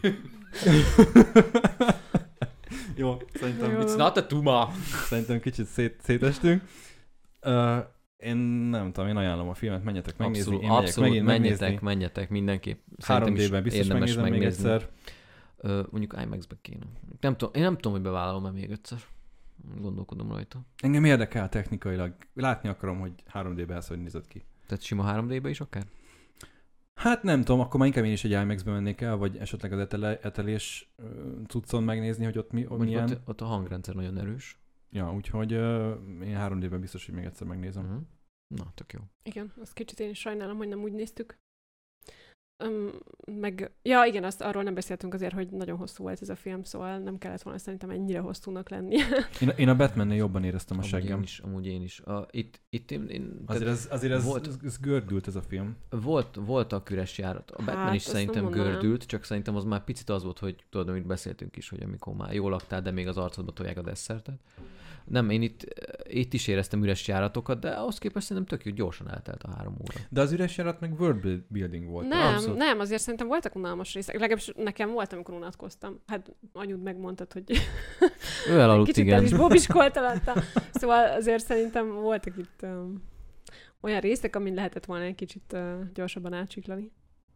Jó, szerintem, Jó. It's not a tuma! szerintem kicsit szét, szétestünk. Uh, én nem tudom, én ajánlom a filmet, menjetek megnézni. Abszolút, én megyek abszolút megint menjetek, megnézni. menjetek mindenképp. három Szerintem is dében biztos érdemes megnézem még megnézni. egyszer. Ö, mondjuk IMAX-be kéne. Nem tudom, én nem tudom, hogy bevállalom-e még egyszer. Gondolkodom rajta. Engem érdekel technikailag. Látni akarom, hogy három dében ez hogy nézett ki. Tehát sima három dé-be is akár? Hát nem tudom, akkor már inkább én is egy IMAX-be mennék el, vagy esetleg az etele, etelés ö, cuccon megnézni, hogy ott mi, Mondjuk milyen. ott, ott a hangrendszer nagyon erős. Ja, úgyhogy ö, én három dében biztos, hogy még egyszer megnézem. Uh-huh. Na, tök jó. Igen, azt kicsit én is sajnálom, hogy nem úgy néztük. Um, meg, ja igen, azt arról nem beszéltünk azért, hogy nagyon hosszú volt ez a film, szóval nem kellett volna szerintem ennyire hosszúnak lenni. Én, én a Batmannél jobban éreztem a Amúgy seggem. én is, amúgy én is. A, itt, itt én, én, Azért ez, azért ez, volt- ez, ez gördült ez a film. volt, voltak üres járat. A Batman Hát, is azt szerintem nem mondanám. gördült, csak szerintem az már picit az volt, hogy tudod, amit beszéltünk is, hogy amikor már jól laktál, de még az arcodba tolják a desszertet. Nem, én itt, itt is éreztem üres járatokat, de ahhoz képest szerintem tök jó, gyorsan eltelt a három óra. De az üres járat meg world building volt. Nem, abszolút. nem, azért szerintem voltak unalmas részek. Legalábbis nekem volt, amikor unatkoztam. Hát anyud megmondtad, hogy Ő elaludt, kicsit igen. el is bobiskolt alatta. Szóval azért szerintem voltak itt um, olyan részek, amin lehetett volna egy kicsit uh, gyorsabban átsiklani.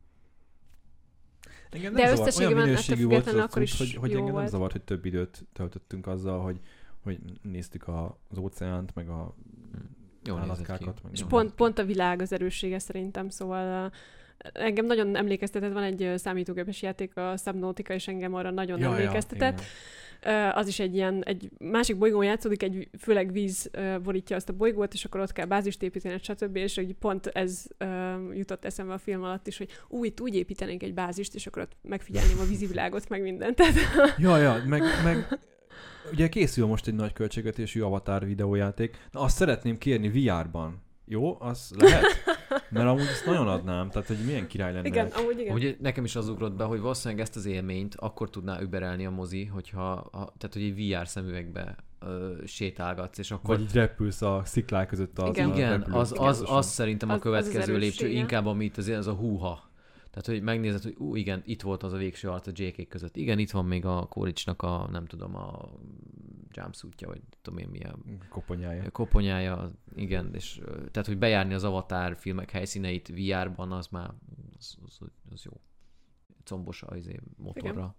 Engem De nem zavar, összességében olyan ettől minőségű volt az függetlenül a akkor cucc, is hogy, hogy jó engem nem volt. zavart, hogy több időt töltöttünk azzal, hogy, hogy néztük a, az óceánt, meg a Jól nézett ki. állatkákat. Meg És minden. pont, pont a világ az erőssége szerintem, szóval uh, engem nagyon emlékeztetett, van egy uh, számítógépes játék, a Subnautica, és engem arra nagyon Ja, ja, emlékeztetett. igen. Uh, az is egy ilyen, egy másik bolygón játszódik, egy főleg víz uh, borítja azt a bolygót, és akkor ott kell bázist építeni, stb. És hogy pont ez uh, jutott eszembe a film alatt is, hogy ú, itt úgy építenénk egy bázist, és akkor ott megfigyelném a vízivilágot, meg mindent. Tehát, Ja, ja, meg, meg ugye készül most egy nagy költségvetésű Avatar videójáték. Na, azt szeretném kérni vé er-ban. Jó? Az lehet? Mert amúgy ezt nagyon adnám, tehát hogy milyen király lenne. igen, amúgy igen. Ugye nekem is az ugrott be, hogy valószínűleg ezt az élményt akkor tudná überelni a mozi, hogyha, ha, tehát hogy egy vé er szemüvegbe ö, sétálgatsz, és akkor... Vagy így repülsz a sziklák között az Igen. a Igen, repülőn. az, az, az szerintem a Az- az az következő lépcső, erőssége. inkább amit az, az a húha. Tehát, hogy megnézed, hogy ú, igen, itt volt az a végső arc a jé ká között. Igen, itt van még a Kóricsnak a, nem tudom, a jumpsuitja, vagy tudom én milyen Koponyája. koponyája, igen, és ö, tehát, hogy bejárni az Avatar filmek helyszíneit vé er-ban, az már az, az, az jó. Combos a izé, motorra.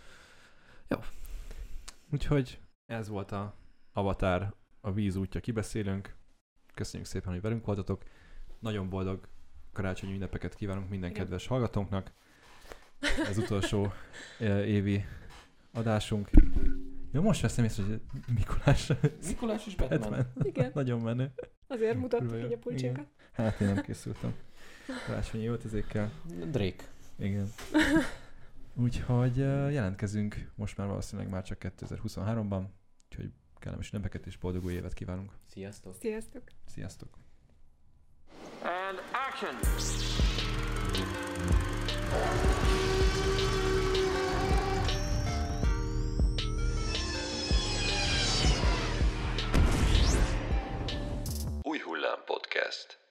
Úgyhogy ez volt a Avatar, a víz útja, kibeszélünk. Köszönjük szépen, hogy velünk voltatok. Nagyon boldog karácsonyi ünnepeket kívánunk minden Igen. kedves hallgatónknak. Ez utolsó eh, évi adásunk. Ja, most veszem észre, hogy Mikulás, Mikulás is Batman. Igen. Nagyon menő. Azért mutattuk Kurva jó. így a pulcsékat. Igen. Hát én nem készültem. Karácsonyi öltözékkel. Drake. Igen. Úgyhogy uh, jelentkezünk most már valószínűleg már csak kétezer-huszonháromban. Úgyhogy kellemes ünnepeket és boldog új évet kívánunk. Sziasztok! Sziasztok! Sziasztok! And action! Új Hullám Podcast.